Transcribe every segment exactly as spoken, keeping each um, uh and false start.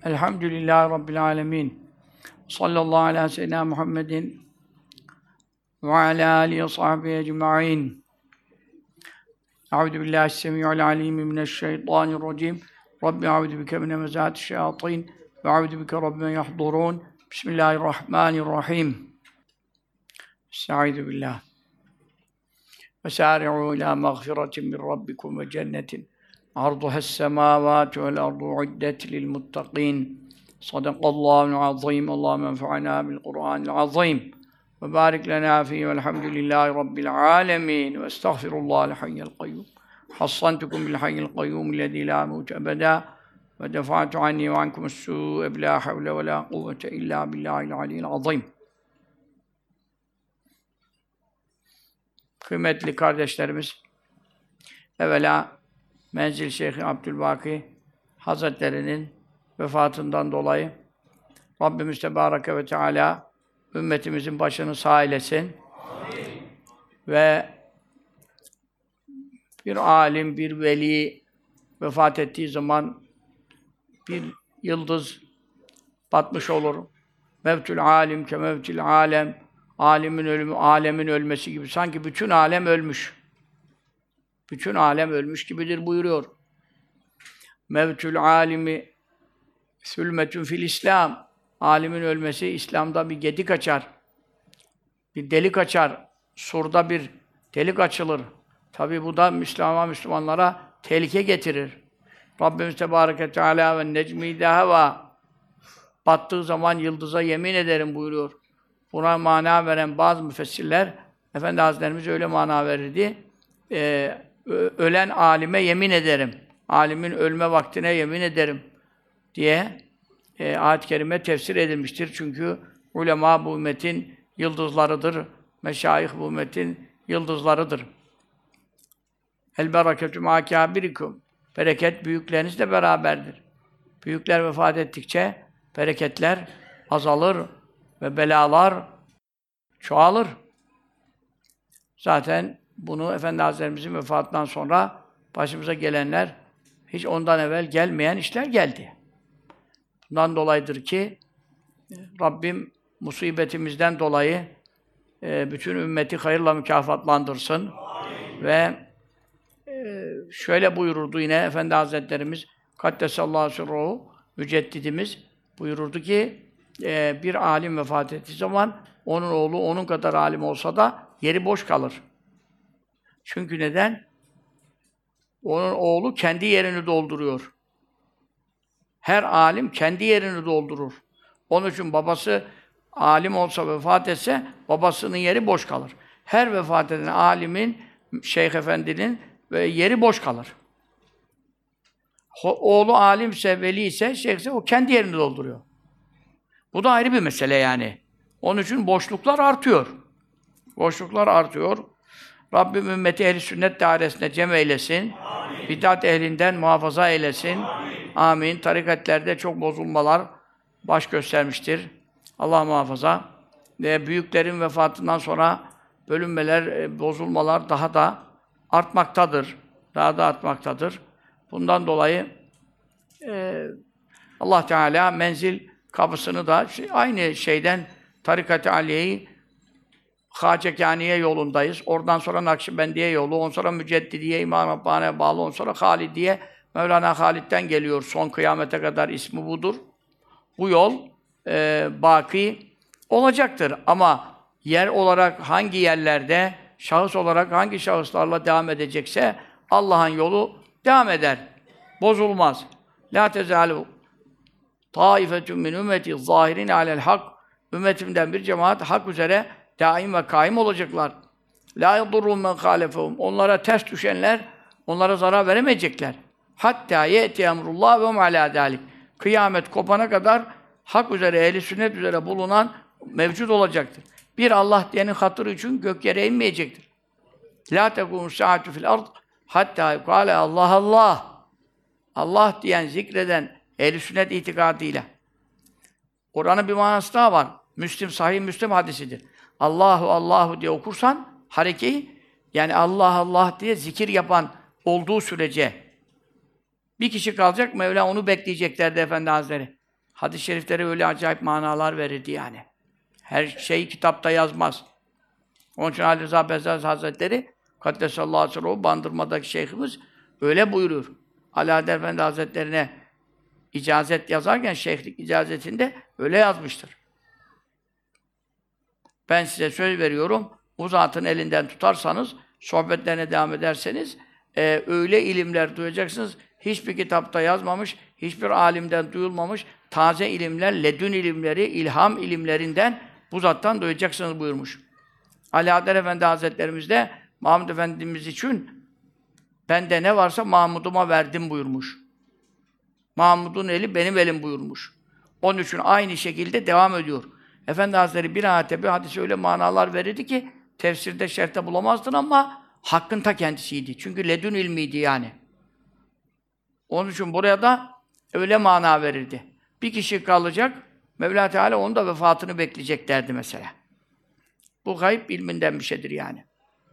Elhamdülillahi Rabbil alemin. Sallallahu ala seyyidina Muhammedin ve ala alihi ve sahbihi ecma'in. Euzu billahi s-semi'ul alim mineşşeytanirracim. Rabbi euzu bike min hemezatiş şeyatin ve euzu bike rabbi yahdurun. Bismillahirrahmanirrahim. Estaizu billah. Ve sâri'û ilâ mağfiretin min rabbikum ve cennetin arduha es-semâvâtu vel ardu uiddet lil muttaqîn. Sadakallâhu'l azîm. Allâhumme enfa'nâ bil Kur'ânil azîm. Ve bârik lenâ fîhî velhamdülillâhi rabbil âlemîn. Ve estağfirullâhel hayyel kayyûm. Hassantukum bil hayyil kayyûm lezî lâ mevte ebedâ. Ve defa'tu annî ve ankumus-sû'e bilâ havle ve lâ kuvvete illâ billâhil aliyyil azîm. Kıymetli kardeşlerimiz, evvela Menzil Şeyh Abdülbaki Hazretleri'nin vefatından dolayı Rabbimiz Tebareke ve Teâlâ ümmetimizin başını sağ eylesin. Amin. Ve bir alim, bir veli vefat ettiği zaman bir yıldız batmış olur. Mevtül alim ke mevtül alem. Alimin ölümü, alemin ölmesi gibi. Sanki bütün alem ölmüş. Bütün alem ölmüş gibidir buyuruyor. Mevtül alimi sülmetün fil İslam. Alimin ölmesi İslam'da bir gedik açar. Bir delik açar. Surda bir delik açılır. Tabi bu da Müslüman Müslümanlara tehlike getirir. Rabbimiz Tebareke ve Teâlâ ve necmi deheva. Battığı zaman yıldıza yemin ederim buyuruyor. Buna mana veren bazı müfessirler, Efendi Hazretlerimiz öyle mana verirdi. Ee, ölen alime yemin ederim. Alimin ölme vaktine yemin ederim diye e, ayet-i kerime tefsir edilmiştir. Çünkü ulema bu ümmetin yıldızlarıdır. Meşayih bu ümmetin yıldızlarıdır. El bereketü mâ kâbirikum. Bereket büyüklerinizle beraberdir. Büyükler vefat ettikçe bereketler azalır ve belalar çoğalır. Zaten bunu Efendi Hazretlerimizin vefatından sonra başımıza gelenler hiç ondan evvel gelmeyen işler geldi. Bundan dolayıdır ki Rabbim musibetimizden dolayı e, bütün ümmeti hayırla mükafatlandırsın. Amin. Ve e, şöyle buyururdu yine Efendi Hazretlerimiz Kaddesallahu sirruhu müceddidimiz buyururdu ki e, bir alim vefat ettiği zaman onun oğlu onun kadar alim olsa da yeri boş kalır. Çünkü neden? Onun oğlu kendi yerini dolduruyor. Her alim kendi yerini doldurur. Onun için babası alim olsa vefat etse babasının yeri boş kalır. Her vefat eden alimin, Şeyh Efendi'nin yeri boş kalır. Oğlu alimse, veli ise, şeyhse o kendi yerini dolduruyor. Bu da ayrı bir mesele yani. Onun için boşluklar artıyor. Boşluklar artıyor. Rabbim ümmeti ehl-i sünnet dairesine cem eylesin. Amin. Bid'at ehlinden muhafaza eylesin. Amin. Amin. Tarikatlerde çok bozulmalar baş göstermiştir. Allah muhafaza. Ve büyüklerin vefatından sonra bölünmeler, bozulmalar daha da artmaktadır. Daha da artmaktadır. Bundan dolayı e, Allah Teala menzil kapısını da şey, aynı şeyden Tarikat-ı Aliye'yi Hacekâniye yolundayız. Oradan sonra Nakşibendiye yolu, ondan sonra Müceddidiye, İmam Rabbani'ye bağlı, ondan sonra Halidiye, Mevlana Halid'den geliyor. Son kıyamete kadar ismi budur. Bu yol e, baki olacaktır. Ama yer olarak hangi yerlerde, şahıs olarak hangi şahıslarla devam edecekse Allah'ın yolu devam eder. Bozulmaz. La tezâlu taifetun min ümmeti zâhirin alel hak. Ümmetimden bir cemaat hak üzere daim ve kaim olacaklar. La yadurrum men halefehum. Onlara ters düşenler onlara zarar veremeyecekler. Hatta ye'ti emrullah ve hum alâ dâlik. Kıyamet kopana kadar hak üzere, ehli sünnet üzere bulunan mevcut olacaktır. Bir Allah diyenin hatırı için gök yere inmeyecektir. La tekûmü saatü fil ard hatta yukâle Allah Allah. Allah diyen, zikreden ehl-i sünnet itikadıyla. Kur'an'ın bir manası daha var. Müslim, Sahih Müslim hadisidir. Allahu Allahu diye okursan harekeyi, yani Allah Allah diye zikir yapan olduğu sürece bir kişi kalacak, Mevla onu bekleyeceklerdi Efendi Hazretleri. hadis-i şeriflere öyle acayip manalar verirdi yani. Her şeyi kitapta yazmaz. Onun için Ali Rıza Benzersiz Hazretleri Kaddesallahu aleyhi ve sellem Bandırma'daki şeyhimiz öyle buyurur. Ali Adel Efendi Hazretlerine icazet yazarken şeyhlik icazetinde öyle yazmıştır. Ben size söz veriyorum, bu zatın elinden tutarsanız, sohbetlerine devam ederseniz, e, öyle ilimler duyacaksınız, hiçbir kitapta yazmamış, hiçbir alimden duyulmamış, taze ilimler, ledün ilimleri, ilham ilimlerinden bu zattan duyacaksınız buyurmuş. Ali Adel Efendi Hazretlerimiz de Mahmud Efendimiz için bende ne varsa Mahmud'uma verdim buyurmuş. Mahmud'un eli benim elim buyurmuş. Onun için aynı şekilde devam ediyor. Efendi Hazretleri bir ayete bir hadise öyle manalar verirdi ki tefsirde, şerhte bulamazdın ama hakkın ta kendisiydi. Çünkü ledün ilmiydi yani. Onun için buraya da öyle mana verirdi. Bir kişi kalacak, Mevla Teala onun da vefatını bekleyecek derdi mesela. Bu gayb ilminden bir şeydir yani.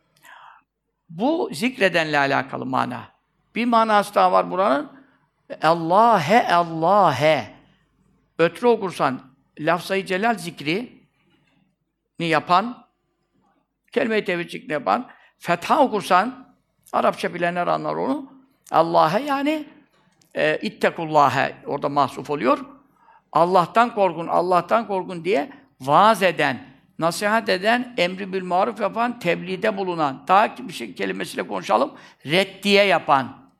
Bu zikredenle alakalı mana. Bir manası daha var buranın. Allah'e Allah'e. Ötre okursan, lafzayı celal zikri ni yapan, kelime-i tevhid zikrini yapan, fetha okursan, Arapça bilenler anlar onu. Allah'e yani e, ittekullâhe orada mahsuf oluyor. Allah'tan korkun, Allah'tan korkun diye vaaz eden, nasihat eden, emri bil maruf yapan, tebliğde bulunan, daha bir şey kelimesiyle konuşalım, reddiye yapan.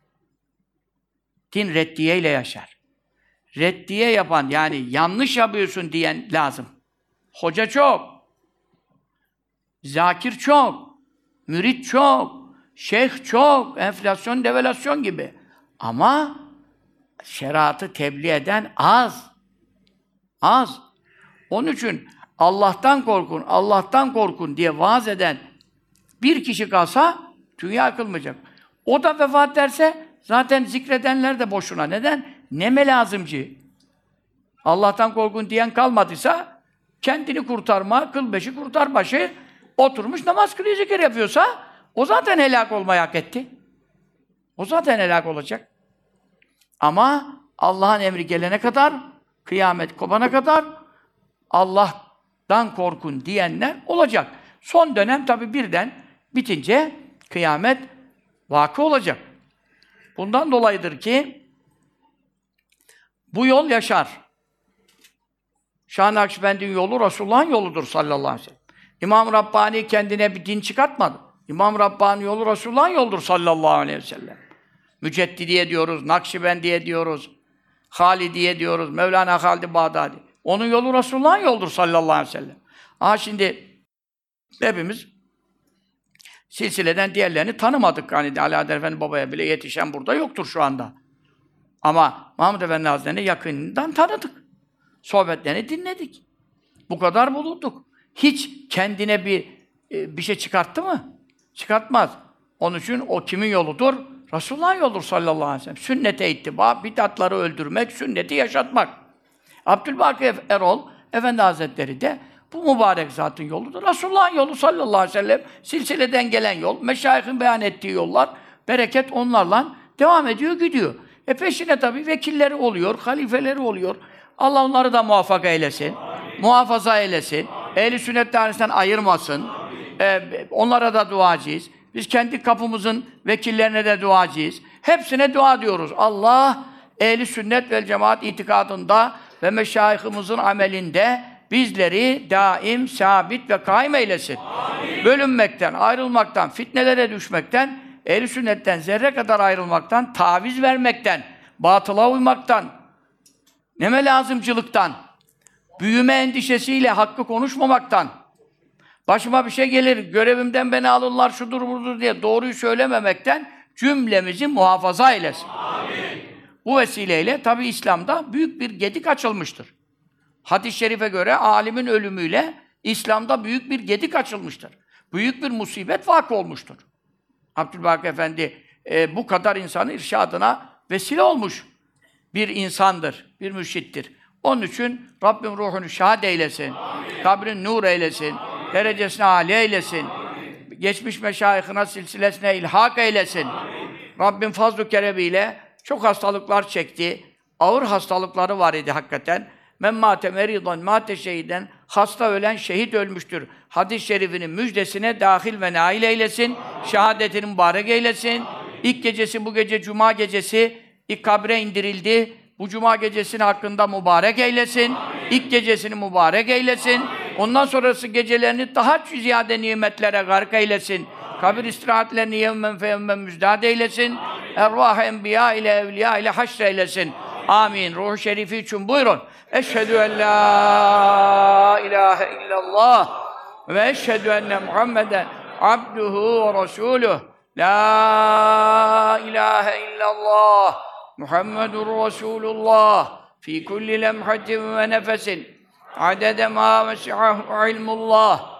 Din reddiye ile yaşar. Reddiye yapan, yani yanlış yapıyorsun diyen lazım. Hoca çok, zakir çok, mürit çok, şeyh çok, enflasyon, devalüasyon gibi. Ama şeriatı tebliğ eden az. Az. Onun için Allah'tan korkun, Allah'tan korkun diye vaaz eden bir kişi kalsa dünya yıkılmayacak. O da vefat derse zaten zikredenler de boşuna. Neden? Neme lazımcı? Allah'tan korkun diyen kalmadıysa kendini kurtarma, kıl beşi kurtar başı oturmuş namaz kılıyor, zikir yapıyorsa o zaten helak olmayı hak etti. O zaten helak olacak. Ama Allah'ın emri gelene kadar, kıyamet kopana kadar Allah'tan korkun diyenler olacak. Son dönem tabi birden bitince kıyamet vakı olacak. Bundan dolayıdır ki bu yol yaşar. Şah-ı Nakşibendi'nin yolu Resulullah'ın yoludur sallallahu aleyhi ve sellem. İmam Rabbani kendine bir din çıkartmadı. İmam Rabbani yolu Resulullah'ın yoludur sallallahu aleyhi ve sellem. Müceddidiye diyoruz, Nakşibendiye diyoruz, Halidiye diyoruz, Mevlana Halid-i Bağdadi. Onun yolu Resulullah'ın yoludur sallallahu aleyhi ve sellem. Aha şimdi hepimiz silsileden diğerlerini tanımadık. Hani Ali Adel Efendi babaya bile yetişen burada yoktur şu anda. Ama Mahmud Efendi Hazretleri'ni yakından tanıdık. Sohbetlerini dinledik. Bu kadar bulunduk. Hiç kendine bir bir şey çıkarttı mı? Çıkartmaz. Onun için o kimin yoludur? Resulullah'ın yoludur sallallahu aleyhi ve sellem. Sünnete ittiba, bid'atları öldürmek, sünneti yaşatmak. Abdülbaki Erol Efendi Hazretleri de bu mübarek zatın yoludur. Resulullah'ın yolu sallallahu aleyhi ve sellem. Silsileden gelen yol, meşayihin beyan ettiği yollar, bereket onlarla devam ediyor, gidiyor. E peşine tabii vekilleri oluyor, halifeleri oluyor. Allah onları da muvaffak eylesin, amin. Muhafaza eylesin, ehl-i sünnet dairesinden ayırmasın. E, onlara da duacıyız. Biz kendi kapımızın vekillerine de duacıyız. Hepsine dua diyoruz. Allah ehl-i sünnet vel cemaat itikadında ve meşayihimizin amelinde bizleri daim, sabit ve kaim eylesin. Amin. Bölünmekten, ayrılmaktan, fitnelere düşmekten, ehl-i sünnetten zerre kadar ayrılmaktan, taviz vermekten, batıla uymaktan, neme lazımcılıktan, büyüme endişesiyle hakkı konuşmamaktan, başıma bir şey gelir, görevimden beni alırlar, şudur budur diye doğruyu söylememekten cümlemizi muhafaza eylesin. Amin. Bu vesileyle tabi İslam'da büyük bir gedik açılmıştır. Hadis-i şerife göre alimin ölümüyle İslam'da büyük bir gedik açılmıştır. Büyük bir musibet vakı olmuştur. Abdülbaki Efendi e, bu kadar insanın irşadına vesile olmuş bir insandır, bir mürşittir. Onun için Rabbim ruhunu şahit eylesin, amin. Kabrin nur eylesin, amin. Derecesini âli eylesin, amin. Geçmiş meşayihine, silsilesine ilhak eylesin. Amin. Rabbim fazl-ı keremiyle çok hastalıklar çekti. ağır hastalıkları var idi hakikaten. Men mâte meridan mâte şehiden, hasta ölen şehit ölmüştür. Hadis-i şerifinin müjdesine dahil ve nail eylesin. Şehadetini mübarek eylesin. İlk gecesi bu gece Cuma gecesi ilk kabre indirildi. Bu Cuma gecesinin hakkında mübarek eylesin. İlk gecesini mübarek eylesin. Ondan sonrası gecelerini daha ziyade nimetlere gark eylesin. Kabir istirahatlerini yevmen fe yevmen müjdat eylesin. Ervah enbiya ile evliya ile haşr eylesin. Amin. Ruh-u şerifi için buyurun. Eşhedü en la ilahe illallah ve eşhedü enne Muhammeden abduhu ve resuluh. La ilahe illallah Muhammedur Resulullah fi kulli lemhatin ve nefesin adede ma vesi'ahu ilmullah.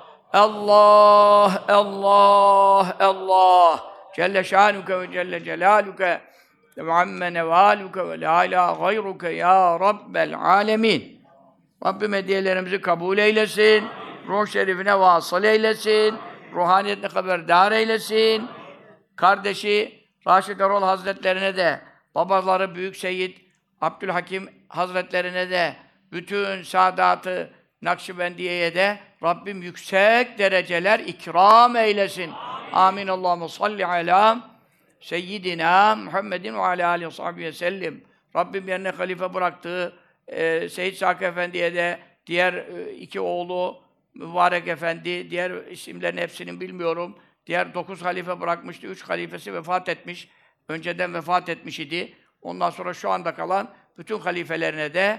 Allah, Allah, Allah Celle şanuke ve celle celaluke ve amme nevaluke ve la ilahe gayruke ya Rabbel alemin. Rabbim hediyelerimizi kabul eylesin, ruh şerifine vasıl eylesin, ruhaniyetine haberdar eylesin. Kardeşi Raşid Erol Hazretlerine de, babaları Büyük Seyyid Abdülhakim Hazretlerine de, bütün Sadat-ı Nakşibendiye'ye de Rabbim yüksek dereceler ikram eylesin. Amin. Allahumme salli ala Seyyidina Muhammedin ve ala aleyhi ve sahbihi ve sellem. Rabbim yerine halife bıraktığı e, Seyyid Sakı Efendi'ye de, diğer e, iki oğlu Mübarek Efendi, diğer isimlerin hepsini bilmiyorum. Diğer dokuz halife bırakmıştı. Üç halifesi vefat etmiş. Önceden vefat etmiş idi. Ondan sonra şu anda kalan bütün halifelerine de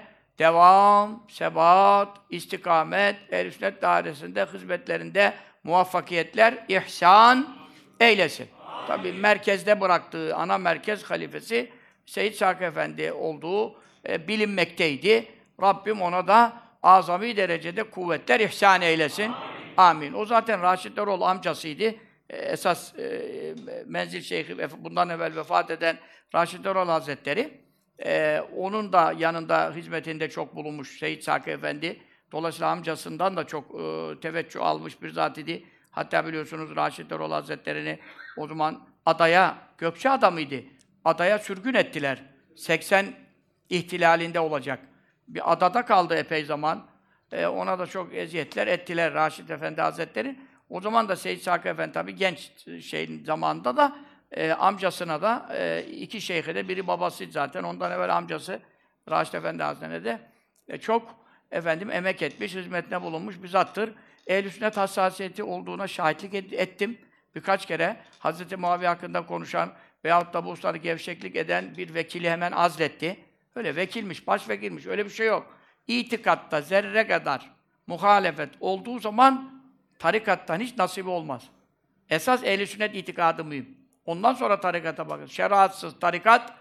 devam, sebat, istikamet, ehl-i sünnet dairesinde, hizmetlerinde muvaffakiyetler ihsan eylesin. Tabii merkezde bıraktığı ana merkez halifesi Seyyid Sakı Efendi olduğu e, bilinmekteydi. Rabbim ona da azami derecede kuvvetler ihsan eylesin. Amin. O zaten Raşid Erol amcasıydı. E, esas e, menzil şeyhi, bundan evvel vefat eden Raşid Erol Hazretleri. Ee, onun da yanında hizmetinde çok bulunmuş Seyyid Sakı Efendi. Dolayısıyla amcasından da çok e, teveccüh almış bir zat idi. Hatta biliyorsunuz Raşid Erol Hazretleri'ni o zaman adaya, Gökçe adamıydı. Adaya sürgün ettiler. seksen ihtilalinde olacak. Bir adada kaldı epey zaman. Ee, ona da çok eziyetler ettiler Raşid Efendi Hazretleri. O zaman da Seyyid Sakı Efendi tabii genç şeyin zamanında da E, amcasına da e, iki şeyhe de biri babasıydı zaten. Ondan evvel amcası Raşid Efendi Hazretleri de e, çok efendim emek etmiş, hizmetine bulunmuş bir zattır. Ehl-i sünnet hassasiyeti olduğuna şahitlik et, ettim. Birkaç kere Hazreti Muaviye hakkında konuşan veyahut da bu hususlarda gevşeklik eden bir vekili hemen azletti. Öyle vekilmiş, başvekilmiş, öyle bir şey yok. İtikatta zerre kadar muhalefet olduğu zaman tarikattan hiç nasibi olmaz. Esas ehl-i sünnet itikadı mühim. Ondan sonra tarikata bakın. Şeriatsız tarikat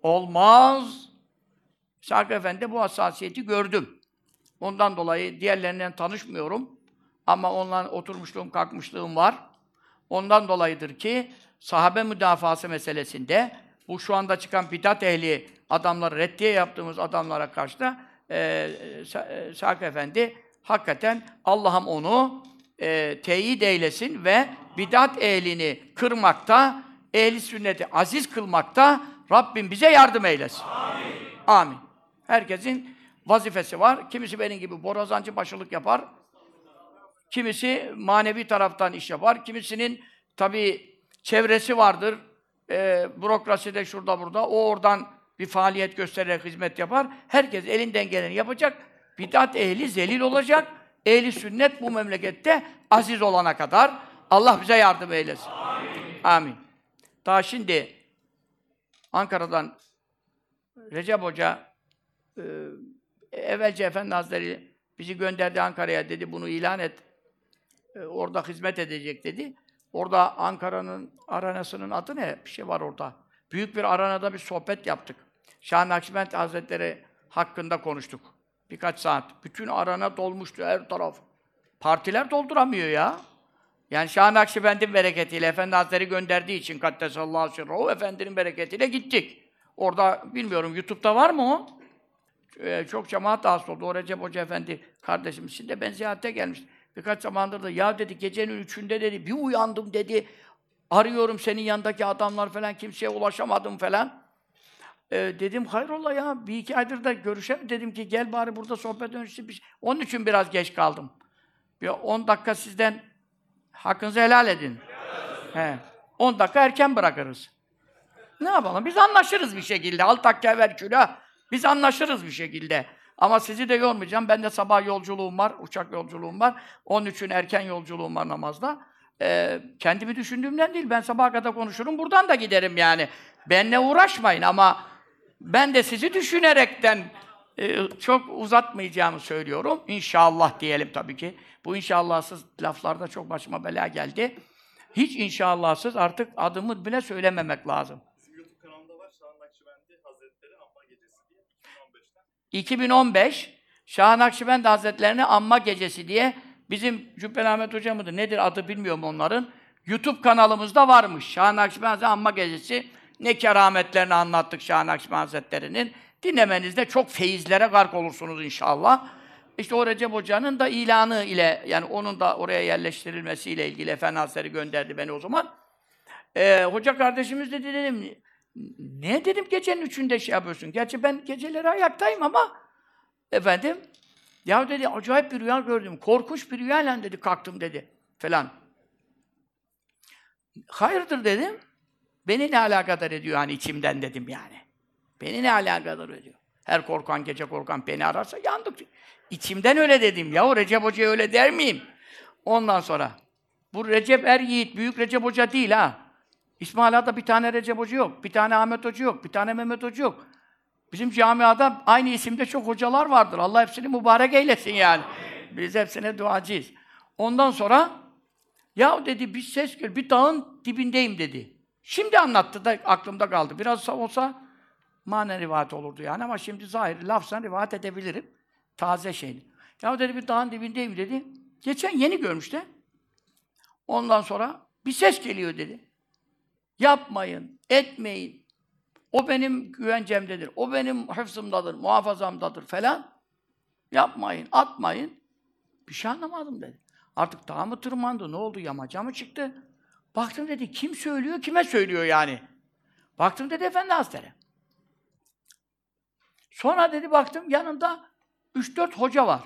olmaz. Sakı Efendi bu hassasiyeti gördüm. Ondan dolayı diğerlerinden tanışmıyorum. Ama onunla oturmuşluğum, kalkmışlığım var. Ondan dolayıdır ki sahabe müdafası meselesinde bu şu anda çıkan bidat ehli adamları, reddiye yaptığımız adamlara karşı da e, Sakı Efendi hakikaten Allah'ım onu e, teyit eylesin ve bidat ehlini kırmakta, ehli sünneti aziz kılmakta Rabbim bize yardım eylesin. Amin. Amin. Herkesin vazifesi var. Kimisi benim gibi borazancı başılık yapar. Kimisi manevi taraftan iş yapar. Kimisinin tabii çevresi vardır. E, bürokraside şurada burada. O oradan bir faaliyet göstererek hizmet yapar. Herkes elinden geleni yapacak. Bidat ehli zelil olacak. Ehli sünnet bu memlekette aziz olana kadar Allah bize yardım eylesin. Amin. Amin. Daha şimdi Ankara'dan Recep Hoca e, evvelce Efendi Hazretleri bizi gönderdi Ankara'ya dedi, bunu ilan et. E, orada hizmet edecek dedi. Orada Ankara'nın aranasının adı ne? Bir şey var orada. Büyük bir aranada bir sohbet yaptık. Şah Nakşibend Hazretleri hakkında konuştuk. Birkaç saat. Bütün arana dolmuştu her taraf. Partiler dolduramıyor ya. Yani Şah Nakşibend'in bereketiyle, Efendi Hazretleri gönderdiği için Kaddesallahu sirruhu, Efendi'nin bereketiyle gittik. Orada bilmiyorum, YouTube'da var mı o? Ee, çok cemaat hasta oldu. O Recep Hoca Efendi kardeşimiz. Şimdi ben ziyarete gelmiştim. Birkaç zamandır da ya dedi, gecenin üçünde dedi, bir uyandım dedi. Arıyorum senin yanındaki adamlar falan, kimseye ulaşamadım falan. Ee, dedim hayrola ya, bir iki aydır da görüşemedim. Dedim ki gel bari burada sohbet dönüştü. Bir şey. Onun için biraz geç kaldım. Bir on dakika sizden hakkınızı helal edin. He. on dakika erken bırakırız. Ne yapalım? Biz anlaşırız bir şekilde. Al takya ver külah. Biz anlaşırız bir şekilde. Ama sizi de yormayacağım. Ben de sabah yolculuğum var, uçak yolculuğum var. Onun için erken yolculuğum var namazda. Ee, kendimi düşündüğümden değil. Ben sabaha kadar konuşurum. Buradan da giderim yani. Benle uğraşmayın ama ben de sizi düşünerekten e, çok uzatmayacağımı söylüyorum. İnşallah diyelim tabii ki. Bu inşallahsız laflarda çok başıma bela geldi. Hiç inşallahsız artık adımı bile söylememek lazım. Bizim YouTube kanalında var. Şah Nakşibendi Hazretleri Anma Gecesi diye iki bin on beşten. iki bin on beş Şah Nakşibendi Hazretlerini Anma Gecesi diye bizim Cübbeli Ahmet Hoca mıdır? Nedir adı bilmiyorum onların. YouTube kanalımızda varmış. Şah Nakşibendi Hazretleri Anma Gecesi. Ne kerametlerini anlattık Şah Nakşibendi Hazretleri'nin. Dinlemenizde çok feyizlere gark olursunuz inşallah. İşte o Recep Hoca'nın da ilanı ile, yani onun da oraya yerleştirilmesiyle ilgili Efendi Hazretleri gönderdi beni o zaman. Ee, hoca kardeşimiz dedi, dedim, ne dedim gecenin üçünde şey yapıyorsun? Gerçi ben geceleri ayaktayım ama efendim, ya dedi acayip bir rüya gördüm, korkunç bir rüyayla dedi kalktım dedi falan. Hayırdır dedim, beni ne alakadar ediyor hani içimden dedim yani. Beni ne alakadar ediyor? Her korkan, gece korkan beni ararsa yandık. İçimden öyle dedim. Ya o Recep Hoca'ya öyle der miyim? Ondan sonra bu Recep Er Yiğit, büyük Recep Hoca değil ha. İsmaila'da bir tane Recep Hoca yok, bir tane Ahmet Hoca yok, bir tane Mehmet Hoca yok. Bizim camiada aynı isimde çok hocalar vardır. Allah hepsini mübarek eylesin yani. Biz hepsine duacıyız. Ondan sonra ya dedi bir ses geliyor, bir dağın dibindeyim dedi. Şimdi anlattı da aklımda kaldı. Biraz olsa manen rivayet olurdu yani ama şimdi zahir lafzan rivayet edebilirim. Taze şeydi. Ya dedi bir dağın dibindeyim dedi. Geçen yeni görmüş de. Ondan sonra bir ses geliyor dedi. Yapmayın, etmeyin. O benim güvencemdedir. O benim hıfzımdadır, muhafazamdadır falan. Yapmayın, atmayın. Bir şey anlamadım dedi. Artık dağa mı tırmandı, ne oldu, yamaca mı çıktı? Baktım dedi, kim söylüyor, kime söylüyor yani? Baktım dedi Efendi Hazretleri. Sonra dedi baktım yanında üç dört hoca var.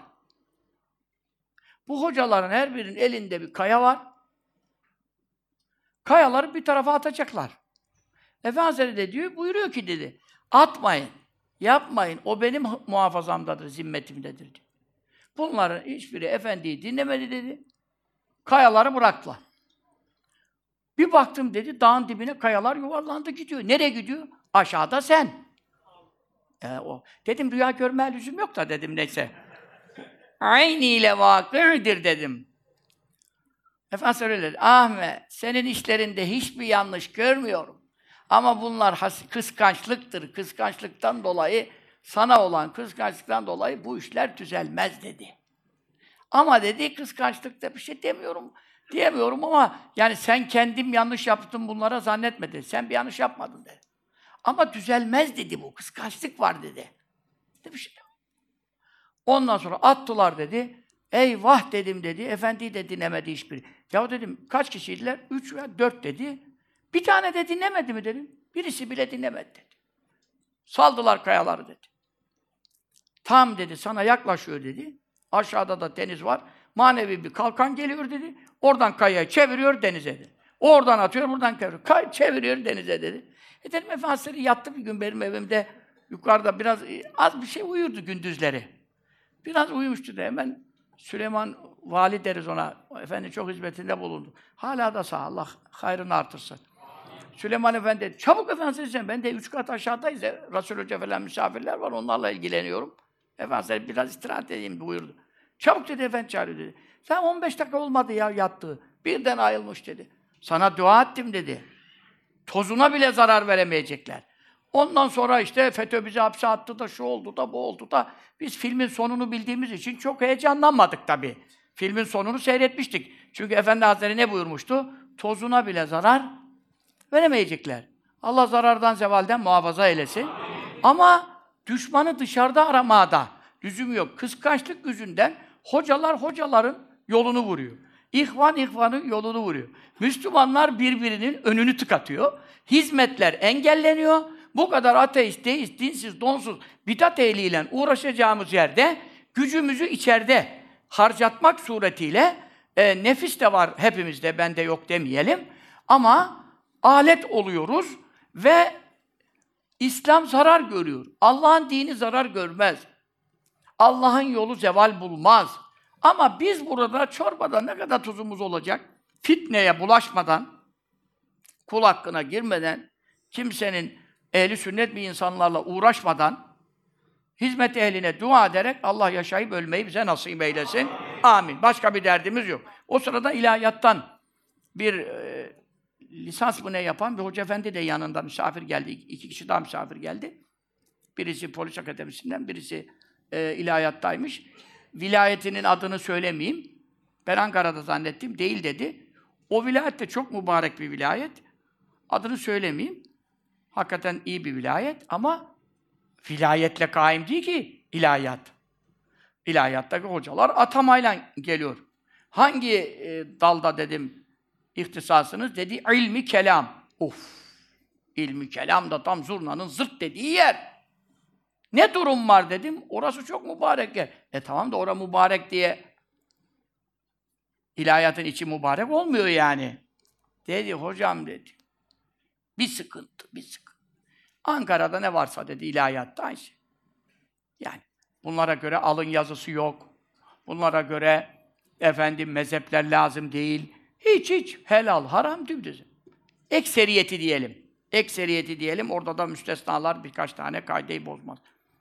Bu hocaların her birinin elinde bir kaya var. Kayaları bir tarafa atacaklar. Efendi Hazretleri de diyor, buyuruyor ki dedi, atmayın, yapmayın, o benim muhafazamdadır, zimmetimdedir diyor. Bunların hiçbiri Efendi'yi dinlemedi dedi. Kayaları bıraktılar. Bir baktım dedi, dağın dibine kayalar yuvarlandı gidiyor. Nereye gidiyor? Aşağıda sen. Ee, o. Dedim rüya görmeye lüzum yok da dedim neyse. Ayniyle vakı'dır dedim. Efendim söyledi, Ahmet senin işlerinde hiçbir yanlış görmüyorum. Ama bunlar kıskançlıktır. Kıskançlıktan dolayı, sana olan kıskançlıktan dolayı bu işler düzelmez dedi. Ama dedi kıskançlıkta bir şey demiyorum. Diyemiyorum ama yani sen kendim yanlış yaptım bunlara zannetme dedi. Sen bir yanlış yapmadın dedi. Ama düzelmez dedi bu. Kıskançlık var dedi. De bir şey yok. Ondan sonra attılar dedi. Eyvah dedim dedi. Efendiyi de dinlemedi hiçbiri. Ya dedim kaç kişiydiler? Üç veya dört dedi. Bir tane de dinlemedi mi dedim. Birisi bile dinlemedi dedi. Saldılar kayaları dedi. Tam dedi sana yaklaşıyor dedi. Aşağıda da deniz var. Manevi bir kalkan geliyor dedi. Oradan kayayı çeviriyor denize dedi. Oradan atıyor, buradan çeviriyor. Kay çeviriyor denize dedi. E dedim Efendimiz yattı bir gün benim evimde. Yukarıda biraz az bir şey uyurdu gündüzleri. Biraz uyumuştu da hemen Süleyman Vali deriz ona. Efendi çok hizmetinde bulundu. Hala da sağ Allah hayrını artırsın. Süleyman Efendi, çabuk Efendimiz sen, ben de üç kat aşağıdayız. Resul Hoca falan misafirler var, onlarla ilgileniyorum. Efendimiz biraz istirahat edeyim buyurdu. Çabuk dedi Efendi çağırıyor dedi. Sen on beş dakika olmadı ya yattığı. Birden ayılmış dedi. Sana dua ettim dedi. Tozuna bile zarar veremeyecekler. Ondan sonra işte FETÖ bizi hapse attı da şu oldu da bu oldu da biz filmin sonunu bildiğimiz için çok heyecanlanmadık tabii. Filmin sonunu seyretmiştik. Çünkü Efendi Hazretleri ne buyurmuştu? Tozuna bile zarar veremeyecekler. Allah zarardan, zevalden muhafaza eylesin. Ama düşmanı dışarıda aramada lüzum yok. Kıskançlık yüzünden hocalar hocaların yolunu vuruyor. İhvan ihvanın yolunu vuruyor. Müslümanlar birbirinin önünü tıkatıyor. Hizmetler engelleniyor. Bu kadar ateist, deist, dinsiz, donsuz, bidat ehliyle uğraşacağımız yerde gücümüzü içeride harcatmak suretiyle e, nefis de var hepimizde, bende yok demeyelim. Ama alet oluyoruz ve İslam zarar görüyor. Allah'ın dini zarar görmez. Allah'ın yolu zeval bulmaz. Ama biz burada çorbada ne kadar tuzumuz olacak? Fitneye bulaşmadan, kul hakkına girmeden, kimsenin ehli sünnet bir insanlarla uğraşmadan, hizmet ehline dua ederek Allah yaşayıp ölmeyi bize nasip eylesin. Amin. Başka bir derdimiz yok. O sırada ilahiyattan bir e, lisans mı ne yapan bir hoca efendi de yanında misafir geldi. İki, iki kişi daha misafir geldi. Birisi polis akademisinden, birisi e, ilahiyattaymış. Vilayetinin adını söylemeyeyim. Ben Ankara'da zannettim. Değil dedi. O vilayet de çok mübarek bir vilayet. Adını söylemeyeyim. Hakikaten iyi bir vilayet ama vilayetle kaim değil ki ilahiyat. İlahiyattaki hocalar atamayla geliyor. Hangi e, dalda dedim ihtisasınız? Dedi ilmi kelam. Of! İlmi kelam da tam zurnanın zırt dediği yer. Ne durum var dedim. Orası çok mübarek yer. E tamam da orası mübarek diye ilahiyatın içi mübarek olmuyor yani. Dedi hocam dedi. Bir sıkıntı, bir sıkıntı. Ankara'da ne varsa dedi ilahiyatta aynı şey. Yani bunlara göre alın yazısı yok. Bunlara göre efendim mezhepler lazım değil. Hiç hiç helal, haram dümdüz. Ekseriyeti diyelim. Ekseriyeti diyelim. Orada da müstesnalar birkaç tane kaideyi bozmaz.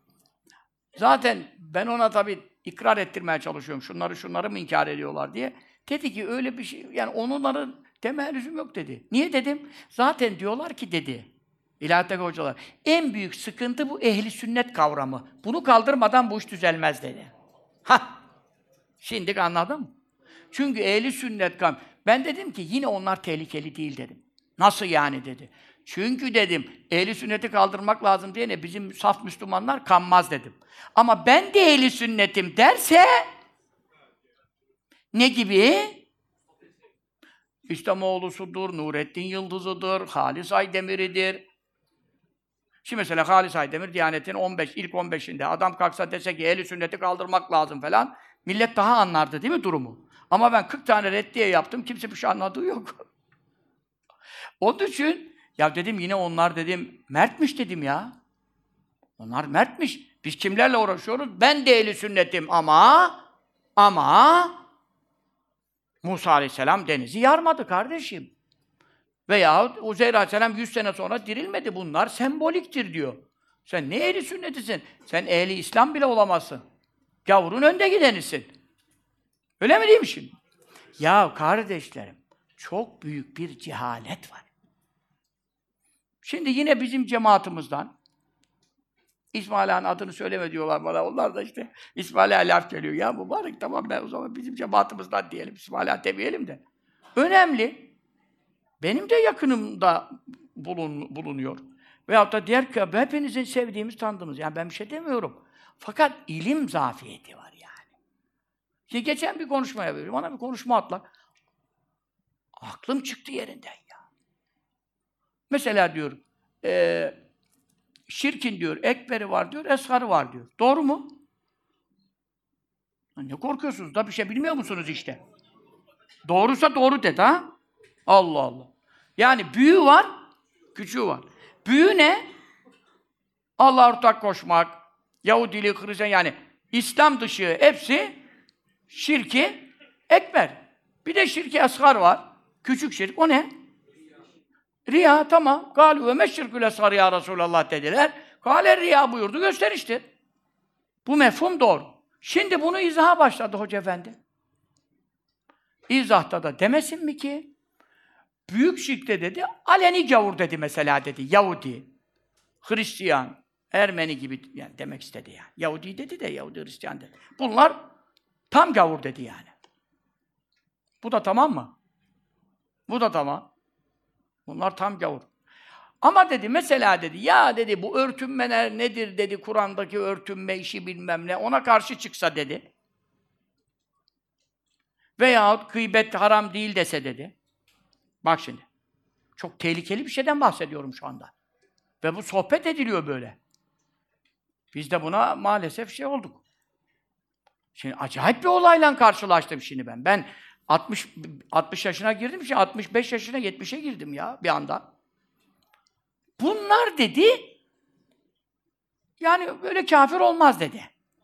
Zaten ben ona tabii ikrar ettirmeye çalışıyorum. Şunları şunları mı inkar ediyorlar diye. Dedi ki öyle bir şey, yani onların demeye lüzum yok dedi. Niye dedim? Zaten diyorlar ki dedi, ilahiyattaki hocalar, en büyük sıkıntı bu ehli sünnet kavramı. Bunu kaldırmadan bu iş düzelmez dedi. Hah! Şimdi anladın mı? Çünkü ehli sünnet kavramı. Ben dedim ki yine onlar tehlikeli değil dedim. Nasıl yani dedi. Çünkü dedim, ehli sünneti kaldırmak lazım diye ne bizim saf Müslümanlar kanmaz dedim. Ama ben de ehli sünnetim derse ne gibi? İslamoğlu'sudur, Nurettin Yıldız'ıdır, Halis Aydemir'idir. Şimdi mesela Halis Aydemir, Diyanet'in on beş, ilk on beşinde adam kalksa dese ki ehli sünneti kaldırmak lazım falan, millet daha anlardı değil mi durumu? Ama ben kırk tane reddiye yaptım, kimse bir şey anladığı yok. Onun için, ya dedim yine onlar dedim, mertmiş dedim ya. Onlar mertmiş. Biz kimlerle uğraşıyoruz? Ben de ehli sünnetim ama, ama Musa Aleyhisselam denizi yarmadı kardeşim. Veyahut Uzeyr Aleyhisselam yüz sene sonra dirilmedi. Bunlar semboliktir diyor. Sen ne ehli sünnetisin? Sen ehli İslam bile olamazsın. Gavurun önde gidenisin. Öyle mi değil mi şimdi? Ya kardeşlerim, çok büyük bir cehalet var. Şimdi yine bizim cemaatimizden İsmail Ağa'nın adını söyleme diyorlar bana. Onlar da işte İsmail Ağa laf geliyor. Ya mübarek tamam ben o zaman bizim cemaatimizden diyelim. İsmail Ağa demeyelim de. Önemli. Benim de yakınımda bulun, bulunuyor. Veyahut da diğer ki hepinizin sevdiğimiz, tanıdığımız. Yani ben bir şey demiyorum. Fakat ilim zafiyeti var yani. Şimdi geçen bir konuşma yapıyorum. Bana bir konuşma atlar. Aklım çıktı yerinden ya. Mesela diyor, e, şirkin diyor, ekberi var diyor, esgarı var diyor. Doğru mu? Ne korkuyorsunuz da bir şey bilmiyor musunuz işte? Doğruysa doğru dedi ha? Allah Allah. Yani büyüğü var, küçüğü var. Büyüğü ne? Allah'a ortak koşmak, Yahudilik, Hristiyan yani İslam dışı hepsi şirki ekber. Bir de şirki esgar var. Küçük şirk. O ne? Riya, tamam. Gâlû ve meşşirkül esgar ya Resulallah dediler. Kâle riya buyurdu, gösteriştir. Bu mefhum doğru. Şimdi bunu izaha başladı Hoca Efendi. İzahta da demesin mi ki? Büyük şirkte dedi, aleni gavur dedi mesela dedi. Yahudi, Hristiyan, Ermeni gibi yani demek istedi yani. Yahudi dedi de Yahudi, Hristiyan dedi. Bunlar tam gavur dedi yani. Bu da tamam mı? Bu da tamam. Bunlar tam gavur. Ama dedi, mesela dedi, ya dedi, bu örtünmeler nedir dedi, Kur'an'daki örtünme işi bilmem ne, ona karşı çıksa dedi. Veyahut gıybet haram değil dese dedi. Bak şimdi, çok tehlikeli bir şeyden bahsediyorum şu anda. Ve bu sohbet ediliyor böyle. Biz de buna maalesef şey olduk. Şimdi acayip bir olayla karşılaştım şimdi ben. Ben altmış altmış yaşına girdim, şimdi altmış beş yaşına yetmişe girdim ya bir anda. Bunlar dedi, yani böyle kafir olmaz dedi.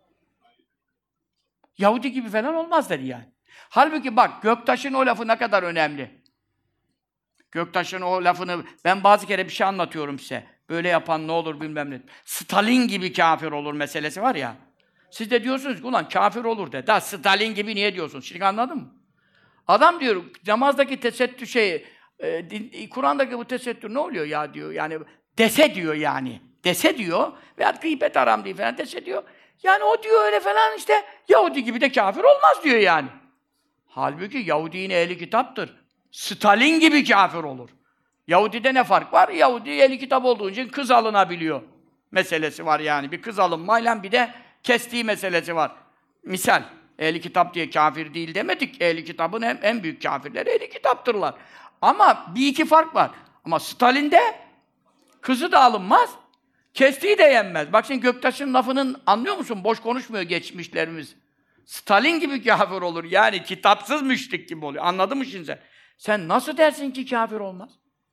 Yahudi gibi falan olmaz dedi yani. Halbuki bak, Göktaş'ın o lafı ne kadar önemli. Göktaş'ın o lafını, ben bazı kere bir şey anlatıyorum size. Böyle yapan ne olur bilmem ne. Stalin gibi kafir olur meselesi var ya. Siz de diyorsunuz ki ulan kafir olur de. Daha Stalin gibi niye diyorsunuz? Şimdi anladın mı? Adam diyor, namazdaki tesettür şey, e, Kur'an'daki bu tesettür ne oluyor ya diyor. Yani dese diyor yani. Dese diyor. Veya gıybet haram değil falan dese diyor. Yani o diyor öyle falan işte, Yahudi gibi de kafir olmaz diyor yani. Halbuki Yahudi yine ehli kitaptır. Stalin gibi kafir olur. Yahudi'de ne fark var? Yahudi ehli kitap olduğu için kız alınabiliyor meselesi var yani. Bir kız alınmayla bir de kestiği meselesi var. Misal, ehli kitap diye kafir değil demedik. Ehli kitabın en, en büyük kafirleri ehli kitaptırlar. Ama bir iki fark var. Ama Stalin'de kızı da alınmaz, kestiği de yenmez. Bak şimdi Göktaş'ın lafının anlıyor musun? Boş konuşmuyor geçmişlerimiz. Stalin gibi kafir olur. Yani kitapsız müşrik gibi oluyor. Anladın mı şimdi sen? Sen nasıl dersin ki kafir olmaz?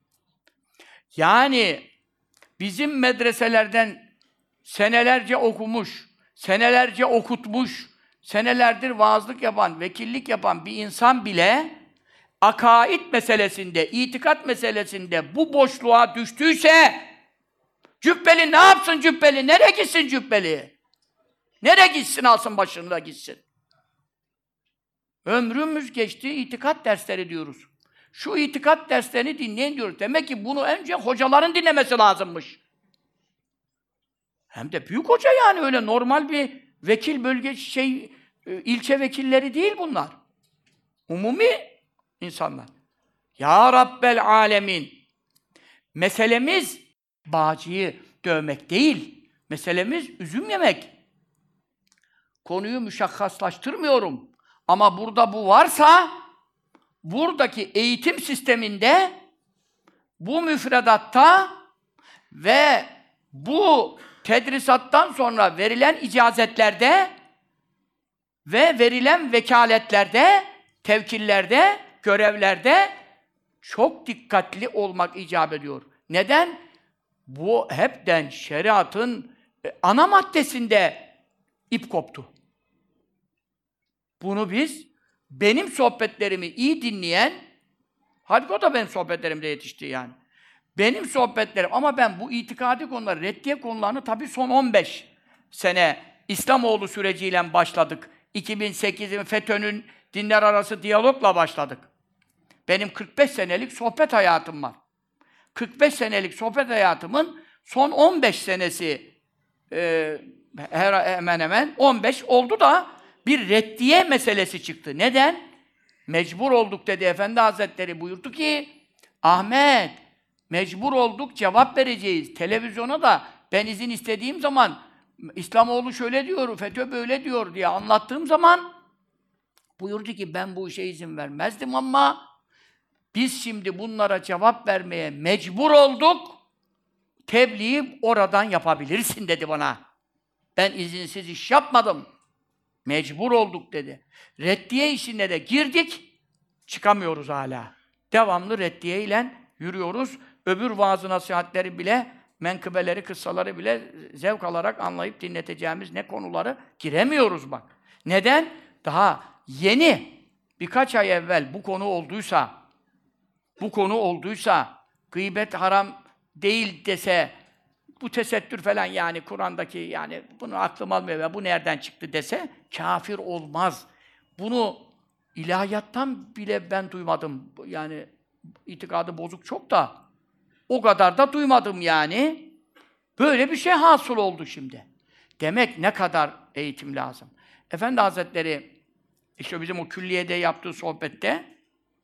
Yani bizim medreselerden senelerce okumuş, senelerce okutmuş, senelerdir vaazlık yapan, vekillik yapan bir insan bile akaid meselesinde, itikat meselesinde bu boşluğa düştüyse Cübbeli ne yapsın Cübbeli? Nereye gitsin Cübbeli? Nereye gitsin, alsın başında gitsin? Ömrümüz geçti, itikat dersleri diyoruz. Şu itikat derslerini dinleyin diyoruz. Demek ki bunu önce hocaların dinlemesi lazımmış. Hem de büyük hoca yani, öyle normal bir vekil bölge şey, ilçe vekilleri değil bunlar. Umumi insanlar. Ya Rabbel Alemin. Meselemiz bağcıyı dövmek değil. Meselemiz üzüm yemek. Konuyu müşakhaslaştırmıyorum. Ama burada bu varsa, buradaki eğitim sisteminde, bu müfredatta ve bu tedrisattan sonra verilen icazetlerde ve verilen vekaletlerde, tevkillerde, görevlerde çok dikkatli olmak icap ediyor. Neden? Bu hepten şeriatın ana maddesinde ip koptu. Bunu biz, benim sohbetlerimi iyi dinleyen, halbuki o da benim sohbetlerimde yetişti yani. Benim sohbetlerim, ama ben bu itikadi konuları, reddiye konularını tabii son on beş sene İslamoğlu süreciyle başladık. iki bin sekizin FETÖ'nün dinler arası diyalogla başladık. Benim kırk beş senelik sohbet hayatım var. kırk beş senelik sohbet hayatımın son on beş senesi e, her, hemen hemen on beş oldu da bir reddiye meselesi çıktı. Neden? Mecbur olduk dedi Efendi Hazretleri, buyurdu ki Ahmet, mecbur olduk, cevap vereceğiz. Televizyona da ben izin istediğim zaman İslamoğlu şöyle diyor, FETÖ böyle diyor diye anlattığım zaman buyurdu ki ben bu işe izin vermezdim ama biz şimdi bunlara cevap vermeye mecbur olduk. Tebliği oradan yapabilirsin dedi bana. Ben izinsiz iş yapmadım. Mecbur olduk dedi. Reddiye işine de girdik, çıkamıyoruz hala. Devamlı reddiye ile yürüyoruz. Öbür vaaz-ı nasihatleri bile, menkıbeleri, kıssaları bile zevk alarak anlayıp dinleteceğimiz ne konuları giremiyoruz bak. Neden? Daha yeni, birkaç ay evvel bu konu olduysa, bu konu olduysa, gıybet haram değil dese, bu tesettür falan yani Kur'an'daki yani bunu aklım almıyor ve bu nereden çıktı dese kafir olmaz. Bunu ilahiyattan bile ben duymadım. Yani itikadı bozuk çok da o kadar da duymadım yani. Böyle bir şey hasıl oldu şimdi. Demek ne kadar eğitim lazım. Efendi Hazretleri işte bizim o külliyede yaptığı sohbette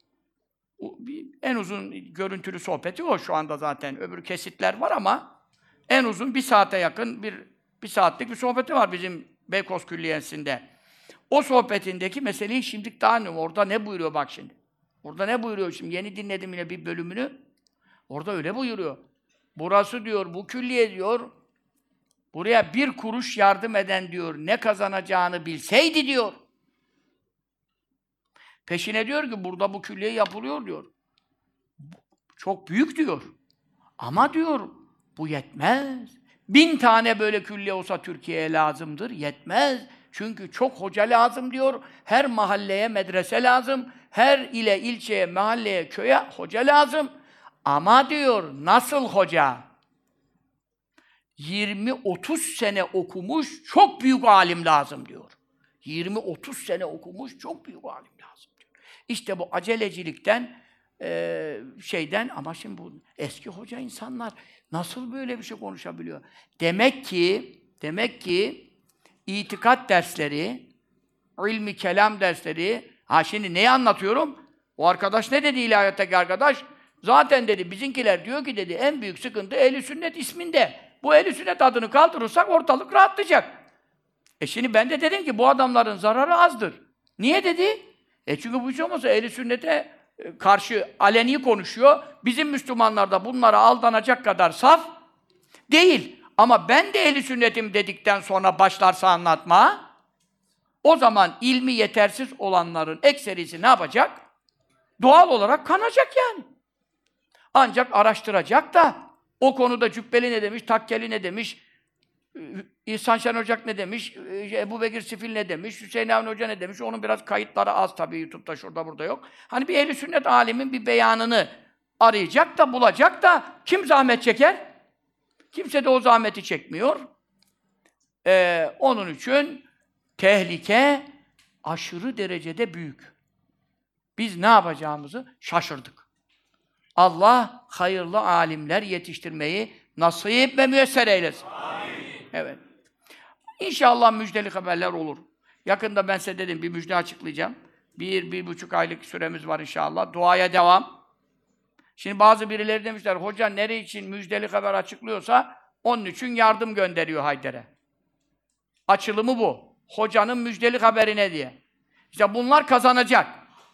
en uzun görüntülü sohbeti o şu anda zaten. Öbür kesitler var ama en uzun bir saate yakın bir bir saatlik bir sohbeti var bizim Beykoz Külliyesi'nde. O sohbetindeki meseleyi şimdi daha anlıyorum. Orada ne buyuruyor bak şimdi. Orada ne buyuruyor şimdi? Yeni dinledim yine bir bölümünü. Orada öyle buyuruyor. burası diyor, bu külliye diyor, buraya bir kuruş yardım eden diyor, ne kazanacağını bilseydi diyor. Peşine diyor ki, burada bu külliye yapılıyor diyor. Çok büyük diyor. Ama diyor, bu yetmez. Bin tane böyle külliye olsa Türkiye'ye lazımdır, yetmez. Çünkü çok hoca lazım diyor. Her mahalleye medrese lazım. Her ile, ilçeye, mahalleye, köye hoca lazım. Ama diyor, nasıl hoca? yirmi otuz sene okumuş, çok büyük alim lazım diyor. yirmi otuz sene okumuş, çok büyük alim lazım diyor. İşte bu acelecilikten, e, şeyden, ama şimdi bu eski hoca insanlar nasıl böyle bir şey konuşabiliyor? Demek ki, demek ki itikat dersleri, ilmi kelam dersleri, ha şimdi neyi anlatıyorum? O arkadaş ne dedi, ilahiyattaki arkadaş? Zaten dedi, bizimkiler diyor ki dedi, en büyük sıkıntı ehl-i sünnet isminde. Bu ehl-i sünnet adını kaldırırsak ortalık rahatlayacak. E şimdi ben de dedim ki bu adamların zararı azdır. Niye dedi? E çünkü bu hiç olmazsa ehl-i sünnete karşı aleni konuşuyor. Bizim Müslümanlar da bunlara aldanacak kadar saf değil. Ama ben de ehl-i sünnetim dedikten sonra başlarsa anlatma, o zaman ilmi yetersiz olanların ekserisi ne yapacak? Doğal olarak kanacak yani. Ancak araştıracak da o konuda Cübbeli ne demiş, Takkeli ne demiş, İhsan Şen Ocak ne demiş, Ebu Bekir Sifil ne demiş, Hüseyin Avni Hoca ne demiş, onun biraz kayıtları az tabii, YouTube'da şurada burada yok. Hani bir ehl-i sünnet alimin bir beyanını arayacak da, bulacak da kim zahmet çeker? Kimse de o zahmeti çekmiyor. Ee, onun için tehlike aşırı derecede büyük. Biz ne yapacağımızı şaşırdık. Allah hayırlı alimler yetiştirmeyi nasip ve müyesser eylesin. Amin. Evet. İnşallah müjdeli haberler olur. Yakında ben size dedim, bir müjde açıklayacağım. Bir, bir buçuk aylık süremiz var inşallah. Duaya devam. Şimdi bazı birileri demişler, hoca nereye için müjdeli haber açıklıyorsa, onun için yardım gönderiyor Haydar'e. Açılımı bu. Hocanın müjdeli haberine diye. İşte bunlar kazanacak.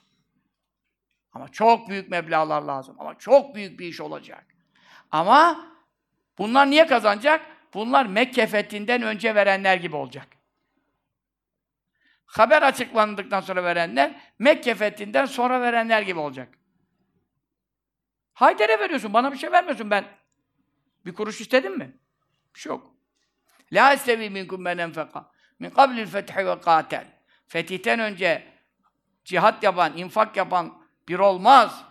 Ama çok büyük meblağlar lazım. Ama çok büyük bir iş olacak. Ama bunlar niye kazanacak? Bunlar Mekke fethinden önce verenler gibi olacak. Haber açıklandıktan sonra verenler, Mekke fethinden sonra verenler gibi olacak. Haydar'e veriyorsun, bana bir şey vermiyorsun ben. Bir kuruş istedim mi? Bir şey yok. La istevi minkum men enfeka min kablil fethi ve katel. Fetihten önce cihat yapan, infak yapan bir olmaz.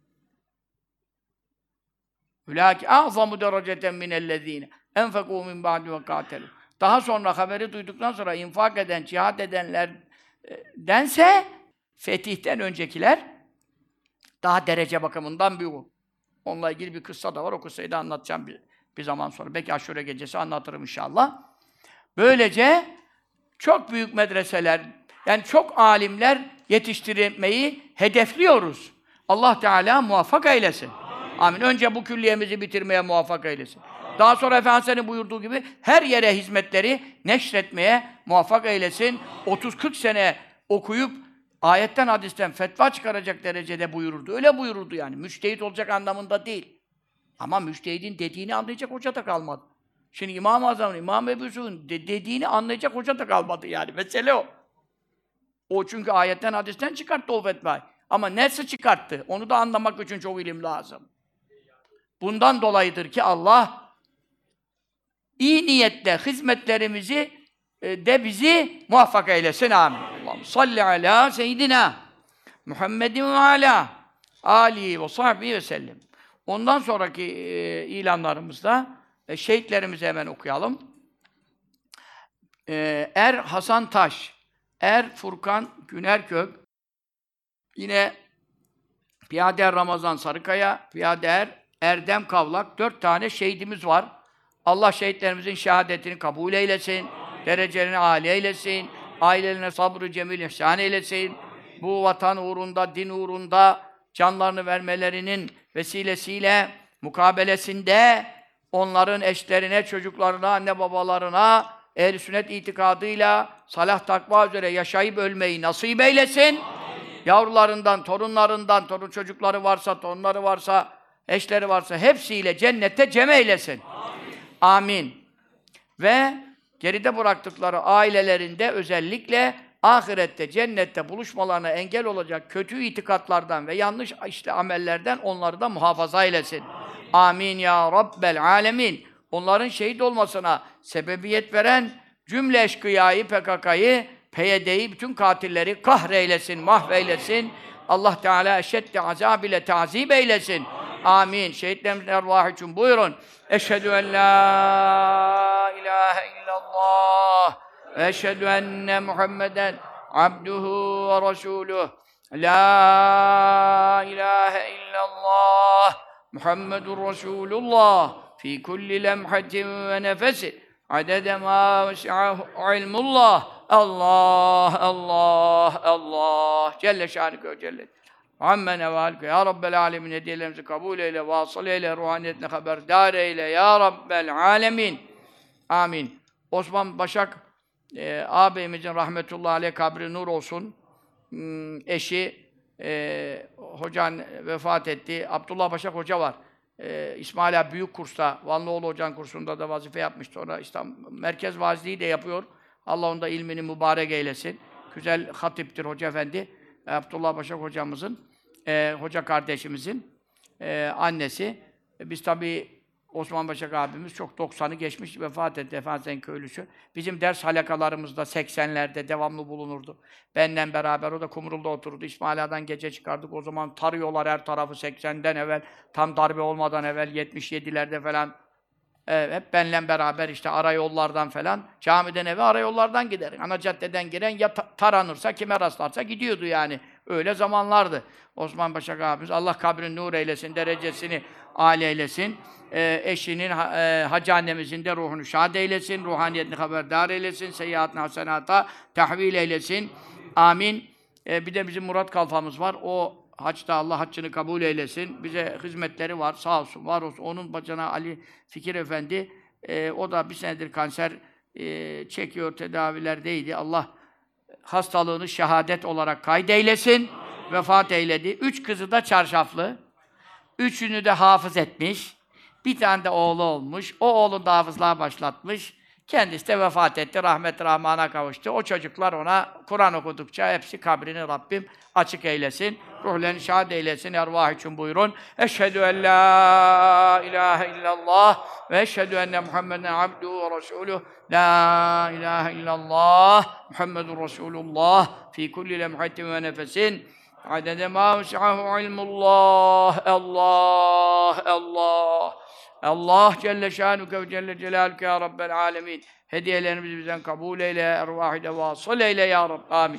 Ülâki a'zamu dereceten minellezîne enfekû min ba'di ve kâtelû. Daha sonra haberi duyduktan sonra infak eden, cihat edenlerdense fetihten öncekiler daha derece bakımından büyük. Onunla ilgili bir kıssa da var. O kıssayı da anlatacağım bir, bir zaman sonra. Belki Aşure gecesi anlatırım inşallah. Böylece çok büyük medreseler, yani çok alimler yetiştirmeyi hedefliyoruz. Allah Teala muvaffak eylesin. Amin. Amin. Önce bu külliyemizi bitirmeye muvaffak eylesin. Daha sonra Efendimiz'in buyurduğu gibi her yere hizmetleri neşretmeye muvaffak eylesin. otuz kırk sene okuyup ayetten, hadisten fetva çıkaracak derecede buyururdu. Öyle buyururdu yani. Müçtehit olacak anlamında değil. Ama müçtehidin dediğini anlayacak hoca da kalmadı. Şimdi İmam-ı Azam'ın, İmam Ebu Yusuf'un de dediğini anlayacak hoca da kalmadı yani. Mesele o. O çünkü ayetten, hadisten çıkarttı o fetvayı. Ama nasıl çıkarttı? Onu da anlamak için çok ilim lazım. Bundan dolayıdır ki Allah iyi niyetle hizmetlerimizi de bizi muvaffak eylesin. Amin. Allah'ım salli ala seyyidina Muhammedin ve ala alihi ve sahbihi ve sellem. Ondan sonraki e, ilanlarımızda e, şehitlerimizi hemen okuyalım. E, Er Hasan Taş, Er Furkan Günerkök, yine Piyader Ramazan Sarıkaya, Piyader Erdem Kavlak, dört tane şehidimiz var. Allah şehitlerimizin şehadetini kabul eylesin, derecelerini âli eylesin, ailelerine sabrı cemil ihsan eylesin. Bu vatan uğrunda, din uğrunda canlarını vermelerinin vesilesiyle, mukabelesinde onların eşlerine, çocuklarına, anne babalarına ehl-i sünnet itikadıyla salah takva üzere yaşayıp ölmeyi nasip eylesin. Amin. Yavrularından, torunlarından, torun çocukları varsa, torunları varsa eşleri varsa hepsiyle cennette cem eylesin. Amin. Amin. Ve geride bıraktıkları ailelerinde özellikle ahirette, cennette buluşmalarına engel olacak kötü itikatlardan ve yanlış işte amellerden onları da muhafaza eylesin. Amin, Amin ya Rabbel alemin. Onların şehit olmasına sebebiyet veren cümle eşkıyayı, P K K'yı, P Y D'yi, bütün katilleri kahreylesin, mahveylesin. Allah Teala eşeddi azab ile tazip eylesin. Amin. Şehitlerimizin ervahı için buyurun. Eşhedü en la ilahe illallah ve eşhedü enne Muhammeden abduhu ve resuluh. La ilahe illallah Muhammedur Resulullah fi kulli lemhatin ve nefesin adede ma vesi'ahu ilmullah. Allah, Allah, Allah Celle şanike ve celle Amme nevalike ya Rabbel alemin, hediyelerimizi kabul eyle, vasıl eyle, ruhaniyetine haberdar eyle ya Rabbel alemin. Amin. Osman Başak e, ağabeyimizin rahmetullahi aleyh kabri nur olsun. Hmm, eşi e, hocan vefat etti. Abdullah Başak hoca var. E, İsmail abi büyük kursta, Vanlıoğlu hocanın kursunda da vazife yapmıştı. Sonra İstanbul merkez vaziliği de yapıyor. Allah onda ilmini mübarek eylesin. Güzel hatiptir hoca efendi. Abdullah Başak hocamızın, e, hoca kardeşimizin e, annesi. E, biz tabii Osman Başak abimiz çok doksanı geçmiş, vefat etti, Efendimiz'in köylüsü. Bizim ders halakalarımızda seksenlerde devamlı bulunurdu. Benle beraber, o da Kumrul'da otururdu. İsmail Ağa'dan gece çıkardık. O zaman tarıyorlar her tarafı seksenden evvel, tam darbe olmadan evvel, yetmiş yedilerde falan. Evet, hep benle beraber işte ara yollardan falan, camiden eve ara yollardan gider. Ana caddeden giren ya ta taranırsa, kime rastlarsa gidiyordu yani. Öyle zamanlardı. Osman Başak abimiz, Allah kabrini nur eylesin, derecesini âli eylesin. Ee, eşinin, e, hacı annemizin de ruhunu şad eylesin, ruhaniyetini haberdar eylesin, seyyiatine hasenata tahvil eylesin. Amin. Ee, bir de bizim Murat Kalfamız var. O haçta Allah haccını kabul eylesin. Bize hizmetleri var. Sağ olsun, var olsun. Onun bacana Ali Fikir Efendi, e, o da bir senedir kanser e, çekiyor, tedavilerdeydi. Allah hastalığını şehadet olarak kaydeylesin. Vefat eyledi. Üç kızı da çarşaflı. Üçünü de hafız etmiş. Bir tane de oğlu olmuş. O oğlun da hafızlığa başlatmış. Kendisi de vefat etti. Rahmet-i Rahman'a kavuştu. O çocuklar ona Kur'an okudukça hepsi kabrini Rabbim açık eylesin. Ruhlerini şad eylesin. Ervah için buyurun. Eşhedü en la ilahe illallah ve eşhedü enne Muhammeden abduhu ve resuluh. La ilahe illallah Muhammedun Resulullah fi kulli lemhatin ve nefesin adede ma vesi'ahu ilmullah. Allah, Allah. Allah Celle şanuke ve Celle celaluke ya Rabbel alemin. Hediyelerimizi bizden kabul eyle, ervâh-ı de vasıl eyle ya Rabbi. Amin.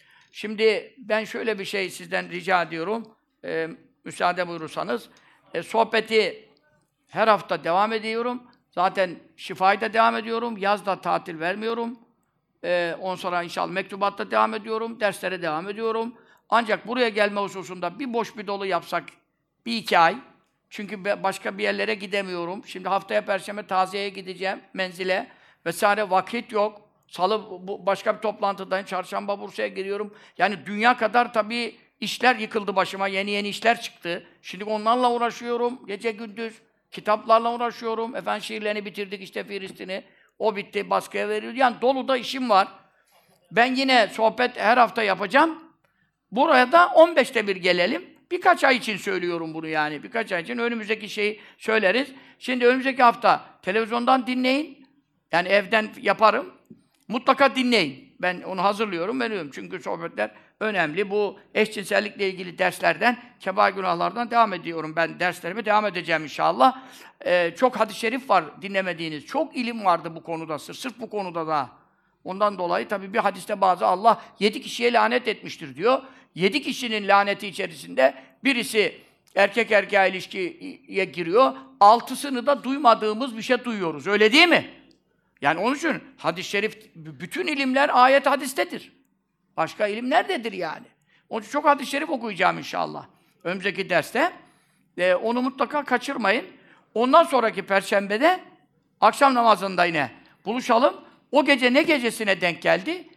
Şimdi ben şöyle bir şey sizden rica ediyorum. Ee, müsaade buyurursanız. E, sohbeti her hafta devam ediyorum. Zaten şifayı da devam ediyorum. Yazda tatil vermiyorum. Ee, ondan sonra inşallah mektubatta devam ediyorum. Derslere devam ediyorum. Ancak buraya gelme hususunda bir boş bir dolu yapsak bir iki ay. Çünkü başka bir yerlere gidemiyorum. Şimdi haftaya Perşembe taziyeye gideceğim, menzile vesaire, vakit yok. Salı bu başka bir toplantıdayım, Çarşamba Bursa'ya giriyorum. Yani dünya kadar tabii işler yıkıldı başıma, yeni yeni işler çıktı. Şimdi onlarla uğraşıyorum, gece gündüz. Kitaplarla uğraşıyorum. Efendim şiirlerini bitirdik işte, Filistin'i. O bitti, baskıya veriyoruz. Yani dolu da işim var. Ben yine sohbet her hafta yapacağım. Buraya da on beşte bir gelelim. Birkaç ay için söylüyorum bunu yani. Birkaç ay için önümüzdeki şeyi söyleriz. Şimdi önümüzdeki hafta televizyondan dinleyin. Yani evden yaparım. Mutlaka dinleyin. Ben onu hazırlıyorum, veriyorum. Çünkü sohbetler önemli. Bu eşcinsellikle ilgili derslerden, kebair günahlardan devam ediyorum. Ben derslerime devam edeceğim inşallah. Ee, çok hadis-i şerif var dinlemediğiniz. Çok ilim vardı bu konuda. Sırf bu konuda da. Ondan dolayı tabii bir hadiste bazı Allah yedi kişiye lanet etmiştir diyor. Yedi kişinin laneti içerisinde birisi erkek erkeğe ilişkiye giriyor. Altısını da duymadığımız bir şey duyuyoruz. Öyle değil mi? Yani onun için hadis-i şerif, bütün ilimler ayet hadistedir. Başka ilim nerededir yani? Onun için çok hadis-i şerif okuyacağım inşallah. Önümüzdeki derste. Ee, onu mutlaka kaçırmayın. Ondan sonraki Perşembe'de akşam namazında yine buluşalım. O gece ne gecesine denk geldi?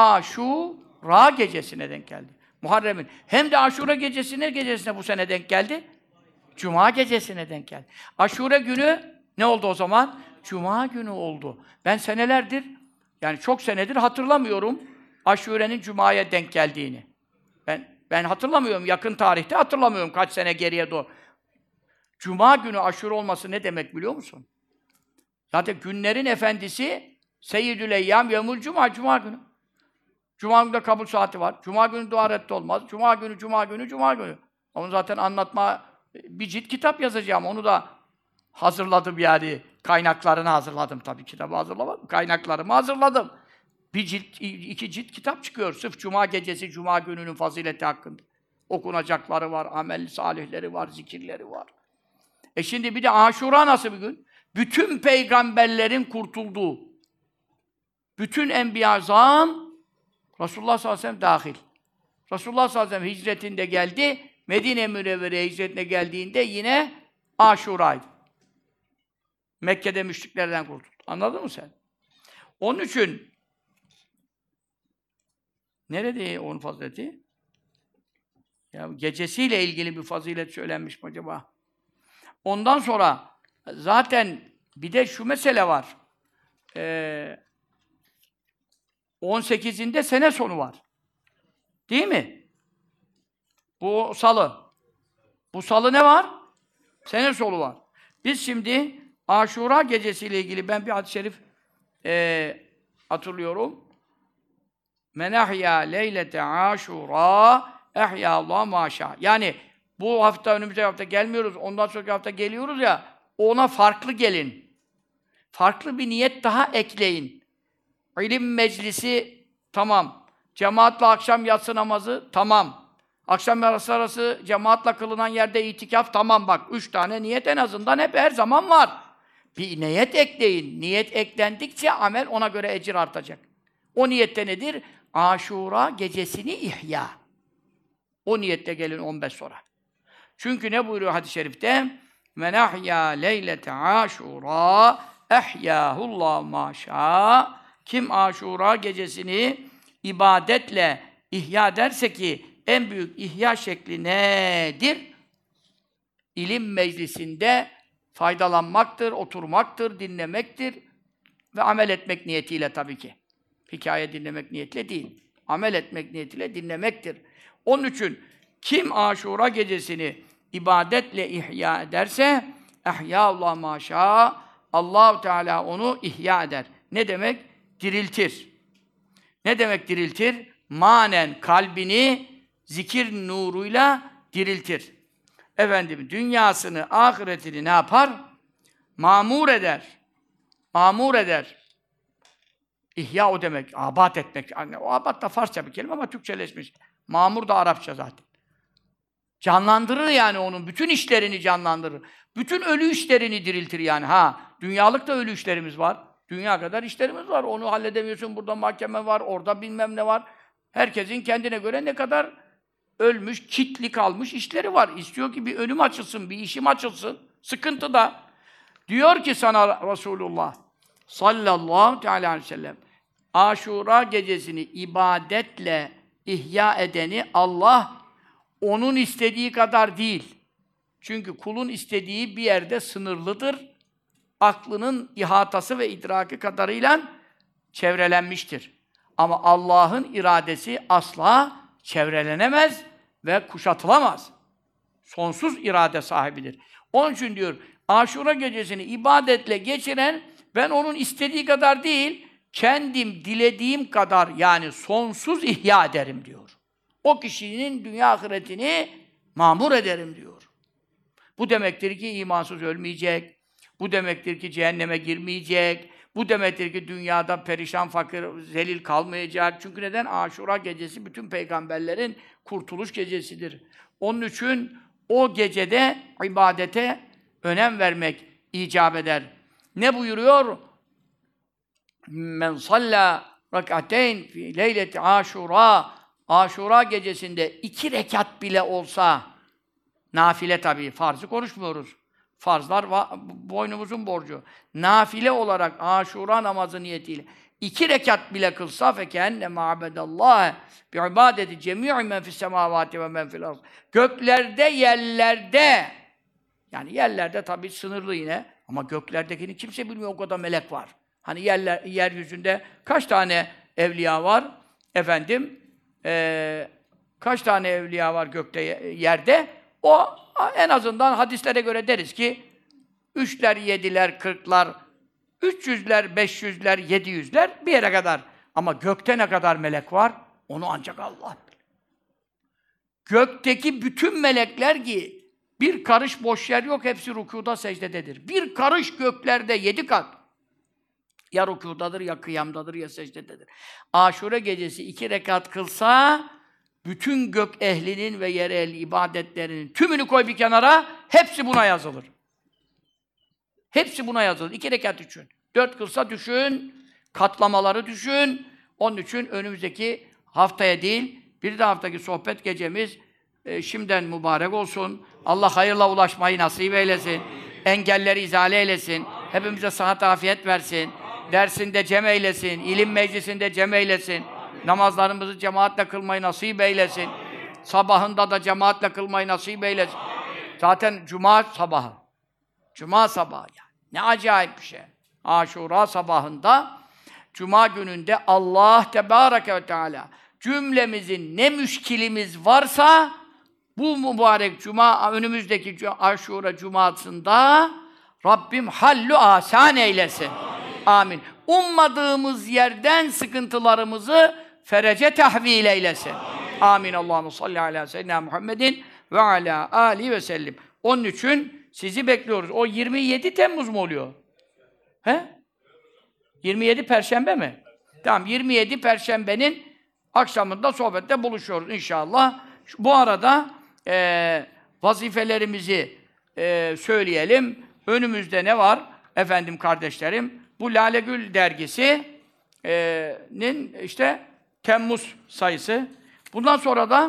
Aşura gecesine denk geldi. Muharrem'in. Hem de Aşura gecesine gecesine bu sene denk geldi. Cuma gecesine denk geldi. Aşure günü ne oldu o zaman? Cuma günü oldu. Ben senelerdir, yani çok senedir hatırlamıyorum Aşure'nin Cuma'ya denk geldiğini. Ben ben hatırlamıyorum, yakın tarihte hatırlamıyorum kaç sene geriye doğru. Cuma günü Aşure olması ne demek biliyor musun? Zaten günlerin efendisi Seyyidül Eyyam Yevmül Cuma, Cuma günü. Cuma günü de kabul saati var. Cuma günü dua reddi olmaz. Cuma günü, Cuma günü, Cuma günü. Onu zaten anlatma, bir cilt kitap yazacağım. Onu da hazırladım yani. Kaynaklarını hazırladım tabii. Kitabı hazırlamadım. Kaynaklarımı hazırladım. Bir cilt, iki cilt kitap çıkıyor. Sırf Cuma gecesi, Cuma gününün fazileti hakkında. Okunacakları var, amel salihleri var, zikirleri var. E şimdi bir de Aşura nasıl bir gün? Bütün peygamberlerin kurtulduğu, bütün enbiya zam, Resulullah sallallahu aleyhi ve sellem dahil. Resulullah sallallahu aleyhi ve sellem hicretinde geldi, Medine Münevvere'ye hicretine geldiğinde yine Aşura'ydı. Mekke'de müşriklerden kurtuldu. Anladın mı sen? Onun için nerede onun fazileti? Ya gecesiyle ilgili bir fazilet söylenmiş mi acaba? Ondan sonra zaten bir de şu mesele var. Ee, on sekizinde sene sonu var. Değil mi? Bu salı. Bu salı ne var? Sene sonu var. Biz şimdi Aşura gecesiyle ilgili ben bir hadis-i şerif e, hatırlıyorum. Men ahya leylete aşura ehya Allah maşa. Yani bu hafta, önümüzdeki hafta gelmiyoruz, ondan sonraki hafta geliyoruz ya, ona farklı gelin. Farklı bir niyet daha ekleyin. İlim meclisi tamam. Cemaatle akşam yatsı namazı tamam. Akşam yatsı arası cemaatle kılınan yerde itikaf tamam bak. Üç tane niyet en azından hep her zaman var. Bir niyet ekleyin. Niyet eklendikçe amel ona göre ecir artacak. O niyette nedir? Aşura gecesini ihya. O niyette gelin on beş sonra. Çünkü ne buyuruyor hadis-i şerifte? Men ahya leylete aşura ehyâhullah maşâ. Kim Aşura gecesini ibadetle ihya derse ki en büyük ihya şekli nedir? İlim meclisinde faydalanmaktır, oturmaktır, dinlemektir ve amel etmek niyetiyle tabii ki. Hikaye dinlemek niyetiyle değil. Amel etmek niyetiyle dinlemektir. Onun için kim Aşura gecesini ibadetle ihya ederse ehyâullah maşâ, Allah-u Teala onu ihya eder. Ne demek? Diriltir. Ne demek diriltir? Manen kalbini zikir nuruyla diriltir. Efendim dünyasını, ahiretini ne yapar? Mamur eder. Mamur eder. İhya o demek, abat etmek. Yani o abat da Farsça bir kelime ama Türkçeleşmiş. Mamur da Arapça zaten. Canlandırır yani onun, bütün işlerini canlandırır. Bütün ölü işlerini diriltir yani. Ha, dünyalık da ölü işlerimiz var. Dünya kadar işlerimiz var. Onu halledemiyorsun. Burada mahkeme var, orada bilmem ne var. Herkesin kendine göre ne kadar ölmüş, kitli kalmış işleri var. İstiyor ki bir önüm açılsın, bir işim açılsın. Sıkıntı da. Diyor ki sana Resulullah sallallahu teala aleyhi ve sellem, Aşura gecesini ibadetle ihya edeni Allah onun istediği kadar değil. Çünkü kulun istediği bir yerde sınırlıdır. Aklının ihatası ve idraki kadarıyla çevrelenmiştir. Ama Allah'ın iradesi asla çevrelenemez ve kuşatılamaz. Sonsuz irade sahibidir. Onun için diyor, Aşura gecesini ibadetle geçiren, ben onun istediği kadar değil, kendim dilediğim kadar yani sonsuz ihya ederim diyor. O kişinin dünya ahiretini mamur ederim diyor. Bu demektir ki imansız ölmeyecek. Bu demektir ki cehenneme girmeyecek. Bu demektir ki dünyada perişan, fakir, zelil kalmayacak. Çünkü neden? Aşura gecesi bütün peygamberlerin kurtuluş gecesidir. Onun için o gecede ibadete önem vermek icap eder. Ne buyuruyor? Men salla rekateyn fi leyleti Aşura. Aşura gecesinde iki rekat bile olsa, nafile tabii, farzı konuşmuyoruz. Farzlar boynumuzun borcu. Nafile olarak Aşura namazı niyetiyle iki rekat bile kılsa fekenne ma'bedallah bi ibadeti cemii men fis semavati ve men fil ard. Göklerde, yerlerde Yani yerlerde tabii sınırlı yine ama göklerdekini kimse bilmiyor, o kadar melek var. Hani yerler, yeryüzünde kaç tane evliya var? Efendim, ee, kaç tane evliya var gökte, yerde? O en azından hadislere göre deriz ki üçler, yediler, kırklar, üç yüzler, beş yüzler, yedi yüzler bir yere kadar. Ama gökte ne kadar melek var? Onu ancak Allah bilir. Gökteki bütün melekler ki bir karış boş yer yok, hepsi rükûda, secdededir. Bir karış göklerde yedi kat. Ya rükûdadır, ya kıyamdadır, ya secdededir. Aşure gecesi iki rekat kılsa, bütün gök ehlinin ve yer ehli ibadetlerinin tümünü koy bir kenara, hepsi buna yazılır. Hepsi buna yazılır. İki rekat için. Dört kılsa düşün, katlamaları düşün. Onun için önümüzdeki haftaya değil, bir de haftaki sohbet gecemiz e, şimdiden mübarek olsun. Allah hayırla ulaşmayı nasip eylesin. Engelleri izale eylesin. Hepimize sıhhat, afiyet versin. Dersinde cem eylesin. İlim meclisinde cem eylesin. Namazlarımızı cemaatle kılmayı nasip eylesin. Sabahında da cemaatle kılmayı nasip eylesin. Zaten cuma sabahı. Cuma sabahı yani. Ne acayip bir şey. Aşura sabahında, cuma gününde Allah Tebareke ve Teala cümlemizin ne müşkilimiz varsa bu mübarek cuma, önümüzdeki Aşura cumasında Rabbim hallu asan eylesin. Amin. Ummadığımız yerden sıkıntılarımızı ferece tahvil eylesin. Amin. Allahumme salli ala seyyidina Muhammedin ve ala alihi ve sellim. Onun için sizi bekliyoruz. O yirmi yedi Temmuz mu oluyor? He? yirmi yedi Perşembe mi? Tamam, yirmi yedi Perşembe'nin akşamında sohbette buluşuyoruz inşallah. Şu, bu arada e, vazifelerimizi e, söyleyelim. Önümüzde ne var? Efendim kardeşlerim, bu Lale Gül dergisinin e, işte Temmuz sayısı. Bundan sonra da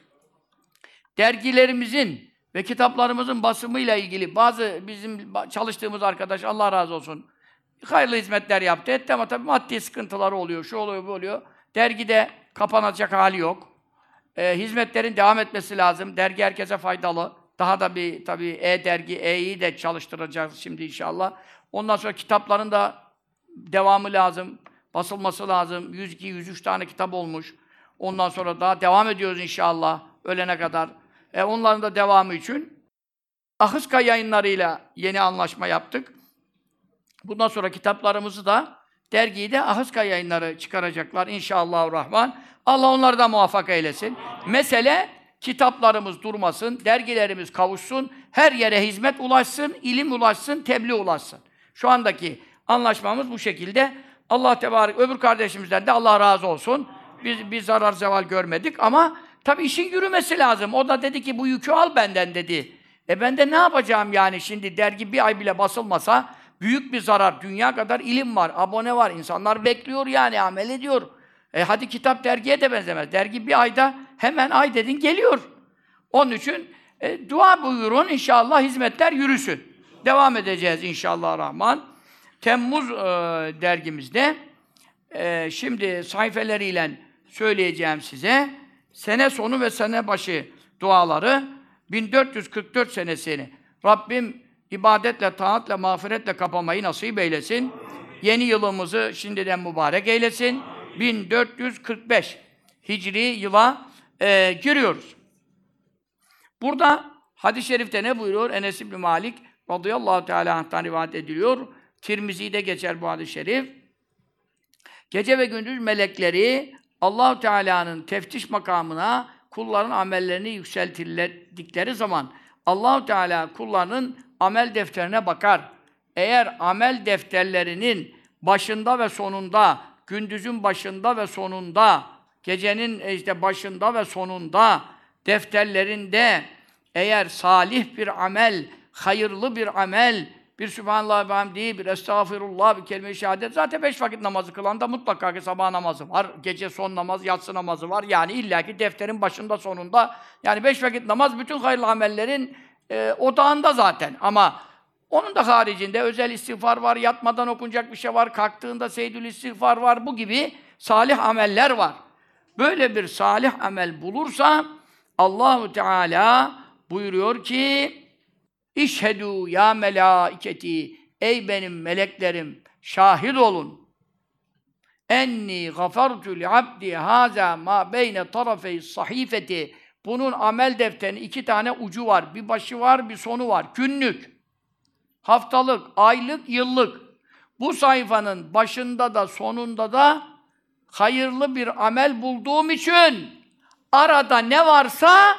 dergilerimizin ve kitaplarımızın basımıyla ilgili bazı bizim çalıştığımız arkadaş, Allah razı olsun, hayırlı hizmetler yaptı etti ama tabii maddi sıkıntıları oluyor, şu oluyor, bu oluyor. Dergide kapanacak hali yok. Ee, hizmetlerin devam etmesi lazım. Dergi herkese faydalı. Daha da bir tabii e-dergi, e-yi de çalıştıracağız şimdi inşallah. Ondan sonra kitapların da devamı lazım. Basılması lazım. yüz iki yüz üç tane kitap olmuş. Ondan sonra daha devam ediyoruz inşallah ölene kadar. E, onların da devamı için Ahıska yayınlarıyla yeni anlaşma yaptık. Bundan sonra kitaplarımızı da dergiyi de Ahıska yayınları çıkaracaklar inşallahurrahman. Allah onları da muvaffak eylesin. Mesele kitaplarımız durmasın, dergilerimiz kavuşsun, her yere hizmet ulaşsın, ilim ulaşsın, tebliğ ulaşsın. Şu andaki anlaşmamız bu şekilde. Allah tebarek, öbür kardeşimizden de Allah razı olsun. Biz bir zarar zeval görmedik ama tabii işin yürümesi lazım. O da dedi ki bu yükü al benden dedi. E ben de ne yapacağım yani şimdi dergi bir ay bile basılmasa büyük bir zarar. Dünya kadar ilim var, abone var. İnsanlar bekliyor yani, amel ediyor. E hadi kitap dergiye de benzemez. Dergi bir ayda hemen ay dedin geliyor. Onun için e, dua buyurun inşallah hizmetler yürüsün. Devam edeceğiz inşallah rahman. Temmuz e, dergimizde e, şimdi sayfeleriyle söyleyeceğim size. Sene sonu ve sene başı duaları bin dört yüz kırk dört senesini Rabbim ibadetle, taatle, mağfiretle kapamayı nasip eylesin. Yeni yılımızı şimdiden mübarek eylesin. bin dört yüz kırk beş Hicri yıla e, giriyoruz. Burada hadis-i şerifte ne buyuruyor? Enes İbn Malik radıyallahu teala anh'tan rivayet ediliyor. Tirmizi'de geçer bu hadis-i şerif. Gece ve gündüz melekleri Allah-u Teala'nın teftiş makamına kulların amellerini yükseltirdikleri zaman Allah-u Teala kullarının amel defterine bakar. Eğer amel defterlerinin başında ve sonunda, gündüzün başında ve sonunda, gecenin işte başında ve sonunda defterlerinde eğer salih bir amel, hayırlı bir amel, bir Sübhanallah ve hamdihi, bir Estağfirullah, bir kelime-i şehadet. Zaten beş vakit namazı kılan da mutlaka ki sabah namazı var. Gece son namaz, yatsı namazı var. Yani illaki defterin başında sonunda. Yani beş vakit namaz bütün hayırlı amellerin e, odağında zaten. Ama onun da haricinde özel istiğfar var, yatmadan okunacak bir şey var, kalktığında seyyidül istiğfar var. Bu gibi salih ameller var. Böyle bir salih amel bulursa Allahu Teala buyuruyor ki İşhedû ya melâiketi, ey benim meleklerim, şahit olun. Enni gafartu li abdi hâzâ mâ beyne tarafey sahifeti. Bunun amel defterinin iki tane ucu var. Bir başı var, bir sonu var. Günlük, haftalık, aylık, yıllık. Bu sayfanın başında da sonunda da hayırlı bir amel bulduğum için arada ne varsa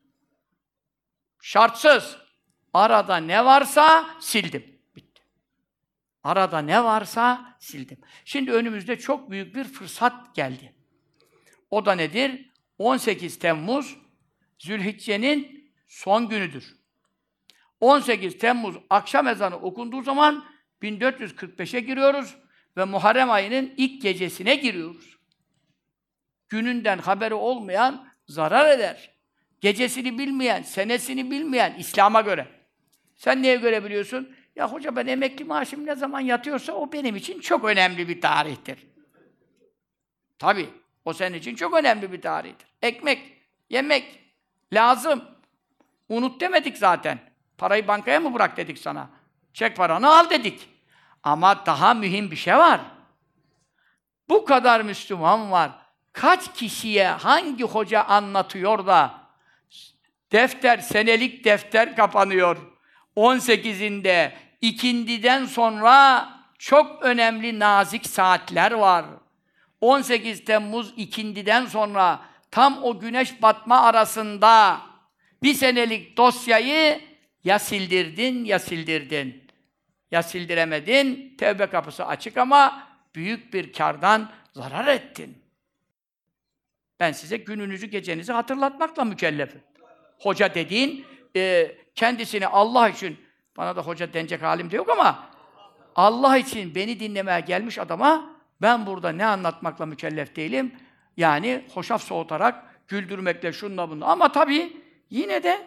şartsız, arada ne varsa sildim. Bitti. Arada ne varsa sildim. Şimdi önümüzde çok büyük bir fırsat geldi. O da nedir? on sekiz Temmuz Zülhicce'nin son günüdür. on sekiz Temmuz akşam ezanı okunduğu zaman bin dört yüz kırk beşe giriyoruz ve Muharrem ayının ilk gecesine giriyoruz. Gününden haberi olmayan zarar eder. Gecesini bilmeyen, senesini bilmeyen İslam'a göre. Sen neye göre biliyorsun? Ya hoca ben emekli maaşım ne zaman yatıyorsa o benim için çok önemli bir tarihtir. Tabii, o senin için çok önemli bir tarihtir. Ekmek, yemek lazım. Unut demedik zaten. Parayı bankaya mı bırak dedik sana? Çek paranı al dedik. Ama daha mühim bir şey var. Bu kadar Müslüman var. Kaç kişiye hangi hoca anlatıyor da defter, senelik defter kapanıyor. on sekizinde ikindiden sonra çok önemli nazik saatler var. on sekiz Temmuz ikindiden sonra tam o güneş batma arasında bir senelik dosyayı ya sildirdin ya sildirdin. Ya sildiremedin, tevbe kapısı açık ama büyük bir kârdan zarar ettin. Ben size gününüzü, gecenizi hatırlatmakla mükellefim. Hoca dediğin, e, kendisini Allah için, bana da hoca denecek halim de yok ama Allah için beni dinlemeye gelmiş adama ben burada ne anlatmakla mükellef değilim. Yani hoşaf soğutarak, güldürmekle, şunla bununla. Ama tabii yine de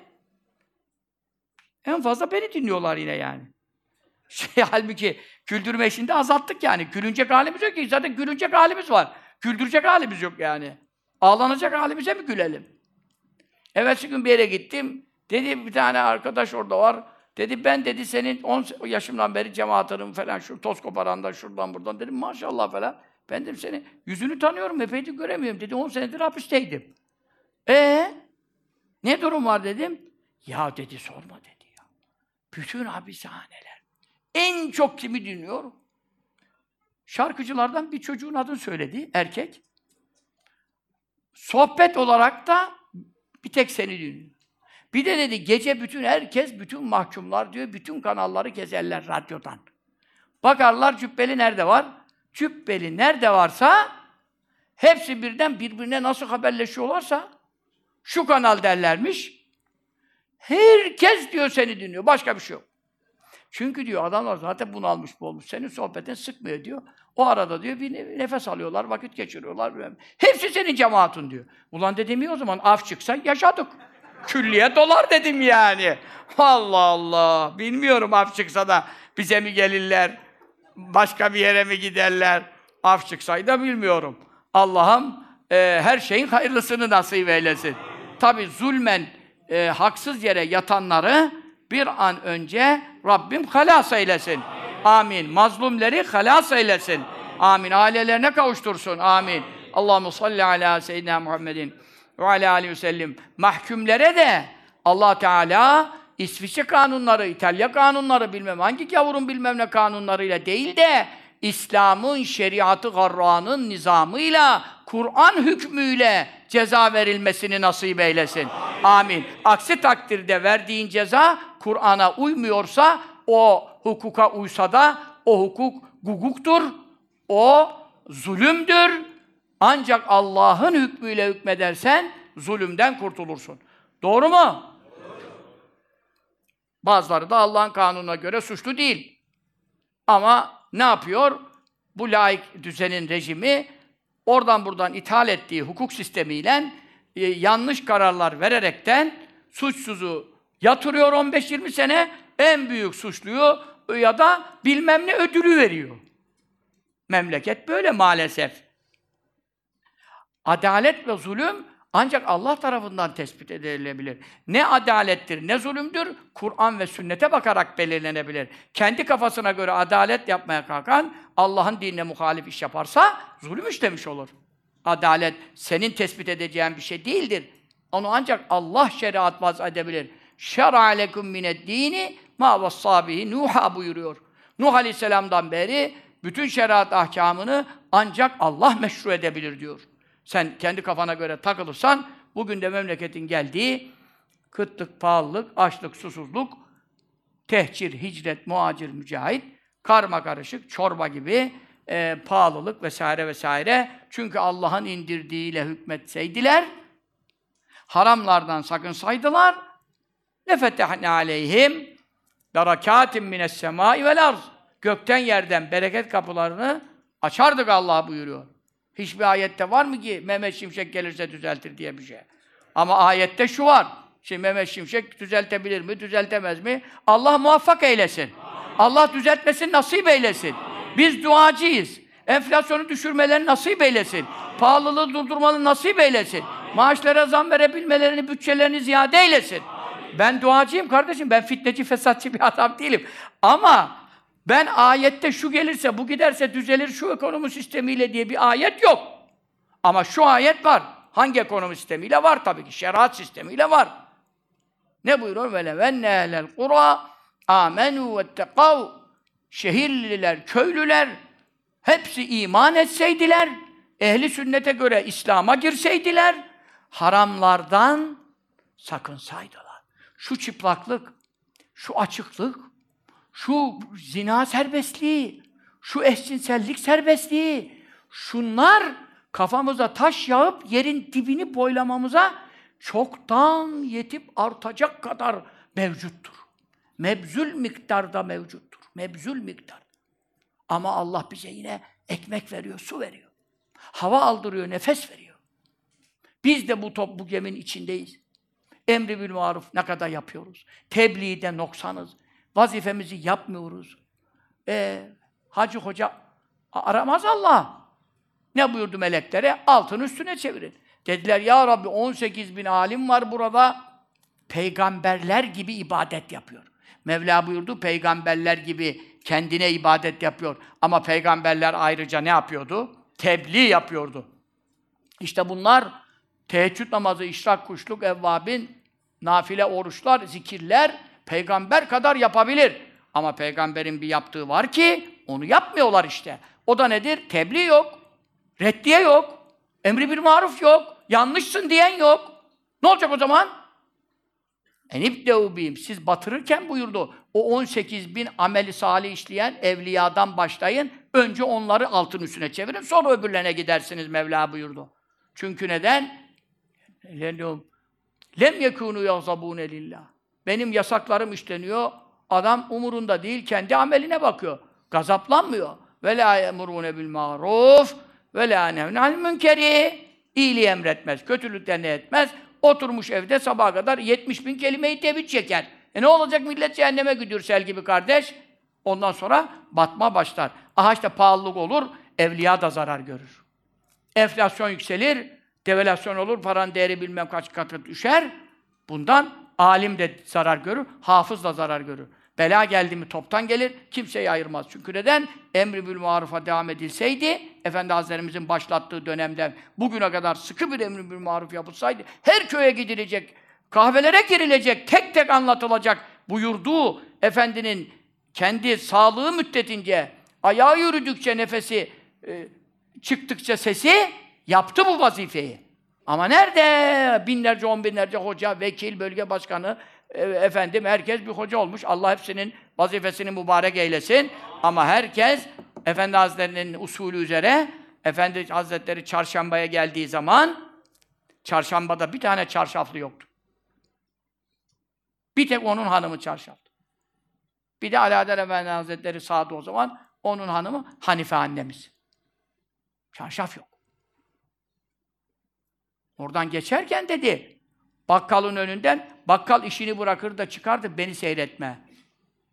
en fazla beni dinliyorlar yine yani. Şey, halbuki güldürme işini de azalttık yani. Gülünecek halimiz yok ki. Zaten gülünecek halimiz var. Güldürecek halimiz yok yani. Ağlanacak halimize mi gülelim? Evvelsi gün bir yere gittim. Dedi bir tane arkadaş orada var. Dedi ben dedi senin on yaşımdan beri cemaatinin falan şu toz koparandan şuradan buradan dedim maşallah falan. Ben dedim seni yüzünü tanıyorum epeydir göremiyorum dedi. on senedir hapisteydim. Ee ne durum var dedim. Ya dedi sorma dedi ya. Bütün hapishaneler en çok kimi dinliyor? Şarkıcılardan bir çocuğun adını söyledi, erkek. Sohbet olarak da bir tek seni dinliyor. Bir de dedi, gece bütün herkes, bütün mahkumlar diyor, bütün kanalları gezerler radyodan. Bakarlar cübbeli nerede var? Cübbeli nerede varsa, hepsi birden birbirine nasıl haberleşiyorlarsa, şu kanal derlermiş. Herkes diyor seni dinliyor, başka bir şey yok. Çünkü diyor adamlar zaten bunalmış bu olmuş. Senin sohbetin sıkmıyor diyor. O arada diyor bir nefes alıyorlar, vakit geçiriyorlar. Hepsi senin cemaatun diyor. Ulan dedim ya o zaman af çıksa yaşadık. Külliye dolar dedim yani. Allah Allah. Bilmiyorum af çıksa da bize mi gelirler? Başka bir yere mi giderler? Af çıksaydı da bilmiyorum. Allah'ım e, her şeyin hayırlısını nasip eylesin. Tabii zulmen e, haksız yere yatanları bir an önce Rabbim halas eylesin. Amin. Mazlumları halas eylesin. Amin. Ailelerine kavuştursun. Amin. Allahumme salli ala seyyidina Muhammedin ve ala aleyhi ve sellem. Mahkumlere de Allah Teala İsviçre kanunları, İtalya kanunları, bilmem hangi gavurun bilmem ne kanunlarıyla değil de İslam'ın şeriatı garra'nın nizamıyla, Kur'an hükmüyle ceza verilmesini nasip eylesin. Amin. Aksi takdirde verdiğin ceza Kur'an'a uymuyorsa, o hukuka uysa da o hukuk guguktur, o zulümdür. Ancak Allah'ın hükmüyle hükmedersen zulümden kurtulursun. Doğru mu? Doğru. Bazıları da Allah'ın kanununa göre suçlu değil. Ama ne yapıyor? Bu laik düzenin rejimi oradan buradan ithal ettiği hukuk sistemiyle e, yanlış kararlar vererekten suçsuzu yatırıyor on beş yirmi sene, en büyük suçluyu ya da bilmem ne ödülü veriyor. Memleket böyle maalesef. Adalet ve zulüm ancak Allah tarafından tespit edilebilir. Ne adalettir, ne zulümdür, Kur'an ve sünnete bakarak belirlenebilir. Kendi kafasına göre adalet yapmaya kalkan, Allah'ın dinine muhalif iş yaparsa, zulüm işlemiş olur. Adalet, senin tespit edeceğin bir şey değildir. Onu ancak Allah şeriat vaz edebilir. Şer'a lekum mined-dini ma vassâ bihi Nuh'a buyuruyor. Nuh Aleyhisselam'dan beri bütün şeriat ahkamını ancak Allah meşru edebilir diyor. Sen kendi kafana göre takılırsan, bugün de memleketin geldiği kıtlık, pahalılık, açlık, susuzluk, tehcir, hicret, muhacir, mücahit, karma karışık, çorba gibi e, pahalılık vesaire vesaire. Çünkü Allah'ın indirdiğiyle hükmetseydiler, haramlardan sakınsaydılar, lefetehne aleyhim berekâtin mine's-semâi vel arz. Gökten yerden bereket kapılarını açardık Allah buyuruyor. Hiçbir ayette var mı ki Mehmet Şimşek gelirse düzeltir diye bir şey? Ama ayette şu var. Şimdi Mehmet Şimşek düzeltebilir mi, düzeltemez mi? Allah muvaffak eylesin. Allah düzeltmesin, nasip eylesin. Biz duacıyız. Enflasyonu düşürmelerini nasip eylesin. Pahalılığı durdurmalarını nasip eylesin. Maaşlara zam verebilmelerini, bütçelerini ziyade eylesin. Ben duacıyım kardeşim. Ben fitneci, fesatçı bir adam değilim. Ama ben ayette şu gelirse, bu giderse düzelir şu ekonomi sistemiyle diye bir ayet yok. Ama şu ayet var. Hangi ekonomi sistemiyle var tabii ki? Şeriat sistemiyle var. Ne buyuruyor? وَلَوَنَّ اَهْلَ الْقُرَى آمَنُوا وَاتَّقَوْا Şehirliler, köylüler hepsi iman etseydiler, ehli sünnete göre İslam'a girseydiler, haramlardan sakınsaydılar. Şu çıplaklık, şu açıklık, şu zina serbestliği, şu eşcinsellik serbestliği, şunlar kafamıza taş yağıp yerin dibini boylamamıza çoktan yetip artacak kadar mevcuttur. Mebzül miktarda mevcuttur. Mebzül miktar. Ama Allah bize yine ekmek veriyor, su veriyor. Hava aldırıyor, nefes veriyor. Biz de bu top, bu geminin içindeyiz. Emri bil maruf ne kadar yapıyoruz. Tebliğde noksanız. Vazifemizi yapmıyoruz. Ee, Hacı Hoca aramaz Allah. Ne buyurdu meleklere? Altını üstüne çevirin. Dediler ya Rabbi on sekiz bin alim var burada. Peygamberler gibi ibadet yapıyor. Mevla buyurdu peygamberler gibi kendine ibadet yapıyor. Ama peygamberler ayrıca ne yapıyordu? Tebliğ yapıyordu. İşte bunlar teheccüd namazı, işrak, kuşluk, evvabin, nafile oruçlar, zikirler peygamber kadar yapabilir. Ama peygamberin bir yaptığı var ki onu yapmıyorlar işte. O da nedir? Tebliğ yok. Reddiye yok. Emri bil maruf yok. Yanlışsın diyen yok. Ne olacak o zaman? Enibdeû bihim. Siz batırırken buyurdu. O on sekiz bin ameli salih işleyen evliyadan başlayın. Önce onları altın üstüne çevirin. Sonra öbürlerine gidersiniz Mevla buyurdu. Çünkü neden? Lem yekûnû yagzabûne lillah. Benim yasaklarım işleniyor. Adam umurunda değil, kendi ameline bakıyor. Gazaplanmıyor. Ve lâ yemurûne bil ma'rûf ve lâ nevne anil münkeri. İyiliği emretmez, kötülükten ne etmez. Oturmuş evde sabaha kadar yetmiş bin kelimeyi tevhid çeker. E ne olacak? Millet cehenneme gidiyor sel gibi kardeş. Ondan sonra batma başlar. Aha işte pahalılık olur, evliya da zarar görür. Enflasyon yükselir, devalüasyon olur, paranın değeri bilmem kaç katı düşer. Bundan alim de zarar görür, hafız da zarar görür. Bela geldi mi toptan gelir, kimseyi ayırmaz. Çünkü neden? Emri bil marufa devam edilseydi, Efendi Hazretlerimizin başlattığı dönemde bugüne kadar sıkı bir emri bil maruf yapılsaydı, her köye gidilecek, kahvelere girilecek, tek tek anlatılacak buyurduğu Efendinin kendi sağlığı müddetince, ayağı yürüdükçe nefesi, e, çıktıkça sesi, yaptı bu vazifeyi. Ama nerede? Binlerce, on binlerce hoca, vekil, bölge başkanı, e, efendim herkes bir hoca olmuş. Allah hepsinin vazifesini mübarek eylesin. Ama herkes Efendi Hazretleri'nin usulü üzere, Efendi Hazretleri çarşambaya geldiği zaman, çarşambada bir tane çarşaflı yoktu. Bir tek onun hanımı çarşaflı. Bir de Alaeddin Efendi Hazretleri sağdı o zaman, onun hanımı Hanife annemiz. Çarşaf yok. Oradan geçerken dedi, bakkalın önünden, bakkal işini bırakır da çıkardı, beni seyretme.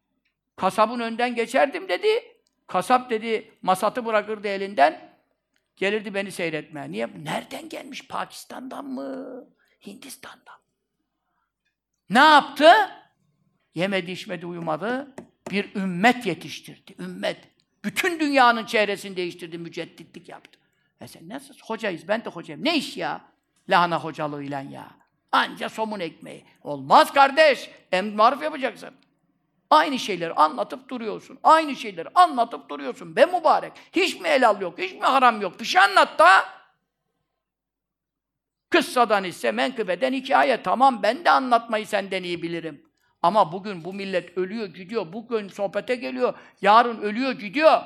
Kasabın önünden geçerdim dedi, kasap dedi, masatı bırakırdı elinden, Gelirdi beni seyretmeye. Niye? Nereden gelmiş? Pakistan'dan mı? Hindistan'dan. Ne yaptı? Yemedi, içmedi, uyumadı. Bir ümmet yetiştirdi. Ümmet. Bütün dünyanın çehresini değiştirdi, mücedditlik yaptı. E sen nasıl? Hocayız, ben de hocayım. Ne iş ya? Lahana hocalığıyla ya. Anca somun ekmeği. Olmaz kardeş. Emr maruf yapacaksın. Aynı şeyleri anlatıp duruyorsun. Aynı şeyleri anlatıp duruyorsun. Be mübarek. Hiç mi helal yok, hiç mi haram yok? Bir şey anlat da. Kıssadan ise menkıbeden hikaye. Tamam, ben de anlatmayı senden iyi bilirim. Ama bugün bu millet ölüyor, gidiyor. Bugün sohbete geliyor. Yarın ölüyor, gidiyor.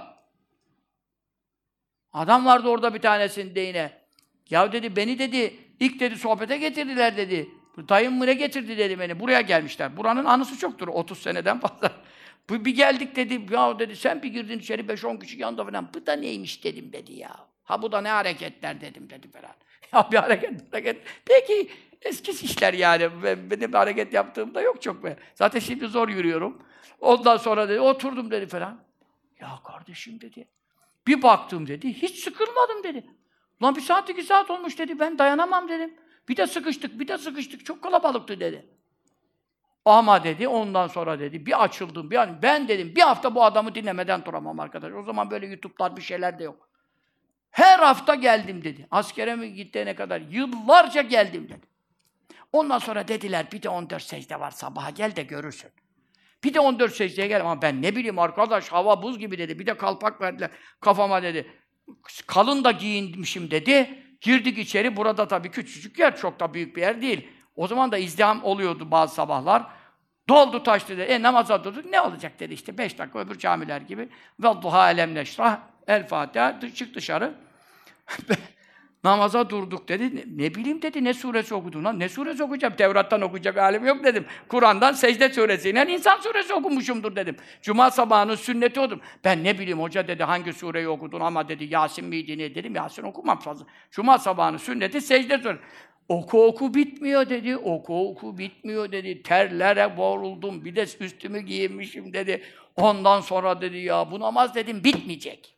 Adam vardı orada bir tanesinde yine. Ya dedi, beni dedi, ilk dedi sohbete getirdiler dedi. Dayım mı ne getirdi dedi beni. Buraya gelmişler. Buranın anısı çoktur. otuz seneden fazla. Bir geldik dedi. Ya dedi, sen bir girdin içeri beş on kişi yanında falan. Bu da neymiş dedim dedi ya. Ha bu da ne hareketler dedim dedi falan. Ya bir hareket, hareket. Peki eski işler yani. Benim bir hareket yaptığımda yok çok be. Zaten şimdi zor yürüyorum. Ondan sonra dedi, oturdum dedi falan. Ya kardeşim dedi. Bir baktım dedi, hiç sıkılmadım dedi. Lan bir saat iki saat olmuş dedi, ben dayanamam dedim. Bir de sıkıştık, bir de sıkıştık, çok kalabalıktı dedi. Ama dedi, ondan sonra dedi, bir açıldım, bir an, ben dedim, bir hafta bu adamı dinlemeden duramam arkadaş. O zaman böyle YouTube'lar bir şeyler de yok. Her hafta geldim dedi. Askere mi gidene kadar, yıllarca geldim dedi. Ondan sonra dediler, bir de on dört secde var, sabaha gel de görürsün. Bir de on dört secdeye gel, ama ben ne bileyim arkadaş, hava buz gibi dedi. Bir de kalpak verdiler kafama dedi. Kalın da giyinmişim dedi. Girdik içeri, burada tabii küçücük yer, çok da büyük bir yer değil. O zaman da izdiham oluyordu bazı sabahlar. Doldu taştı dedi. E namaza durduk, ne olacak dedi işte, beş dakika öbür camiler gibi. Vedduha elem neşrah, el Fatiha, çık dışarı. Namaza durduk dedi. Ne, ne bileyim dedi, ne suresi okudun lan? Ne suresi okuyacağım? Tevrat'tan okuyacak halim yok dedim. Kur'an'dan secde suresiyle insan suresi okumuşumdur dedim. Cuma sabahının sünneti odur. Ben ne bileyim hoca dedi, hangi sureyi okudun ama dedi, Yasin miydi ne dedim. Yasin okumam fazla. Cuma sabahının sünneti secde suresi. Oku oku bitmiyor dedi. Oku oku bitmiyor dedi. Terlere boğuldum. Bir de üstümü giyinmişim dedi. Ondan sonra dedi ya bu namaz dedim bitmeyecek.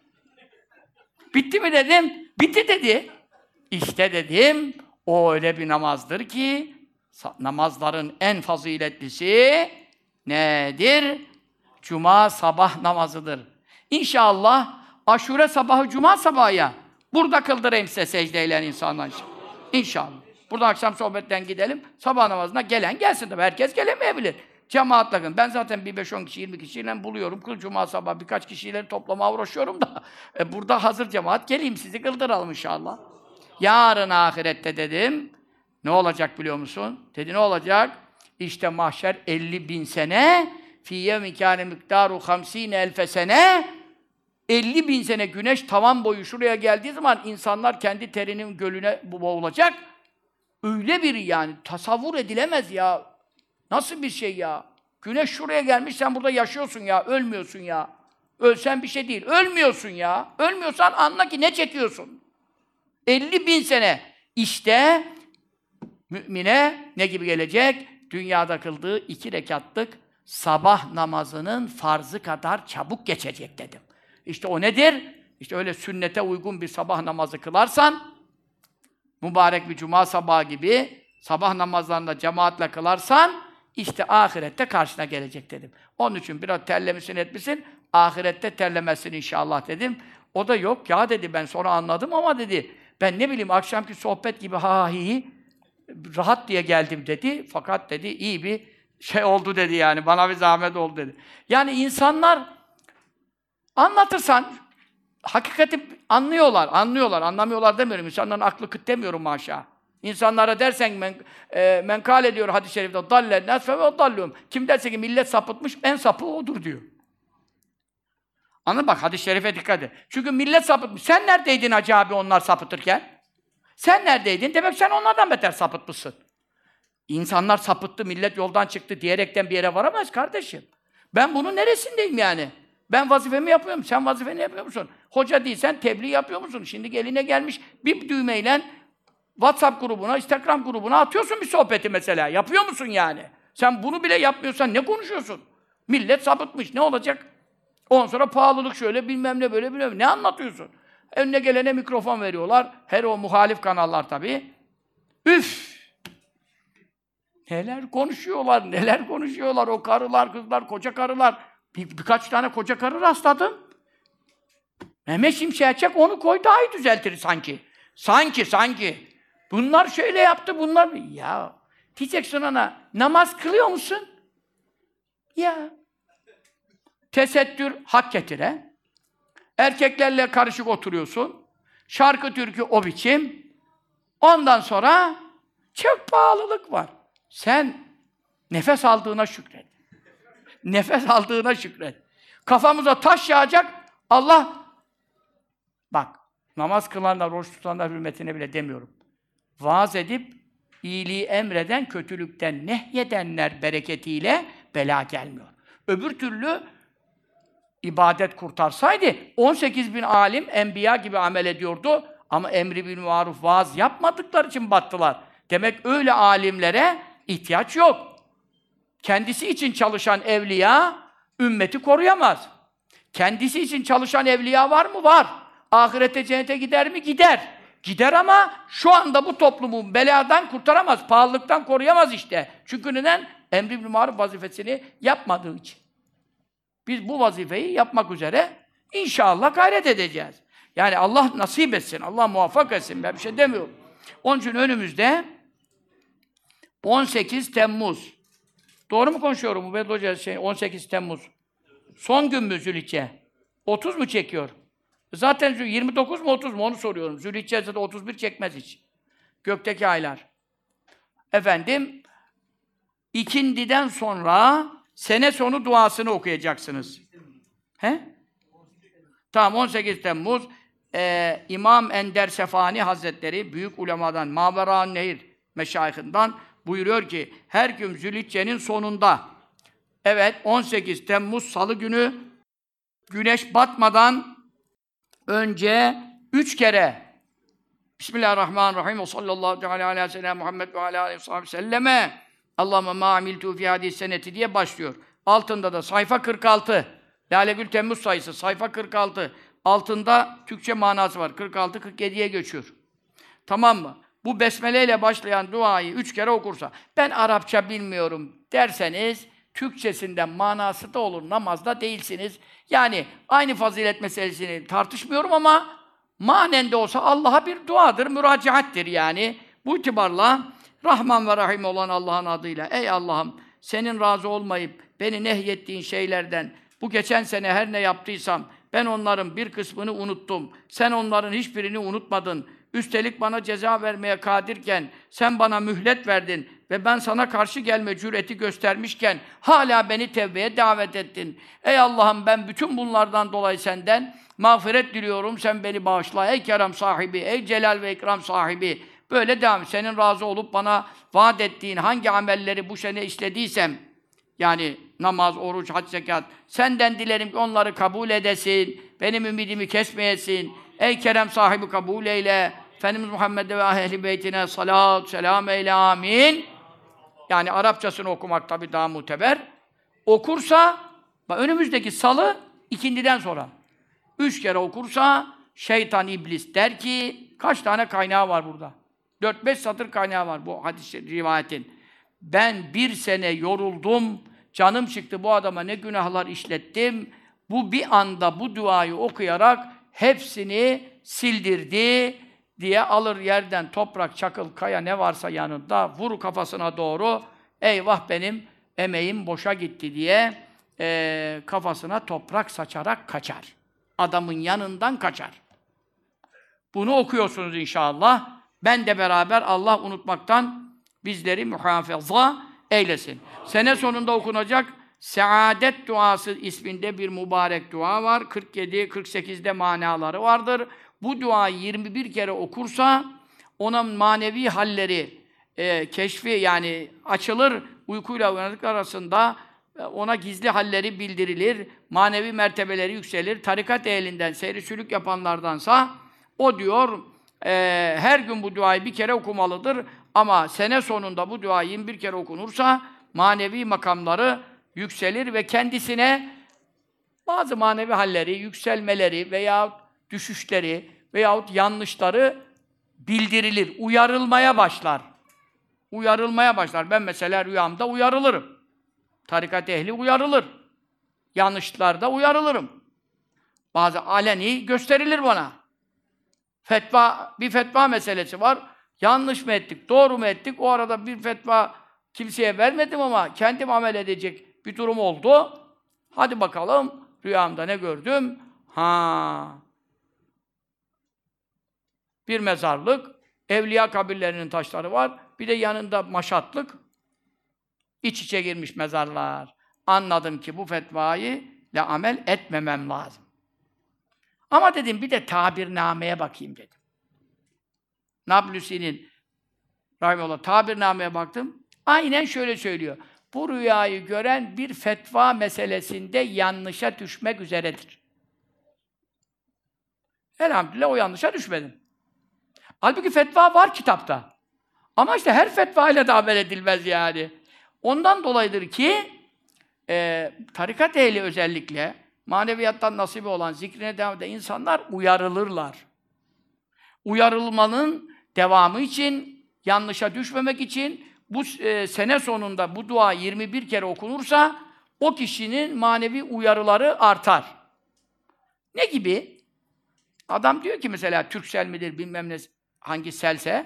Bitti mi dedim? Bitti dedi. İşte dedim, o öyle bir namazdır ki, namazların en faziletlisi nedir? Cuma sabah namazıdır. İnşallah Aşure sabahı, Cuma sabahı ya, burada kıldırayım size secdeyle insanlar için. İnşallah. Burada akşam sohbetten gidelim, sabah namazına gelen gelsin tabii, herkes gelemeyebilir. Cemaatle kılın. Ben zaten bir beş on kişi, yirmi kişiyle buluyorum. Kıl Cuma sabah birkaç kişileri toplamaya uğraşıyorum da. E burada hazır cemaat, geleyim sizi kıldıralım inşallah. Yarın ahirette dedim, ne olacak biliyor musun? Dedi ne olacak? İşte mahşer elli bin sene, fî yevmin kâne miktâru hamsîne elfe sene, elli bin sene güneş tavan boyu şuraya geldiği zaman insanlar kendi terinin gölüne boğulacak. Öyle bir yani, tasavvur edilemez ya. Nasıl bir şey ya? Güneş şuraya gelmiş, sen burada yaşıyorsun ya, ölmüyorsun ya. Ölsen bir şey değil, ölmüyorsun ya. Ölmüyorsan anla ki ne çekiyorsun? elli bin sene. İşte mümine ne gibi gelecek? Dünyada kıldığı iki rekatlık sabah namazının farzı kadar çabuk geçecek dedim. İşte o nedir? İşte öyle sünnete uygun bir sabah namazı kılarsan, mübarek bir cuma sabahı gibi sabah namazlarında cemaatle kılarsan, İşte ahirette karşına gelecek dedim. Onun için biraz terlemişsin etmişsin, ahirette terlemezsin inşallah dedim. O da yok ya dedi, ben sonra anladım ama dedi, ben ne bileyim akşamki sohbet gibi ha hi hi, rahat diye geldim dedi. Fakat dedi, iyi bir şey oldu dedi yani, bana bir zahmet oldu dedi. Yani insanlar anlatırsan, hakikati anlıyorlar, anlıyorlar, anlamıyorlar demiyorum. İnsanların aklı kıt demiyorum maşallah. İnsanlara dersen men, e, menkal ediyor hadis-i şerifte dalle nas fe dallum. Kim derse ki millet sapıtmış, en sapığı odur diyor. Anladın bak, hadis-i şerife dikkat et. Çünkü millet sapıtmış. Sen neredeydin Hacı abi onlar sapıtırken? Sen neredeydin? Demek sen onlardan beter sapıtmışsın. İnsanlar sapıttı, millet yoldan çıktı diyerekten bir yere varamaz kardeşim. Ben bunun neresindeyim yani? Ben vazifemi yapıyorum, sen vazifeni yapıyor musun? Hoca değilsen tebliğ yapıyor musun? Şimdi eline gelmiş bir düğmeyle WhatsApp grubuna, Instagram grubuna atıyorsun bir sohbeti mesela. Yapıyor musun yani? Sen bunu bile yapmıyorsan ne konuşuyorsun? Millet sapıtmış, ne olacak? Ondan sonra pahalılık şöyle, bilmem ne böyle, bilmem ne. Ne anlatıyorsun? Önüne gelene mikrofon veriyorlar. Her o muhalif kanallar tabii. Üf! Neler konuşuyorlar, neler konuşuyorlar o karılar, kızlar, koca karılar. Bir, birkaç tane koca karı rastladım. Mehmet Şimşek'e çek, onu koy daha iyi düzeltir sanki. Sanki, sanki. Bunlar şöyle yaptı, bunlar... Ya diyeceksin ona, namaz kılıyor musun? Ya. Tesettür hak getire. Erkeklerle karışık oturuyorsun. Şarkı türkü o biçim. Ondan sonra çok pahalılık var. Sen nefes aldığına şükret. Nefes aldığına şükret. Kafamıza taş yağacak, Allah... Bak, namaz kılanlar, oruç tutanlar hürmetine bile demiyorum. Vaaz edip, iyiliği emreden, kötülükten nehyedenler bereketiyle bela gelmiyor. Öbür türlü ibadet kurtarsaydı, on sekiz bin alim, enbiya gibi amel ediyordu ama emri bil maruf vaaz yapmadıkları için battılar. Demek öyle alimlere ihtiyaç yok. Kendisi için çalışan evliya, ümmeti koruyamaz. Kendisi için çalışan evliya var mı? Var. Ahirete, cennete gider mi? Gider. Gider ama şu anda bu toplumu beladan kurtaramaz, pahalılıktan koruyamaz işte. Çünkü neden? Emri bil maruf vazifesini yapmadığı için. Biz bu vazifeyi yapmak üzere inşallah gayret edeceğiz. Yani Allah nasip etsin, Allah muvaffak etsin. Ben bir şey demiyorum. Onun için önümüzde on sekiz Temmuz. Doğru mu konuşuyorum? Ubeyt Hoca şey, on sekiz Temmuz. Son gün mü Zülhicce? otuz mu çekiyor? Zaten yirmi dokuz mu otuz mu onu soruyorum. Zülhicce zaten otuz bir çekmez hiç. Gökteki aylar. Efendim, ikindiden sonra sene sonu duasını okuyacaksınız. He? Tamam, on sekiz Temmuz. Ee, İmam Ender Sefani Hazretleri, büyük ulemadan, Mavera-ı Nehir meşayihinden buyuruyor ki, her gün Zülhicce'nin sonunda, evet, on sekiz Temmuz Salı günü, güneş batmadan önce üç kere Bismillahirrahmanirrahim ve sallallahu teala aleyhi ve sellem Muhammed ve aleyhi ve selleme Allahümme ma amiltu fi hadis seneti diye başlıyor. Altında da sayfa kırk altı. Lale Gül Temmuz sayısı sayfa kırk altı. Altında Türkçe manası var. kırk altı kırk yediye geçiyor. Tamam mı? Bu besmele ile başlayan duayı üç kere okursa, ben Arapça bilmiyorum derseniz, Türkçesinden manası da olur, namazda değilsiniz. Yani aynı fazilet meselesini tartışmıyorum ama manen de olsa Allah'a bir duadır, müracaattir yani. Bu itibarla Rahman ve Rahim olan Allah'ın adıyla, ey Allah'ım, senin razı olmayıp beni nehyettiğin şeylerden bu geçen sene her ne yaptıysam ben onların bir kısmını unuttum. Sen onların hiçbirini unutmadın. Üstelik bana ceza vermeye kadirken sen bana mühlet verdin ve ben sana karşı gelme cüreti göstermişken hala beni tevbeye davet ettin. Ey Allah'ım, ben bütün bunlardan dolayı senden mağfiret diliyorum. Sen beni bağışla. Ey kerem sahibi, ey celal ve ikram sahibi. Böyle devam. Senin razı olup bana vaat ettiğin hangi amelleri bu sene işlediysem, yani namaz, oruç, hac, zekat, senden dilerim ki onları kabul edesin. Benim ümidimi kesmeyesin. Ey kerem sahibi, kabul eyle. Efendimiz Muhammed'e ve ehl-i beytine salat, selam eyle, amin. Yani Arapçasını okumak tabii daha muteber. Okursa, bak önümüzdeki salı, ikindiden sonra. Üç kere okursa, şeytan, iblis der ki, kaç tane kaynağı var burada? Dört beş satır kaynağı var bu hadis rivayetin. Ben bir sene yoruldum, canım çıktı, bu adama ne günahlar işlettim. Bu bir anda bu duayı okuyarak hepsini sildirdi diye alır yerden toprak, çakıl, kaya ne varsa yanında vur kafasına doğru, eyvah benim emeğim boşa gitti diye e, kafasına toprak saçarak kaçar. Adamın yanından kaçar. Bunu okuyorsunuz inşallah. Ben de beraber Allah unutmaktan bizleri muhafaza eylesin. Sene sonunda okunacak Saadet Duası isminde bir mübarek dua var. kırk yedi kırk sekizde manaları vardır. Bu duayı yirmi bir kere okursa ona manevi halleri e, keşfi yani açılır, uykuyla uyanıklık arasında e, ona gizli halleri bildirilir, manevi mertebeleri yükselir. Tarikat ehlinden, seyri sülük yapanlardansa o diyor e, her gün bu duayı bir kere okumalıdır. Ama sene sonunda bu dua yirmi bir kere okunursa manevi makamları yükselir ve kendisine bazı manevi halleri, yükselmeleri veya düşüşleri, veyahut yanlışları bildirilir, uyarılmaya başlar. Uyarılmaya başlar. Ben mesela rüyamda uyarılırım. Tarikat ehli uyarılır. Yanlışlarda uyarılırım. Bazı aleni gösterilir bana. Fetva, bir fetva meselesi var. Yanlış mı ettik, doğru mu ettik? O arada bir fetva kimseye vermedim ama kendim amel edecek bir durum oldu. Hadi bakalım, rüyamda ne gördüm? Ha. Bir mezarlık, evliya kabirlerinin taşları var. Bir de yanında maşatlık. İç içe girmiş mezarlar. Anladım ki bu fetvayı ile amel etmemem lazım. Ama dedim bir de tabirnameye bakayım dedim. Nablusi'nin rahimehullah tabirnameye baktım. Aynen şöyle söylüyor. Bu rüyayı gören bir fetva meselesinde yanlışa düşmek üzeredir. Elhamdülillah o yanlışa düşmedim. Halbuki fetva var kitapta. Ama işte her fetva ile de amel edilmez yani. Ondan dolayıdır ki e, tarikat ehli özellikle maneviyattan nasibi olan zikrine devam eden insanlar uyarılırlar. Uyarılmanın devamı için, yanlışa düşmemek için bu e, sene sonunda bu dua yirmi bir kere okunursa o kişinin manevi uyarıları artar. Ne gibi? Adam diyor ki mesela Türksel midir bilmem ne hangi selse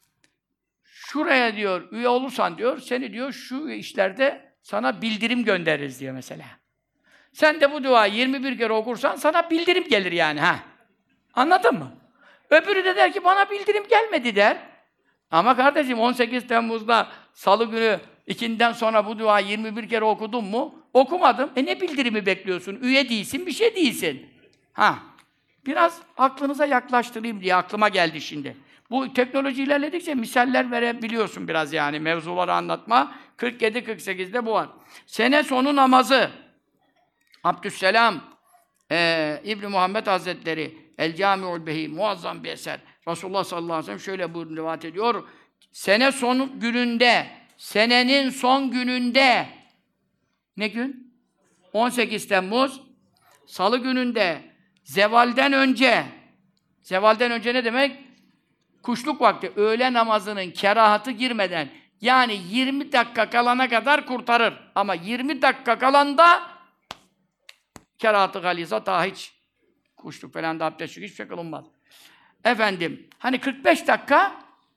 şuraya diyor üye olursan diyor seni diyor şu işlerde sana bildirim göndeririz diyor mesela. Sen de bu duayı yirmi bir kere okursan sana bildirim gelir yani ha. Anladın mı? Öbürü de der ki bana bildirim gelmedi der. Ama kardeşim on sekiz Temmuz'da Salı günü ikinden sonra bu duayı yirmi bir kere okudun mu? Okumadım. E ne bildirimi bekliyorsun? Üye değilsin, bir şey değilsin. Ha. Biraz aklınıza yaklaştırayım diye aklıma geldi şimdi. Bu teknoloji ilerledikçe misaller verebiliyorsun biraz yani mevzuları anlatma. kırk yedi kırk sekizde bu var. Sene sonu namazı. Abdüsselam e, İbn Muhammed Hazretleri El Cami'ul Behi muazzam bir eser. Resulullah sallallahu aleyhi ve sellem şöyle buyurun rivayet ediyor. Sene sonu gününde, senenin son gününde ne gün? on sekiz Temmuz Salı gününde zevalden önce zevalden önce ne demek? Kuşluk vakti, öğle namazının kerahatı girmeden yani yirmi dakika kalana kadar kurtarır. Ama yirmi dakika kalanda kerahat-ı galiza daha hiç kuşluk falan da abdestlik hiçbir şey kılınmaz. Efendim, hani kırk beş dakika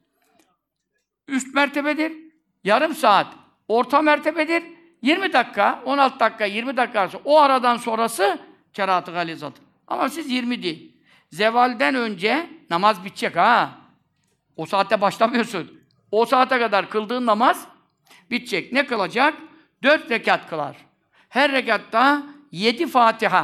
üst mertebedir, yarım saat orta mertebedir, yirmi dakika, on altı dakika, yirmi dakika arası, o aradan sonrası kerahat-ı galizadır. Ama siz yirmi değil. Zevalden önce namaz bitecek ha. O saatte başlamıyorsun. O saate kadar kıldığın namaz bitecek. Ne kılacak? Dört rekat kılar. Her rekatta yedi Fatiha.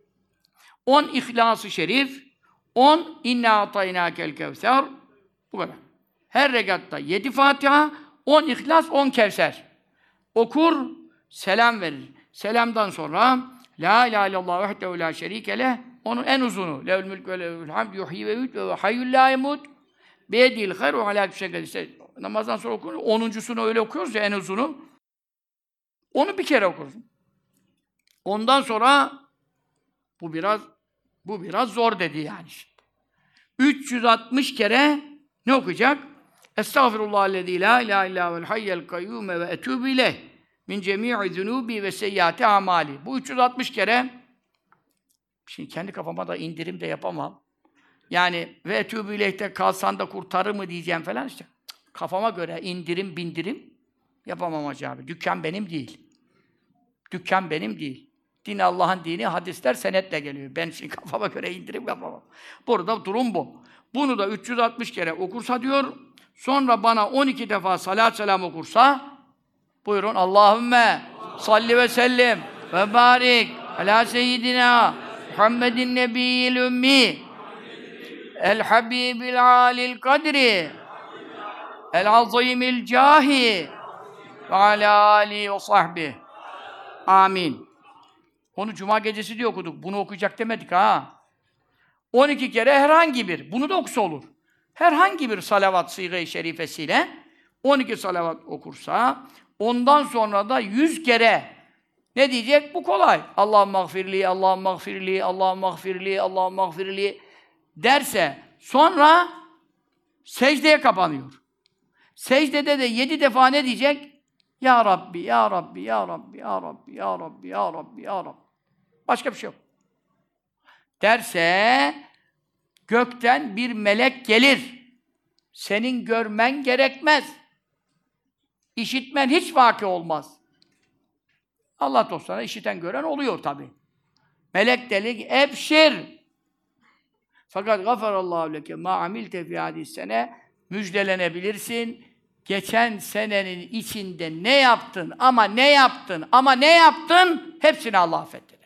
On İhlas-ı Şerif, on İnna ataynâkel kevser. Bu kadar. Her rekatta yedi Fatiha, on İhlas, on Kevser. Okur, selam verir. Selamdan sonra La ilahe illallah vahdehu la şerike leh. Onun en uzunu. Lehül mülk ve lehül hamd yuhyi ve yumit ve hayyul la yemut. Biyedil hayr ve alâ kulli şeyin kadir. Namazdan sonra okunur. Onuncusunu öyle okuyoruz ya en uzunu. Onu bir kere okursun. Ondan sonra bu biraz bu biraz zor dedi yani. üç yüz altmış kere ne okuyacak? Estağfirullahellezî lâ ilâhe illâ vel hayyel kayyûme ve etûbü ileyh min cemî'i zunûbî ve seyyiâti âmâlî. Bu üç yüz altmış kere şimdi kendi kafama da indirim de yapamam. Yani ve etûbü ileyh'te kalsan da kurtarır mı diyeceğim falan işte. Kafama göre indirim bindirim yapamam hacı abi. Dükkan benim değil. Dükkan benim değil. Din Allah'ın dini, hadisler senetle geliyor. Ben şimdi kafama göre indirim yapamam. Burada durum bu. Bunu da üç yüz altmış kere okursa diyor, sonra bana on iki defa salat selam okursa, buyurun Allahümme salli ve sellim ve barik ala seyyidina Muhammedin nebiyyil ümmi el habibil alil kadri el azimil cahi ve ala alihi ve sahbihi. Amin. Onu cuma gecesi diye okuduk. Bunu okuyacak demedik ha. on iki kere herhangi bir, bunu da okusa olur. Herhangi bir salavat sîge-i şerifesiyle on iki salavat okursa, ondan sonra da yüz kere ne diyecek? Bu kolay. Allahümme gfirli, Allahümme gfirli, Allahümme gfirli, Allahümme gfirli. derse sonra secdeye kapanıyor. Secdede de yedi defa ne diyecek? Ya Rabbi, Ya Rabbi, Ya Rabbi, Ya Rabbi, Ya Rabbi, Ya Rabbi, Ya Rabbi. Başka bir şey yok. Derse gökten bir melek gelir. Senin görmen gerekmez. İşitmen hiç vaki olmaz. Allah dostlarına işiten gören oluyor tabi. Melek delik ebşir. Fakat gafarallahu leke ma amilte fi hadis sene müjdelenebilirsin. Geçen senenin içinde ne yaptın ama ne yaptın ama ne yaptın hepsini Allah affetti.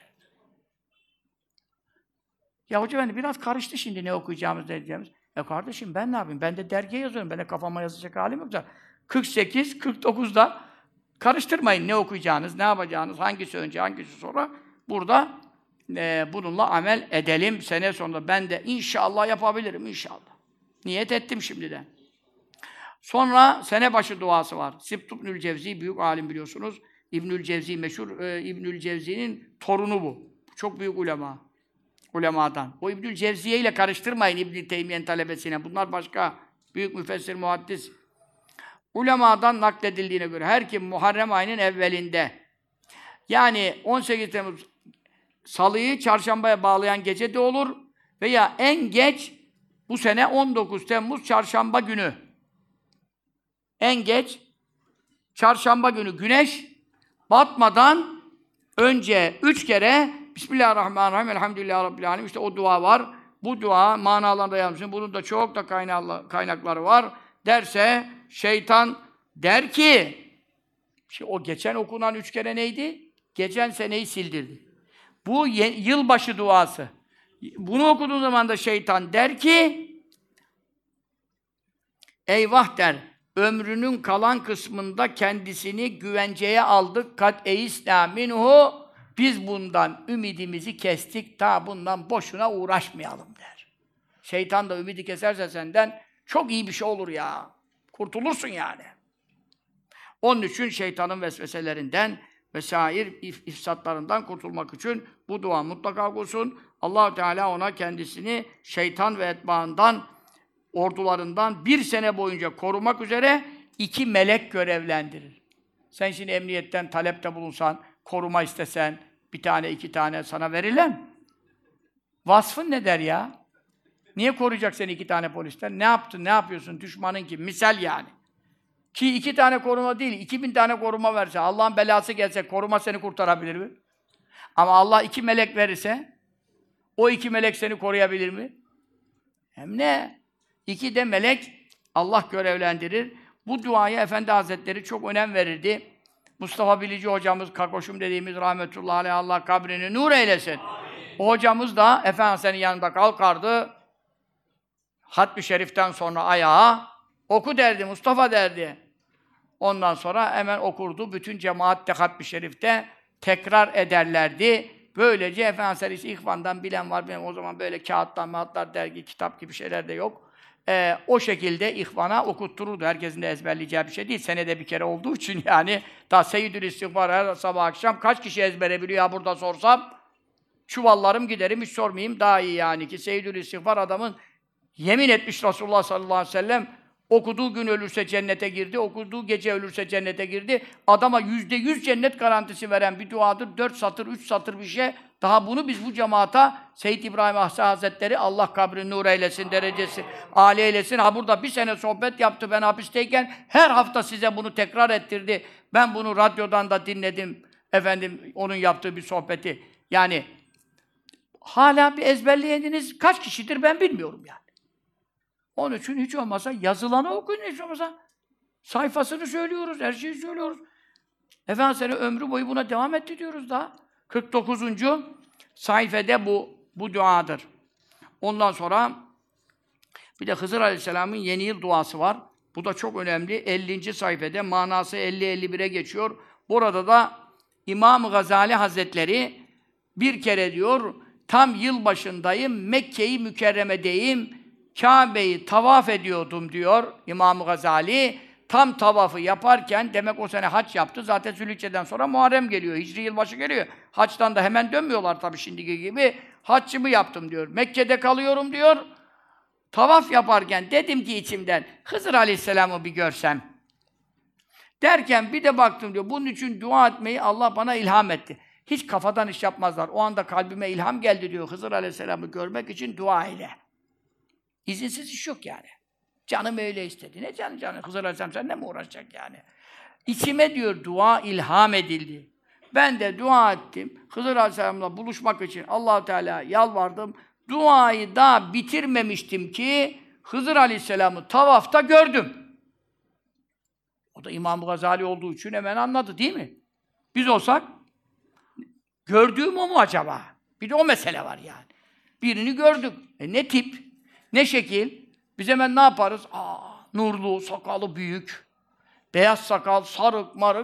Ya hoca efendi biraz karıştı şimdi ne okuyacağımız ne diyeceğimiz. E kardeşim ben ne yapayım? Ben de dergiye yazıyorum. Ben de kafama yazacak halim yok da. kırk sekiz kırk dokuzda karıştırmayın ne okuyacağınız, ne yapacağınız, hangisi önce, hangisi sonra. Burada e, bununla amel edelim. Sene sonunda ben de inşallah yapabilirim inşallah. Niyet ettim şimdiden. Sonra sene başı duası var. Sibt İbnül Cevzi büyük alim biliyorsunuz. İbnül Cevzi meşhur e, İbnül Cevzi'nin torunu bu. Çok büyük ulema. Ulemadan. O İbnül Cevziye ile karıştırmayın İbn Teymiye'nin talebesine. Bunlar başka büyük müfessir, muhaddis. Ulemadan nakledildiğine göre her kim Muharrem ayının evvelinde yani on sekiz Temmuz Salı'yı çarşambaya bağlayan gece de olur veya en geç bu sene on dokuz Temmuz çarşamba günü. En geç çarşamba günü güneş batmadan önce üç kere Bismillahirrahmanirrahim, Elhamdülillahi Rabbil Alemin. İşte o dua var. Bu dua manalarında yazmışsın. Bunun da çok da kaynakları var. Derse şeytan der ki, şimdi o geçen okunan üç kere neydi? Geçen seneyi sildirdi. Bu yılbaşı duası. Bunu okuduğun zaman da şeytan der ki, eyvah der, ömrünün kalan kısmında kendisini güvenceye aldık. Kat eisnâ minhu. Biz bundan ümidimizi kestik, ta bundan boşuna uğraşmayalım der. Şeytan da ümidi keserse senden çok iyi bir şey olur ya. Kurtulursun yani. Onun için şeytanın vesveselerinden vesaire if ifsatlarından kurtulmak için bu dua mutlaka okunsun. Allah-u Teala ona kendisini şeytan ve etbaından, ordularından bir sene boyunca korumak üzere iki melek görevlendirir. Sen şimdi emniyetten talepte bulunsan, koruma istesen, bir tane, iki tane sana verirler mi? Vasfın ne der ya? Niye koruyacak seni iki tane polisler? Ne yaptın, ne yapıyorsun? Düşmanın kim? Misal yani. Ki iki tane koruma değil, iki bin tane koruma verse, Allah'ın belası gelse, koruma seni kurtarabilir mi? Ama Allah iki melek verirse, o iki melek seni koruyabilir mi? Hem ne? İki de melek Allah görevlendirir. Bu duaya Efendi Hazretleri çok önem verirdi. Mustafa Bilici hocamız, Kakoşum dediğimiz rahmetullahi aleyh, Allah kabrini nur eylesin. Amin. O hocamız da Efendimiz'in yanında kalkardı. Hatmi Şerif'ten sonra ayağa oku derdi, Mustafa derdi. Ondan sonra hemen okurdu. Bütün cemaat de Hatmi Şerif'te tekrar ederlerdi. Böylece Efendimiz İhvan'dan bilen var. Benim o zaman böyle kağıtlar, mağıtlar, dergi, kitap gibi şeyler de yok. Ee, o şekilde ihvana okuttururdu. Herkesin de ezberleyeceği bir şey değil. Senede bir kere olduğu için yani. Ta Seyyidül İstiğfar her sabah akşam kaç kişi ezbere biliyor ya burada sorsam? Çuvallarım giderim hiç sormayayım daha iyi yani ki Seyyidül İstiğfar adamın yemin etmiş Resulullah sallallahu aleyhi ve sellem okuduğu gün ölürse cennete girdi, okuduğu gece ölürse cennete girdi. Adama yüzde yüz cennet garantisi veren bir duadır. Dört satır, üç satır bir şey. Daha bunu biz bu cemaata Seyyid İbrahim Ahsa Hazretleri Allah kabrini nur eylesin, derecesi âli eylesin. Ha burada bir sene sohbet yaptı ben hapisteyken. Her hafta size bunu tekrar ettirdi. Ben bunu radyodan da dinledim. Efendim onun yaptığı bir sohbeti. Yani hala bir ezberleyeniniz kaç kişidir ben bilmiyorum yani. Onun için hiç olmazsa yazılanı okuyun, hiç olmazsa sayfasını söylüyoruz, her şeyi söylüyoruz. Efendimiz ömrü boyu buna devam etti diyoruz daha. kırk dokuzuncu sayfede bu bu duadır. Ondan sonra bir de Hızır Aleyhisselam'ın yeni yıl duası var. Bu da çok önemli. ellinci sayfede manası elli elli bire geçiyor. Burada da İmam Gazali Hazretleri bir kere diyor tam yıl başındayım, Mekke-i Mükerreme'deyim. Kâbe'yi tavaf ediyordum diyor İmam Gazali. Tam tavafı yaparken, demek o sene hac yaptı. Zaten Zülhicce'den sonra Muharrem geliyor, Hicri yılbaşı geliyor. Haçtan da hemen dönmüyorlar tabii şimdiki gibi. Haccımı yaptım diyor. Mekke'de kalıyorum diyor. Tavaf yaparken dedim ki içimden, Hızır Aleyhisselam'ı bir görsem. Derken bir de baktım diyor, bunun için dua etmeyi Allah bana ilham etti. Hiç kafadan iş yapmazlar. O anda kalbime ilham geldi diyor, Hızır Aleyhisselam'ı görmek için dua ile. İzinsiz iş yok yani. Canım öyle istedi. Ne canı canı? Hızır Aleyhisselam seninle mi uğraşacak yani? İçime diyor dua ilham edildi. Ben de dua ettim. Hızır Aleyhisselam'la buluşmak için Allah-u Teala yalvardım. Duayı daha bitirmemiştim ki Hızır Aleyhisselam'ı tavafta gördüm. O da İmam Gazali olduğu için hemen anladı değil mi? Biz olsak gördüğüm o mu acaba? Bir de o mesele var yani. Birini gördük. E ne tip, ne şekil? Biz hemen ne yaparız? Aa, nurlu, sakalı büyük, beyaz sakal, sarık, marık.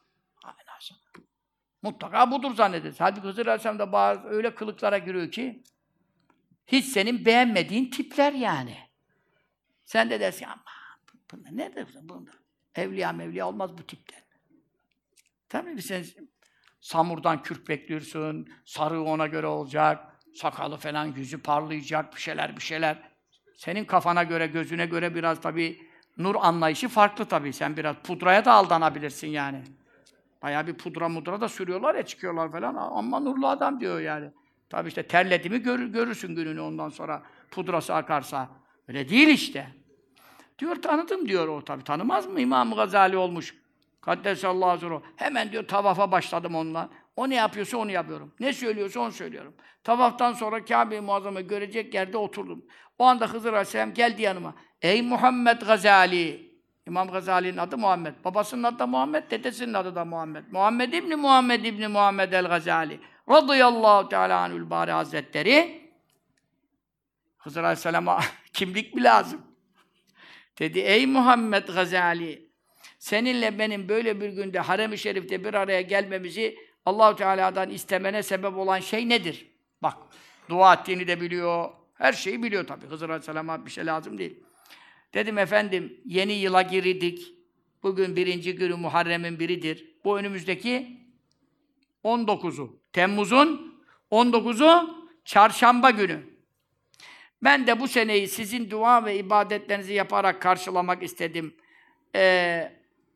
Mutlaka budur zannederiz. Halbuki Hızır Aleyhisselam da bazı öyle kılıklara giriyor ki hiç senin beğenmediğin tipler yani. Sen de dersin ama bunda nedir bunda? Evliya mevliya olmaz bu tipten. Tabii ki sen samurdan kürk bekliyorsun, sarığı ona göre olacak, sakalı falan yüzü parlayacak, bir şeyler bir şeyler. Senin kafana göre, gözüne göre biraz tabii nur anlayışı farklı tabii. Sen biraz pudraya da aldanabilirsin yani. Bayağı bir pudra mudra da sürüyorlar ya, çıkıyorlar falan. Amma nurlu adam diyor yani. Tabii işte terledi mi görür, görürsün gününü ondan sonra pudrası akarsa. Öyle değil işte. Diyor tanıdım diyor o tabii. Tanımaz mı? İmam Gazali olmuş. Kaddesallahu aleyhi. Hemen diyor tavafa başladım onunla. O ne yapıyorsa onu yapıyorum. Ne söylüyorsa onu söylüyorum. Tavaftan sonra Kâbe-i Muazzama'yı görecek yerde oturdum. O anda Hızır Aleyhisselam geldi yanıma. Ey Muhammed Gazali! İmam Gazali'nin adı Muhammed. Babasının adı da Muhammed, dedesinin adı da Muhammed. Muhammed İbni Muhammed İbni Muhammed el-Gazali. Radıyallahu Teala anhül bâri hazretleri. Hızır Aleyhisselam'a kimlik mi lazım? Dedi, ey Muhammed Gazali, seninle benim böyle bir günde Harem-i Şerif'te bir araya gelmemizi Allah-u Teala'dan istemene sebep olan şey nedir? Bak, dua ettiğini de biliyor, her şeyi biliyor tabii. Hızır Aleyhisselam'a bir şey lazım değil. Dedim efendim, yeni yıla girdik. Bugün birinci günü Muharrem'in biridir. Bu önümüzdeki on dokuzu. Temmuz'un on dokuzu çarşamba günü. Ben de bu seneyi sizin dua ve ibadetlerinizi yaparak karşılamak istedim. Ee,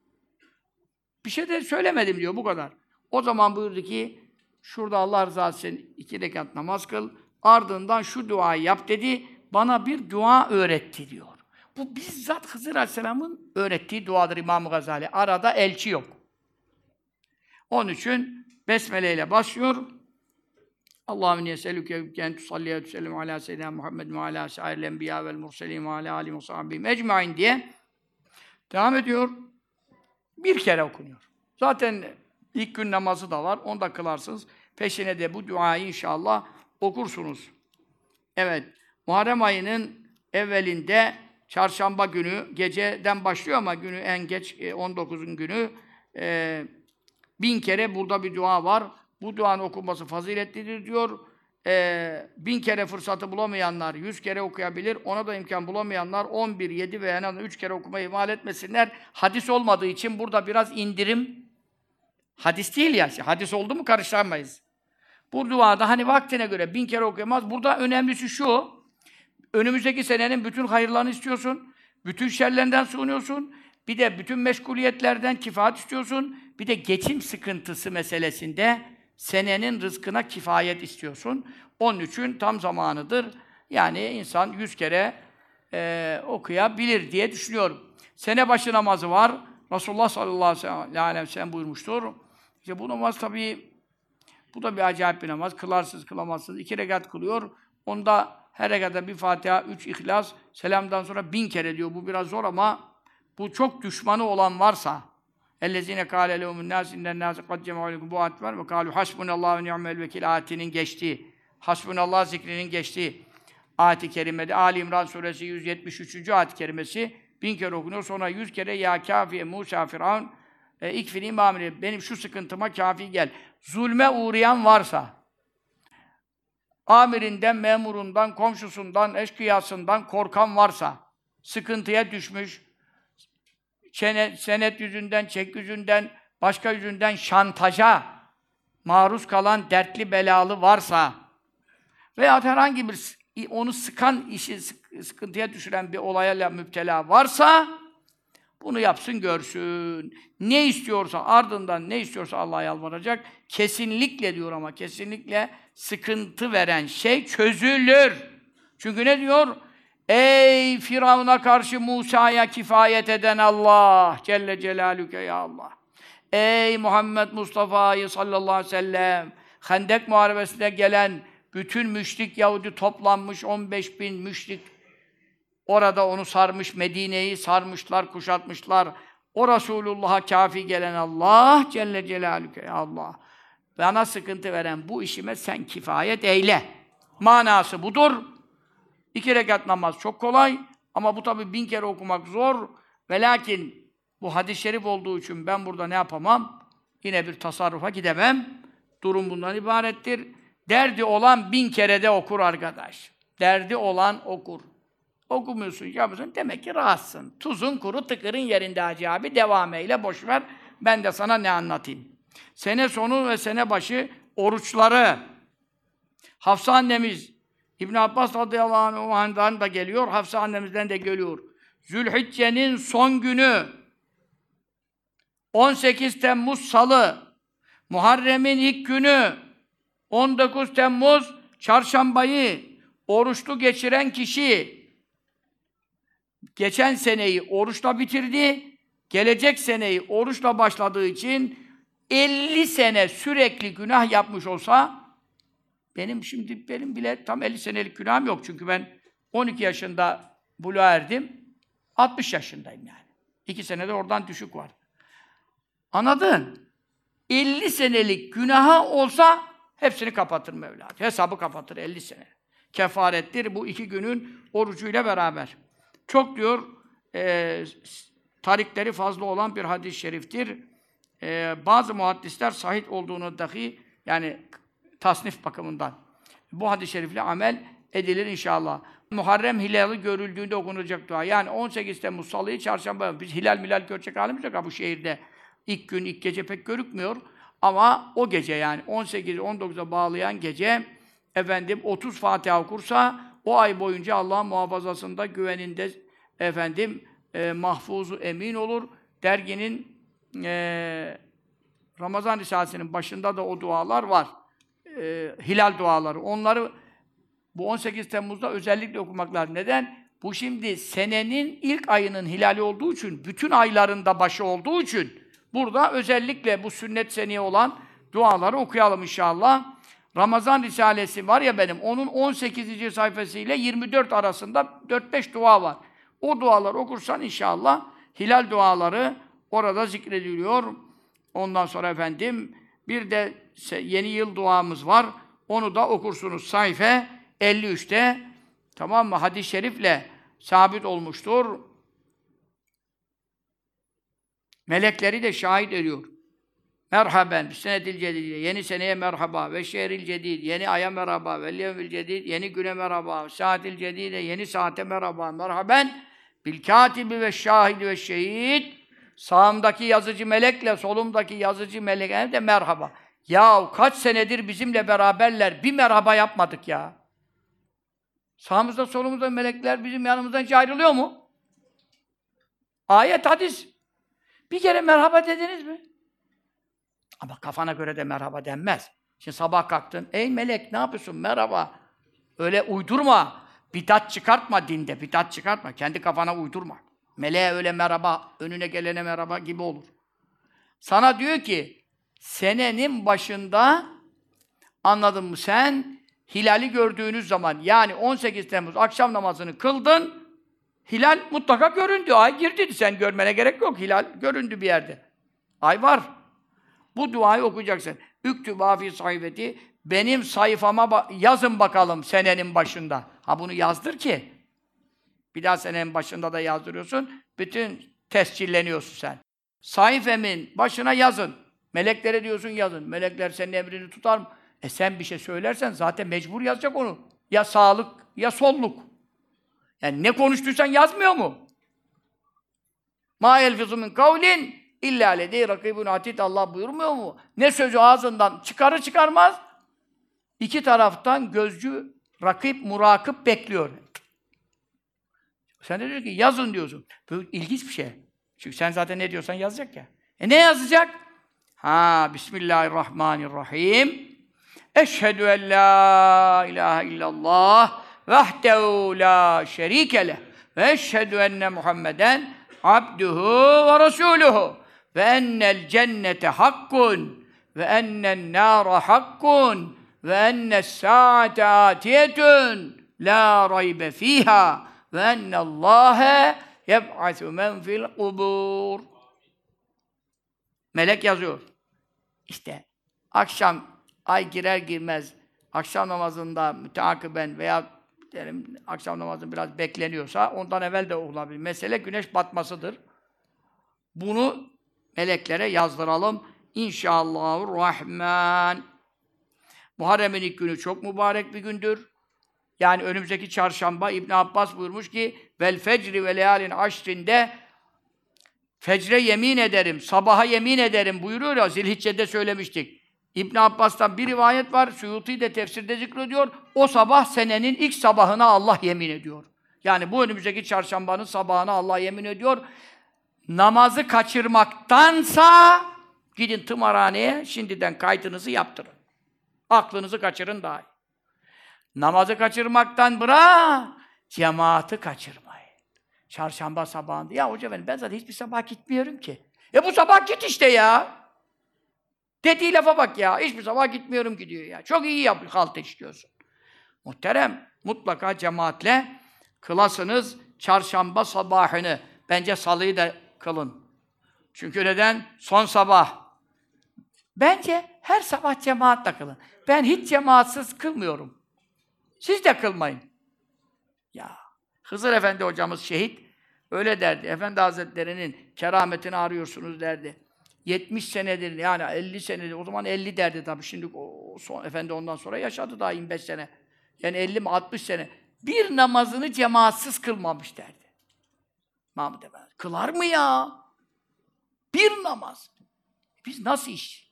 bir şey de söylemedim diyor, bu kadar. O zaman buyurdu ki, şurada Allah rızası için iki rekat namaz kıl, ardından şu duayı yap dedi, bana bir dua öğretti diyor. Bu bizzat Hızır Aleyhisselam'ın öğrettiği duadır İmam Gazali. Arada elçi yok. Onun için Besmele ile başlıyor. Allahümme yeselüke en tusalliye ve tüsellim ala seyyidina Muhammed ve ala sairil enbiya vel murselin ve ala alihi ve sahbihi ecmaîn diye devam ediyor. Bir kere okunuyor. Zaten ilk gün namazı da var. Onu da kılarsınız. Peşine de bu duayı inşallah okursunuz. Evet. Muharrem ayının evvelinde çarşamba günü geceden başlıyor ama günü en geç on dokuzun günü e, bin kere burada bir dua var. Bu duanın okunması faziletlidir diyor. Ee, bin kere fırsatı bulamayanlar yüz kere okuyabilir. Ona da imkan bulamayanlar on bir, yedi veya en azından üç kere okumayı ihmal etmesinler. Hadis olmadığı için burada biraz indirim. Hadis değil ya. Hadis oldu mu karıştıramayız. Bu duada hani vaktine göre bin kere okuyamaz. Burada önemlisi şu. Önümüzdeki senenin bütün hayırlarını istiyorsun. Bütün şerlerinden sığınıyorsun. Bir de bütün meşguliyetlerden kifayet istiyorsun. Bir de geçim sıkıntısı meselesinde senenin rızkına kifayet istiyorsun. Onun için tam zamanıdır. Yani insan yüz kere e, okuyabilir diye düşünüyorum. Sene başı namazı var. Resulullah sallallahu aleyhi ve sellem buyurmuştur. İşte bu namaz tabii, bu da bir acayip bir namaz. Kılarsınız, kılamazsınız. İki rekat kılıyor. Onda her rekatta bir Fatiha, üç İhlas, selamdan sonra bin kere diyor. Bu biraz zor ama bu çok düşmanı olan varsa اَلَّذ۪ينَ قَالَ لَهُمُ النَّاسِ اِنَّ النَّاسِ قَدْ جَمَعُوا bu ayet var ve قَالُوا حَسْبُنَ اللّٰهُ وَنِعْمَ الْوَكِيلِ ayetinin geçtiği, Hasbunallah zikrinin geçtiği ayet-i kerimede Ali İmran suresi yüz yetmiş üçüncü ayet-i kerimesi bin kere okunuyor. Sonra yüz kere ya kâfiye Musa Firavun e, ikfini imamine benim şu sıkıntıma kafi gel. Zulme uğrayan varsa amirinden, memurundan, komşusundan, eşkıyasından korkan varsa, sıkıntıya düşmüş, Senet, senet yüzünden, çek yüzünden, başka yüzünden şantaja maruz kalan dertli belalı varsa veya herhangi bir onu sıkan, işi sıkıntıya düşüren bir olaya müptela varsa bunu yapsın, görsün. Ne istiyorsa, ardından ne istiyorsa Allah'a yalvaracak. Kesinlikle diyor ama, kesinlikle sıkıntı veren şey çözülür. Çünkü ne diyor? Ey Firavun'a karşı Musa'ya kifayet eden Allah! Celle Celaluke ya Allah! Ey Muhammed Mustafa'yı sallallahu aleyhi ve sellem! Hendek Muharebesi'ne gelen bütün müşrik Yahudi toplanmış, on beş bin müşrik orada onu sarmış, Medine'yi sarmışlar, kuşatmışlar. O Resulullah'a kâfi gelen Allah Celle Celaluke ya Allah! Bana sıkıntı veren bu işime sen kifayet eyle. Manası budur. İki rekat namaz çok kolay ama bu tabi bin kere okumak zor. Ve lakin bu hadis-i şerif olduğu için ben burada ne yapamam? Yine bir tasarrufa gidemem. Durum bundan ibarettir. Derdi olan bin kere de okur arkadaş. Derdi olan okur. Okumuyorsun, yapıyorsun. Demek ki rahatsın. Tuzun kuru, tıkırın yerinde Hacı abi. Devam eyle, boş ver. Ben de sana ne anlatayım? Sene sonu ve sene başı oruçları. Hafsa annemiz, İbn Abbas radıyallahu anh'dan da geliyor, Hafsa annemizden de geliyor. Zülhicce'nin son günü, on sekiz Temmuz Salı, Muharrem'in ilk günü, on dokuz Temmuz Çarşambayı oruçlu geçiren kişi, geçen seneyi oruçla bitirdi, gelecek seneyi oruçla başladığı için elli sene sürekli günah yapmış olsa, benim şimdi benim bile tam elli senelik günahım yok. Çünkü ben on iki yaşında buluğa erdim. altmış yaşındayım yani. iki senede oradan düşük var. Anladın? elli senelik günaha olsa hepsini kapatır Mevla. Hesabı kapatır elli sene. Kefarettir bu iki günün orucuyla beraber. Çok diyor e, tarikleri fazla olan bir hadis-i şeriftir. E, bazı muhaddisler sahih olduğunu dahi yani tasnif bakımından. Bu hadis-i şerifle amel edilir inşallah. Muharrem hilali görüldüğünde okunacak dua. Yani on sekiz Temmuz Salı'yı çarşamba. Biz hilal milal görecek halimiz yok ha bu şehirde. İlk gün, ilk gece pek görükmüyor. Ama o gece yani on sekiz on dokuza bağlayan gece efendim otuz Fatiha okursa o ay boyunca Allah'ın muhafazasında, güveninde efendim e, mahfuzu emin olur. Derginin e, Ramazan Risalesi'nin başında da o dualar var. E, hilal duaları. Onları bu on sekiz Temmuz'da özellikle okumak lazım. Neden? Bu şimdi senenin ilk ayının hilali olduğu için, bütün aylarında başı olduğu için burada özellikle bu sünnet seneye olan duaları okuyalım inşallah. Ramazan Risalesi var ya benim, onun on sekizinci sayfası ile yirmi dört arasında dört beş dua var. O duaları okursan inşallah hilal duaları orada zikrediliyor. Ondan sonra efendim bir de yeni yıl duamız var. Onu da okursunuz sayfa elli üçte. Tamam mı? Hadis-i şerifle sabit olmuştur. Melekleri de şahit ediyor. Merhaben, senetil cedid, yeni seneye merhaba ve şehril cedid, yeni aya merhaba ve yevmil cedid, yeni güne merhaba, saatil cedide, yeni saate merhaba, merhaben bil katibi ve şahidi ve şehid. Sağımdaki yazıcı melekle solumdaki yazıcı melekle de merhaba. Ya kaç senedir bizimle beraberler, bir merhaba yapmadık ya. Sağımızda solumuzda melekler bizim yanımızdan hiç ayrılıyor mu? Ayet, hadis. Bir kere merhaba dediniz mi? Ama kafana göre de merhaba denmez. Şimdi sabah kalktın, ey melek ne yapıyorsun? Merhaba. Öyle uydurma. Bidat çıkartma dinde, bidat çıkartma. Kendi kafana uydurma. Meleğe öyle merhaba, önüne gelene merhaba gibi olur. Sana diyor ki, senenin başında, anladın mı sen, hilali gördüğünüz zaman, yani on sekiz Temmuz akşam namazını kıldın, hilal mutlaka göründü, ay girdi. Sen görmene gerek yok, hilal göründü bir yerde. Ay var. Bu duayı okuyacaksın. Üktübâ fî sayfeti, benim sayfama ba- yazın bakalım senenin başında. Ha bunu yazdır ki, bir daha senenin başında da yazdırıyorsun, bütün tescilleniyorsun sen. Sayfemin başına yazın. Meleklere diyorsun yazın. Melekler senin emrini tutar mı? E sen bir şey söylersen zaten mecbur yazacak onu. Ya sağlık ya solluk. Yani ne konuştuysan yazmıyor mu? مَا يَلْفِظُ مِنْ قَوْلٍ اِلَّا لَدَيْهِ رَقِيبٌ عَتِيدٌ Allah buyurmuyor mu? Ne sözü ağzından çıkarır çıkarmaz, İki taraftan gözcü Rakip, murakip bekliyor. Sen de diyor ki yazın diyorsun. Bu ilginç bir şey. Çünkü sen zaten ne diyorsan yazacak ya. E ne yazacak? Ha, Bismillahirrahmanirrahim. Eşhedü en la ilahe illallah vahdehu la şerike leh ve eşhedü enne Muhammeden abduhu ve resuluhu ve ennel cennete hakkun ve ennen nâre hakkun ve ennes sâate âtiyetun la raybe fîhâ ve ennallâhe yeb'asu men fil kubur. Melek yazıyor. İşte akşam ay girer girmez akşam namazında müteakiben veya diyelim akşam namazı biraz bekleniyorsa ondan evvel de olabilir. Mesele güneş batmasıdır. Bunu meleklere yazdıralım. İnşallahurrahman. Muharrem'in ilk günü çok mübarek bir gündür. Yani önümüzdeki çarşamba İbn Abbas buyurmuş ki vel fecri ve leyalin aşrinde fecre yemin ederim, sabaha yemin ederim buyuruyor ya, Zilhicce'de söylemiştik. İbn Abbas'tan bir rivayet var, Suyuti de tefsirde zikrediyor. O sabah senenin ilk sabahına Allah yemin ediyor. Yani bu önümüzdeki çarşambanın sabahına Allah yemin ediyor. Namazı kaçırmaktansa gidin tımarhaneye şimdiden kaydınızı yaptırın. Aklınızı kaçırın daha iyi. Namazı kaçırmaktan bırak, cemaati kaçırmayın. Çarşamba sabahında. Ya hoca benim, ben zaten hiçbir sabah gitmiyorum ki. E bu sabah git işte ya. Dediği lafa bak ya. Hiçbir sabah gitmiyorum ki diyor ya. Çok iyi yapıyor, halt işliyorsun. Muhterem, mutlaka cemaatle kılasınız çarşamba sabahını. Bence salıyı da kılın. Çünkü neden? Son sabah. Bence her sabah cemaatle kılın. Ben hiç cemaatsiz kılmıyorum. Siz de kılmayın. Ya, Hızır Efendi hocamız şehit, öyle derdi. Efendi Hazretleri'nin kerametini arıyorsunuz derdi. yetmiş senedir, yani elli senedir, o zaman elli derdi tabii. Şimdi o, son, Efendi ondan sonra yaşadı daha yirmi beş sene. Yani elli mi altmış sene. Bir namazını cemaatsiz kılmamış derdi. Mahmud Efendi. Kılar mı ya? Bir namaz. Biz nasıl iş?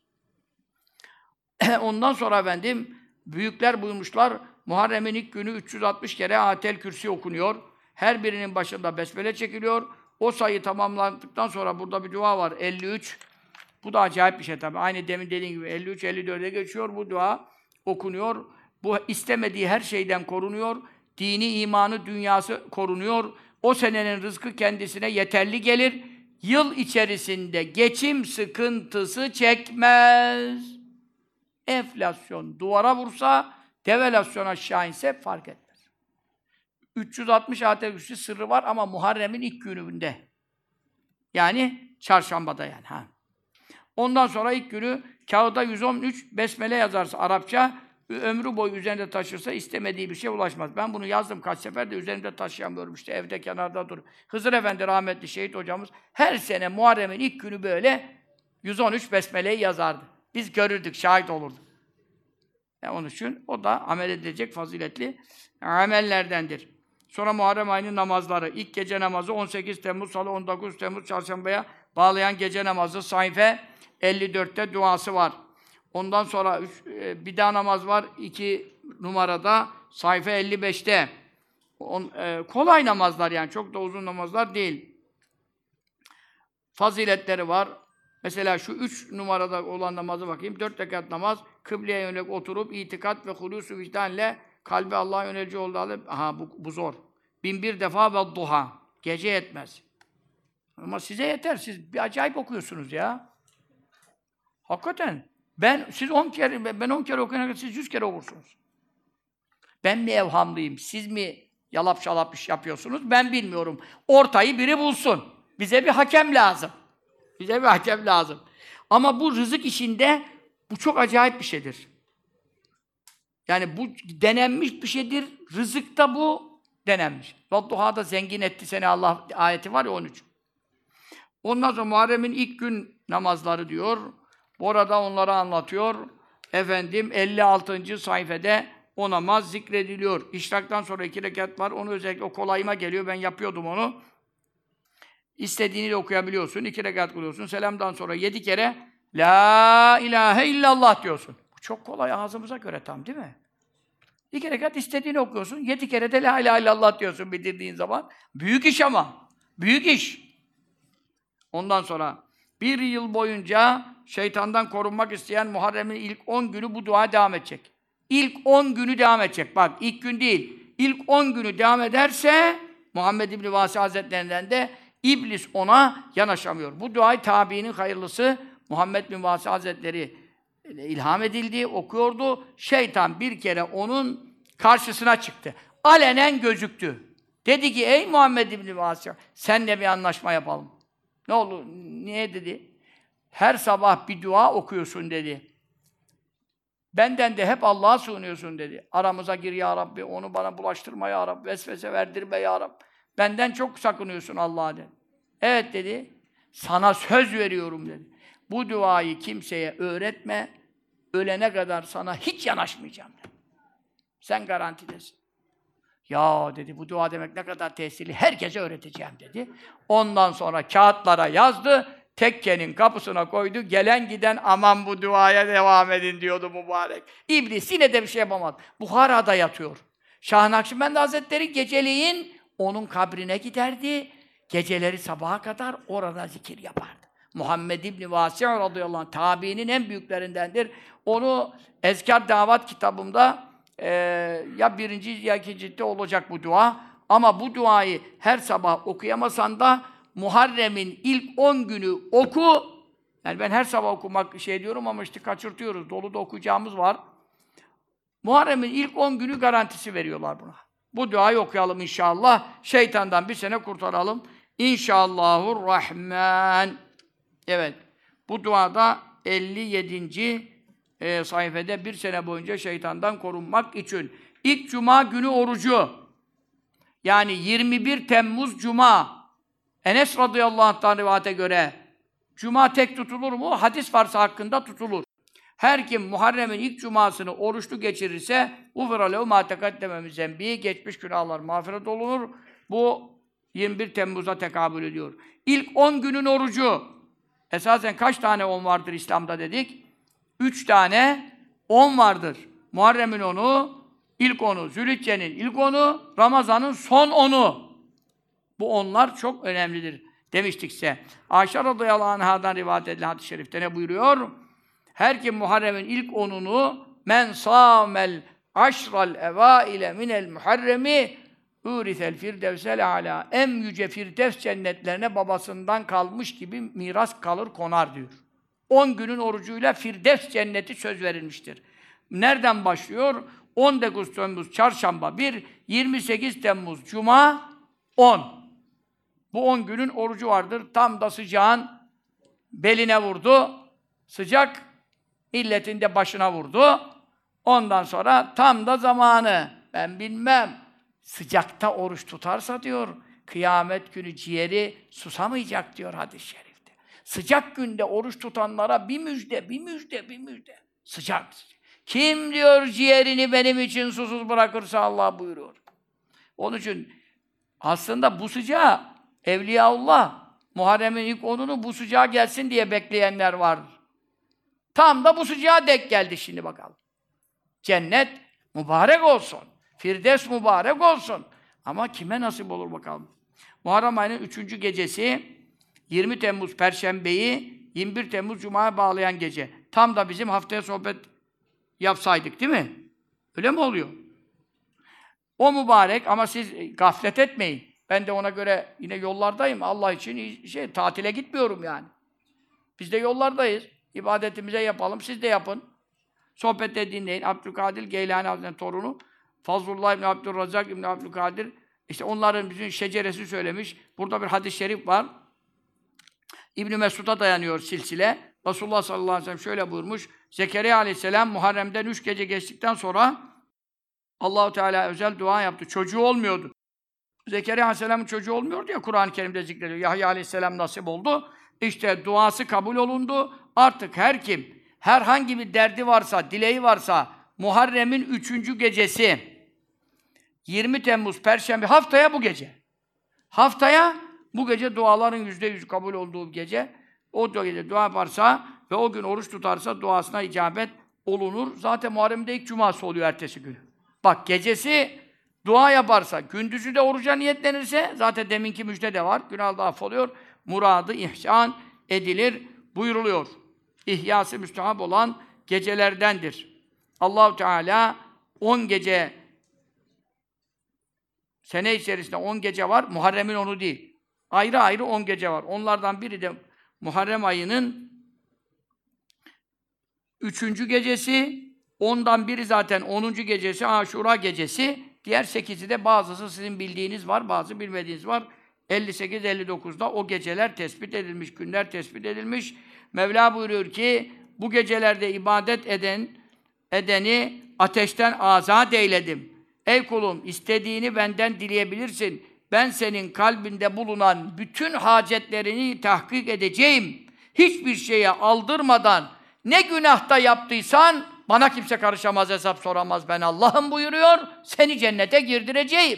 Ondan sonra efendim, büyükler buyurmuşlar, Muharrem'in ilk günü üç yüz altmış kere Ayetel Kürsi okunuyor. Her birinin başında besmele çekiliyor. O sayı tamamlandıktan sonra burada bir dua var, elli üç. Bu da acayip bir şey tabii. Aynı demin dediğim gibi elli üç elli dörde geçiyor. Bu dua okunuyor. Bu istemediği her şeyden korunuyor. Dini, imanı, dünyası korunuyor. O senenin rızkı kendisine yeterli gelir. Yıl içerisinde geçim sıkıntısı çekmez. Enflasyon duvara vursa, devalüasyon aşağı inse fark etmez. üç yüz altmış Ayetel Kürsi sırrı var ama Muharrem'in ilk gününde. Yani çarşambada yani. Ha. Ondan sonra ilk günü kağıda yüz on üç besmele yazarsa Arapça, ömrü boyu üzerinde taşırsa istemediği bir şeye ulaşmaz. Ben bunu yazdım kaç sefer de üzerimde taşıyamıyorum işte, evde kenarda dur. Hızır Efendi rahmetli şehit hocamız her sene Muharrem'in ilk günü böyle yüz on üç besmeleyi yazardı. Biz görürdük, şahit olurduk. Yani onun için o da amel edilecek faziletli amellerdendir. Sonra Muharrem ayının namazları. İlk gece namazı on sekiz Temmuz Salı, on dokuz Temmuz Çarşamba'ya bağlayan gece namazı sayfa elli dörtte duası var. Ondan sonra üç, e, bir daha namaz var iki numarada sayfa elli beşte. On, e, kolay namazlar yani, çok da uzun namazlar değil. Faziletleri var. Mesela şu üç numarada olan namazı bakayım. Dört rekat namaz, kıbleye yönelik oturup itikat ve hulûs-u vicdanle kalbi Allah'a yönelici olduğu halde, aha bu, bu zor. Bin bir defa ve duha. Gece yetmez. Ama size yeter. Siz bir acayip okuyorsunuz ya. Hakikaten. Ben, siz on kere, ben on kere okuyana siz yüz kere okursunuz. Ben mi evhamlıyım? Siz mi yalap şalap iş yapıyorsunuz? Ben bilmiyorum. Ortayı biri bulsun. Bize bir hakem lazım. Bize bir hakem lazım. Ama bu rızık işinde bu çok acayip bir şeydir. Yani bu denenmiş bir şeydir. Rızıkta bu denenmiş. Vadduha'da zengin etti seni Allah ayeti var ya on üç. Ondan sonra Muharrem'in ilk gün namazları diyor. Orada onları anlatıyor. Efendim elli altıncı sayfede o namaz zikrediliyor. İşraktan sonra iki rekat var. Onu özellikle o kolayıma geliyor. Ben yapıyordum onu. İstediğini de okuyabiliyorsun. İki rekat kılıyorsun. Selamdan sonra yedi kere La ilahe illallah diyorsun. Bu çok kolay ağzımıza göre tam değil mi? İki rekat istediğini okuyorsun. Yedi kere de la ilahe illallah diyorsun bitirdiğin zaman. Büyük iş ama. Büyük iş. Ondan sonra bir yıl boyunca şeytandan korunmak isteyen Muharrem'in ilk on günü bu dua devam edecek. İlk on günü devam edecek. Bak ilk gün değil. İlk on günü devam ederse Muhammed İbn Vasi Hazretlerinden de İblis ona yanaşamıyor. Bu duayı tabiinin hayırlısı Muhammed bin Vasi Hazretleri ilham edildi, okuyordu. Şeytan bir kere onun karşısına çıktı. Alenen gözüktü. Dedi ki ey Muhammed İbn Vasi senle bir anlaşma yapalım. Ne olur? Niye dedi? Her sabah bir dua okuyorsun dedi. Benden de hep Allah'a sığınıyorsun dedi. Aramıza gir ya Rabbi, onu bana bulaştırma ya Rabbi, vesvese verdirme ya Rabbi. Benden çok sakınıyorsun Allah'a dedi. Evet dedi. Sana söz veriyorum dedi. Bu duayı kimseye öğretme. Ölene kadar sana hiç yanaşmayacağım dedi. Sen garantidesin. Ya dedi bu dua demek ne kadar tesirli. Herkese öğreteceğim dedi. Ondan sonra kağıtlara yazdı. Tekkenin kapısına koydu. Gelen giden aman bu duaya devam edin diyordu mübarek. İblis yine de bir şey yapamadı. Buhara'da yatıyor. Şah Nakşibendi Hazretleri geceleyin onun kabrine giderdi. Geceleri sabaha kadar orada zikir yapardı. Muhammed İbn Vasi' radıyallahu anh tabiinin en büyüklerindendir. Onu Ezkar Davat kitabımda e, ya birinci ya ikinci ciltte olacak bu dua. Ama bu duayı her sabah okuyamasan da Muharrem'in ilk on günü oku. Yani ben her sabah okumak şey diyorum ama işte kaçırtıyoruz. Dolu da okuyacağımız var. Muharrem'in ilk on günü garantisi veriyorlar buna. Bu duayı okuyalım inşallah. Şeytandan bir sene kurtaralım. İnşallahurrahman. Evet. Bu duada elli yedinci E, sayfada bir sene boyunca şeytandan korunmak için. İlk cuma günü orucu. Yani yirmi bir Temmuz Cuma. Enes radıyallahu anh'tan rivayete göre cuma tek tutulur mu? Hadis varsa hakkında tutulur. Her kim Muharrem'in ilk cumasını oruçlu geçirirse ufira lehu ma tekaddeme min zenbi geçmiş günahlar mağfiret olunur. Bu yirmi bir Temmuz'a tekabül ediyor. İlk on günün orucu. Esasen kaç tane on vardır İslam'da dedik? Üç tane on vardır. Muharrem'in onu, ilk onu, Zülhicce'nin ilk onu, Ramazan'ın son onu. Bu onlar çok önemlidir demiştikse. Ayşe radıyallahu anh'dan rivayet edilen hadis-i şerifte ne buyuruyor? Her kim Muharrem'in ilk onunu men sâmel aşral evâile minel muharremi ûrisel firdevsel âlâ en yüce firdevs cennetlerine babasından kalmış gibi miras kalır konar diyor. on günün orucuyla firdevs cenneti söz verilmiştir. Nereden başlıyor? on dokuz Temmuz çarşamba bir, yirmi sekiz Temmuz cuma on. Bu on günün orucu vardır. Tam da sıcağın beline vurdu. Sıcak milletin de başına vurdu. Ondan sonra tam da zamanı. Ben bilmem. Sıcakta oruç tutarsa diyor, kıyamet günü ciğeri susamayacak diyor hadis-i şerifte. Sıcak günde oruç tutanlara bir müjde, bir müjde, bir müjde. Sıcak. Kim diyor ciğerini benim için susuz bırakırsa Allah buyuruyor. Onun için aslında bu sıcağı Evliyaullah, Muharrem'in ilk onunu bu sıcağa gelsin diye bekleyenler vardır. Tam da bu sıcağa denk geldi şimdi bakalım. Cennet mübarek olsun. Firdevs mübarek olsun. Ama kime nasip olur bakalım. Muharrem ayının üçüncü gecesi yirmi Temmuz Perşembe'yi yirmi bir Temmuz Cuma'ya bağlayan gece. Tam da bizim haftaya sohbet yapsaydık değil mi? Öyle mi oluyor? O mübarek ama siz gaflet etmeyin. Ben de ona göre yine yollardayım. Allah için şey tatile gitmiyorum yani. Biz de yollardayız. İbadetimize yapalım. Siz de yapın. Sohbette dinleyin. Abdülkadir Geylani Hazretleri'nin torunu Fazlullah İbni Abdülrezzak İbni Abdülkadir işte onların bütün şeceresi söylemiş. Burada bir hadis-i şerif var. İbn Mesud'a dayanıyor silsile. Resulullah sallallahu aleyhi ve sellem şöyle buyurmuş. Zekeriya aleyhisselam Muharrem'den üç gece geçtikten sonra Allah-u Teala özel dua yaptı. Çocuğu olmuyordu. Zekeriya aleyhisselamın çocuğu olmuyordu ya Kur'an-ı Kerim'de zikrediyor. Yahya aleyhisselam nasip oldu. İşte duası kabul olundu. Artık her kim herhangi bir derdi varsa, dileği varsa Muharrem'in üçüncü gecesi yirmi Temmuz Perşembe haftaya bu gece. Haftaya bu gece duaların yüzde yüz kabul olduğu gece o gece dua yaparsa ve o gün oruç tutarsa duasına icabet olunur. Zaten Muharrem'de ilk cuması oluyor ertesi günü. Bak gecesi dua yaparsa, gündüzü de oruca niyetlenirse, zaten deminki müjde de var, günah da affoluyor, muradı ihsan edilir buyuruluyor. İhyası müstehap olan gecelerdendir. Allah-u Teala on gece, sene içerisinde on gece var, Muharrem'in onu değil. Ayrı ayrı on gece var. Onlardan biri de Muharrem ayının üçüncü gecesi, ondan biri zaten onuncu gecesi, Aşura gecesi, diğer sekizi de bazısı sizin bildiğiniz var, bazı bilmediğiniz var. elli sekiz elli dokuzda o geceler tespit edilmiş, günler tespit edilmiş. Mevla buyuruyor ki, bu gecelerde ibadet eden, edeni ateşten azat eyledim. Ey kulum, istediğini benden dileyebilirsin. Ben senin kalbinde bulunan bütün hacetlerini tahkik edeceğim. Hiçbir şeye aldırmadan, ne günahta yaptıysan, bana kimse karışamaz, hesap soramaz, ben Allah'ım buyuruyor, seni cennete girdireceğim.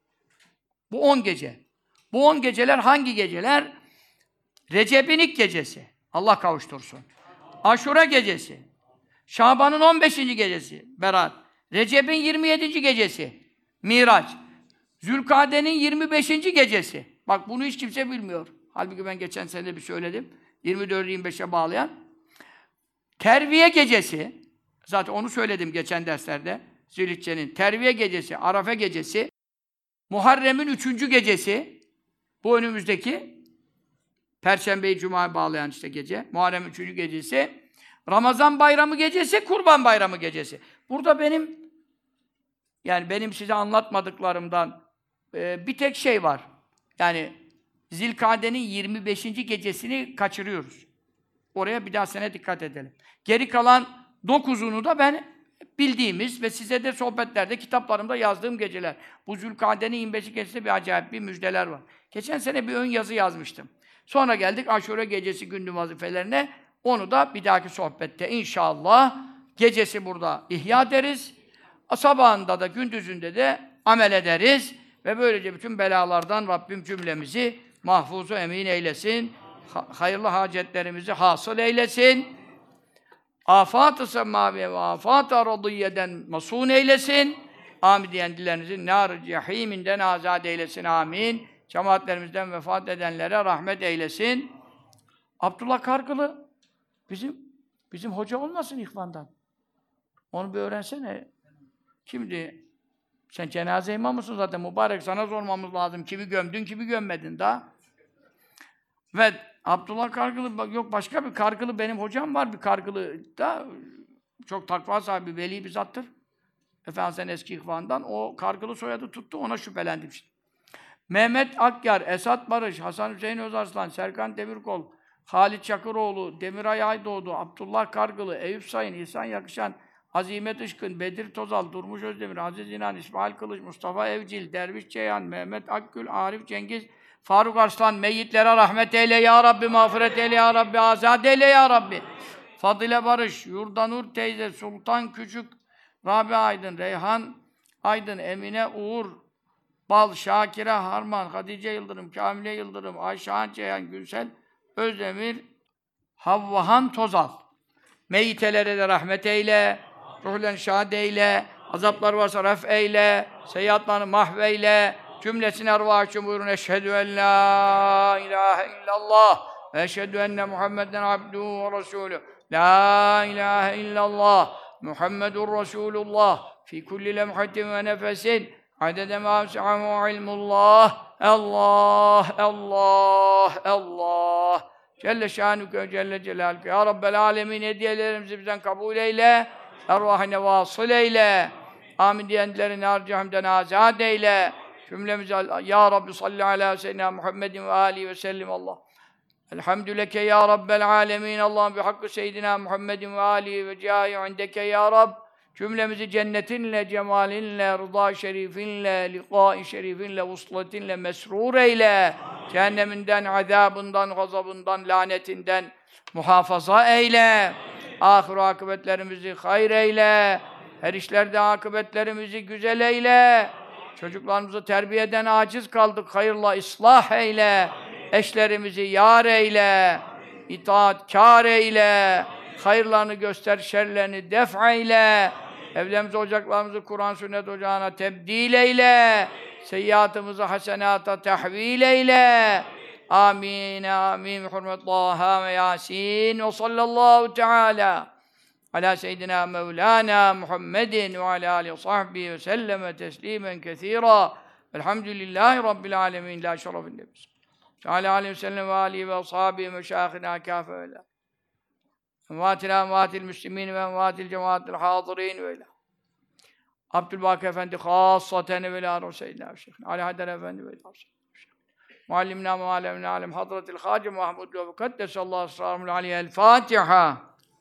Bu on gece. Bu on geceler hangi geceler? Recep'in ilk gecesi. Allah kavuştursun. Aşura gecesi. Şaban'ın on beşinci gecesi. Berat. Recep'in yirmi yedinci gecesi. Miraç. Zülkade'nin yirmi beşinci gecesi. Bak bunu hiç kimse bilmiyor. Halbuki ben geçen sene de bir söyledim. yirmi dördü yirmi beşe bağlayan. Terviye gecesi. Zaten onu söyledim geçen derslerde. Zülhicce'nin Terviye gecesi, Arafe gecesi. Muharrem'in üçüncü gecesi. Bu önümüzdeki Perşembeyi Cuma'ya bağlayan işte gece. Muharrem üçüncü gecesi. Ramazan bayramı gecesi, Kurban bayramı gecesi. Burada benim, yani benim size anlatmadıklarımdan e, bir tek şey var. Yani Zilkade'nin yirmi beşinci gecesini kaçırıyoruz. Oraya bir daha sene dikkat edelim. Geri kalan dokuzunu da ben bildiğimiz ve size de sohbetlerde, kitaplarımda yazdığım geceler. Bu Zülkade'nin yirmi beşinci gecesinde bir acayip bir müjdeler var. Geçen sene bir ön yazı yazmıştım. Sonra geldik Aşure gecesi gündüz vazifelerine. Onu da bir dahaki sohbette inşallah gecesi burada ihya deriz. Sabahında da gündüzünde de amel ederiz. Ve böylece bütün belalardan Rabbim cümlemizi mahfuzu emin eylesin. Ha- hayırlı hacetlerimizi hasıl eylesin. Afat-ı semaviye ve afat-ı aradiyeden masun eylesin. Amin diyen dilerinizin nar-ı cehiminden azad eylesin. Amin. Cemaatlerimizden vefat edenlere rahmet eylesin. Abdullah Kargılı bizim bizim hoca olmasın ihvandan. Onu bir öğrensene. Kimdi? Sen cenaze imamısın zaten mübarek. Sana sormamız lazım. Kimi gömdün, kimi gömmedin daha. Ve Abdullah Kargılı, yok başka bir Kargılı benim hocam var. Bir Kargılı da çok takva sahibi, veli bir zattır. Efendimiz'in eski ihvandan. O Kargılı soyadı tuttu, ona şüphelendim şimdi. Mehmet Akyar, Esat Barış, Hasan Hüseyin Özarslan, Serkan Demirkol, Halit Çakıroğlu, Demiray Aydoğdu, Abdullah Kargılı, Eyüp Sayın, İhsan Yakışan, Azimet Işkın, Bedir Tozal, Durmuş Özdemir, Aziz İnan, İsmail Kılıç, Mustafa Evcil, Derviş Ceyhan, Mehmet Akgül, Arif Cengiz, Faruk Arslan, meyyitlere rahmet eyle ya Rabbi, mağfiret eyle ya Rabbi, azad eyle ya Rabbi. Fadile Barış, Yurdanur teyze, Sultan Küçük, Rabi Aydın, Reyhan Aydın, Emine Uğur, Bal, Şakire Harman, Hatice Yıldırım, Kamile Yıldırım, Ayşehan Ceyhan, Gülsel Özdemir, Havvahan Tozal. Meyyitelere de rahmet eyle, ruhlen şad eyle, azaplar varsa ref eyle, seyyiatlarını mahveyle, cümlesine ervâh-ı buyurun. Eşhedü en la ilahe illallah ve eşhedü enne Muhammeden abduhu ve resulü. La ilahe illallah Muhammedun Resulullah fi kulli lemhatin ve nefesin adede mâ se'amu ilmullah. Allah, Allah, Allah. Celle şânüke, Celle celâlüke. Ya Rabbel âlemin, hediyelerimizi bizden kabul eyle. Ervâhine vasıl eyle. Amin diyenlerin harcı hamden azad eyle. Cümlemizi ya Rabbi salli ala seyyidina Muhammedin ve âlihi ve sellim Allah. Elhamdüleke ya Rabbel âlemin. Allah'ım bihakkı seyyidina Muhammedin ve âlihi ve câhi indeke ya Rab. Cümlemizi cennetinle, cemalinle, rıza şerifinle, liqâ-i şerifinle, vusletinle mesrûr eyle. Cehenneminden, azabından, gazabından, lanetinden muhafaza eyle. Ahir akıbetlerimizi hayır eyle. Her işlerde akıbetlerimizi güzel eyle. Çocuklarımızı terbiyeden aciz kaldık. Hayırla ıslah eyle. Eşlerimizi yar eyle. İtaatkâr eyle. Hayırlarını göster, şerlerini def eyle. Evlerimizi, ocaklarımızı Kur'an sünnet ocağına tebdil eyle. Seyyiatımızı hasenata tahvil eyle. Amin, amin. Hürmet Taha ve Yasin. Ve sallallahu teala ala seyyidina Mevlana Muhammedin ve ala alihi ve sahbihi ve selleme teslimen kethira. Elhamdülillahi Rabbil alemin. La şerefin nebis. Teala aleyhi ve sellem ve alihi ve ashabihi ve meşâhına kâfe ve la. Envâtil amvâtil müslimîn ve envâtil cemaatil hâzirîn ve la. Abdülbaki Efendi khâssaten ve la seyyidina Şeyh Ali Haydar Efendi ve la. Muallimna ve alemna alem Hazretil Hâcı Mahmud ve Kaddesallahu esrarul aliyye. El Fatiha.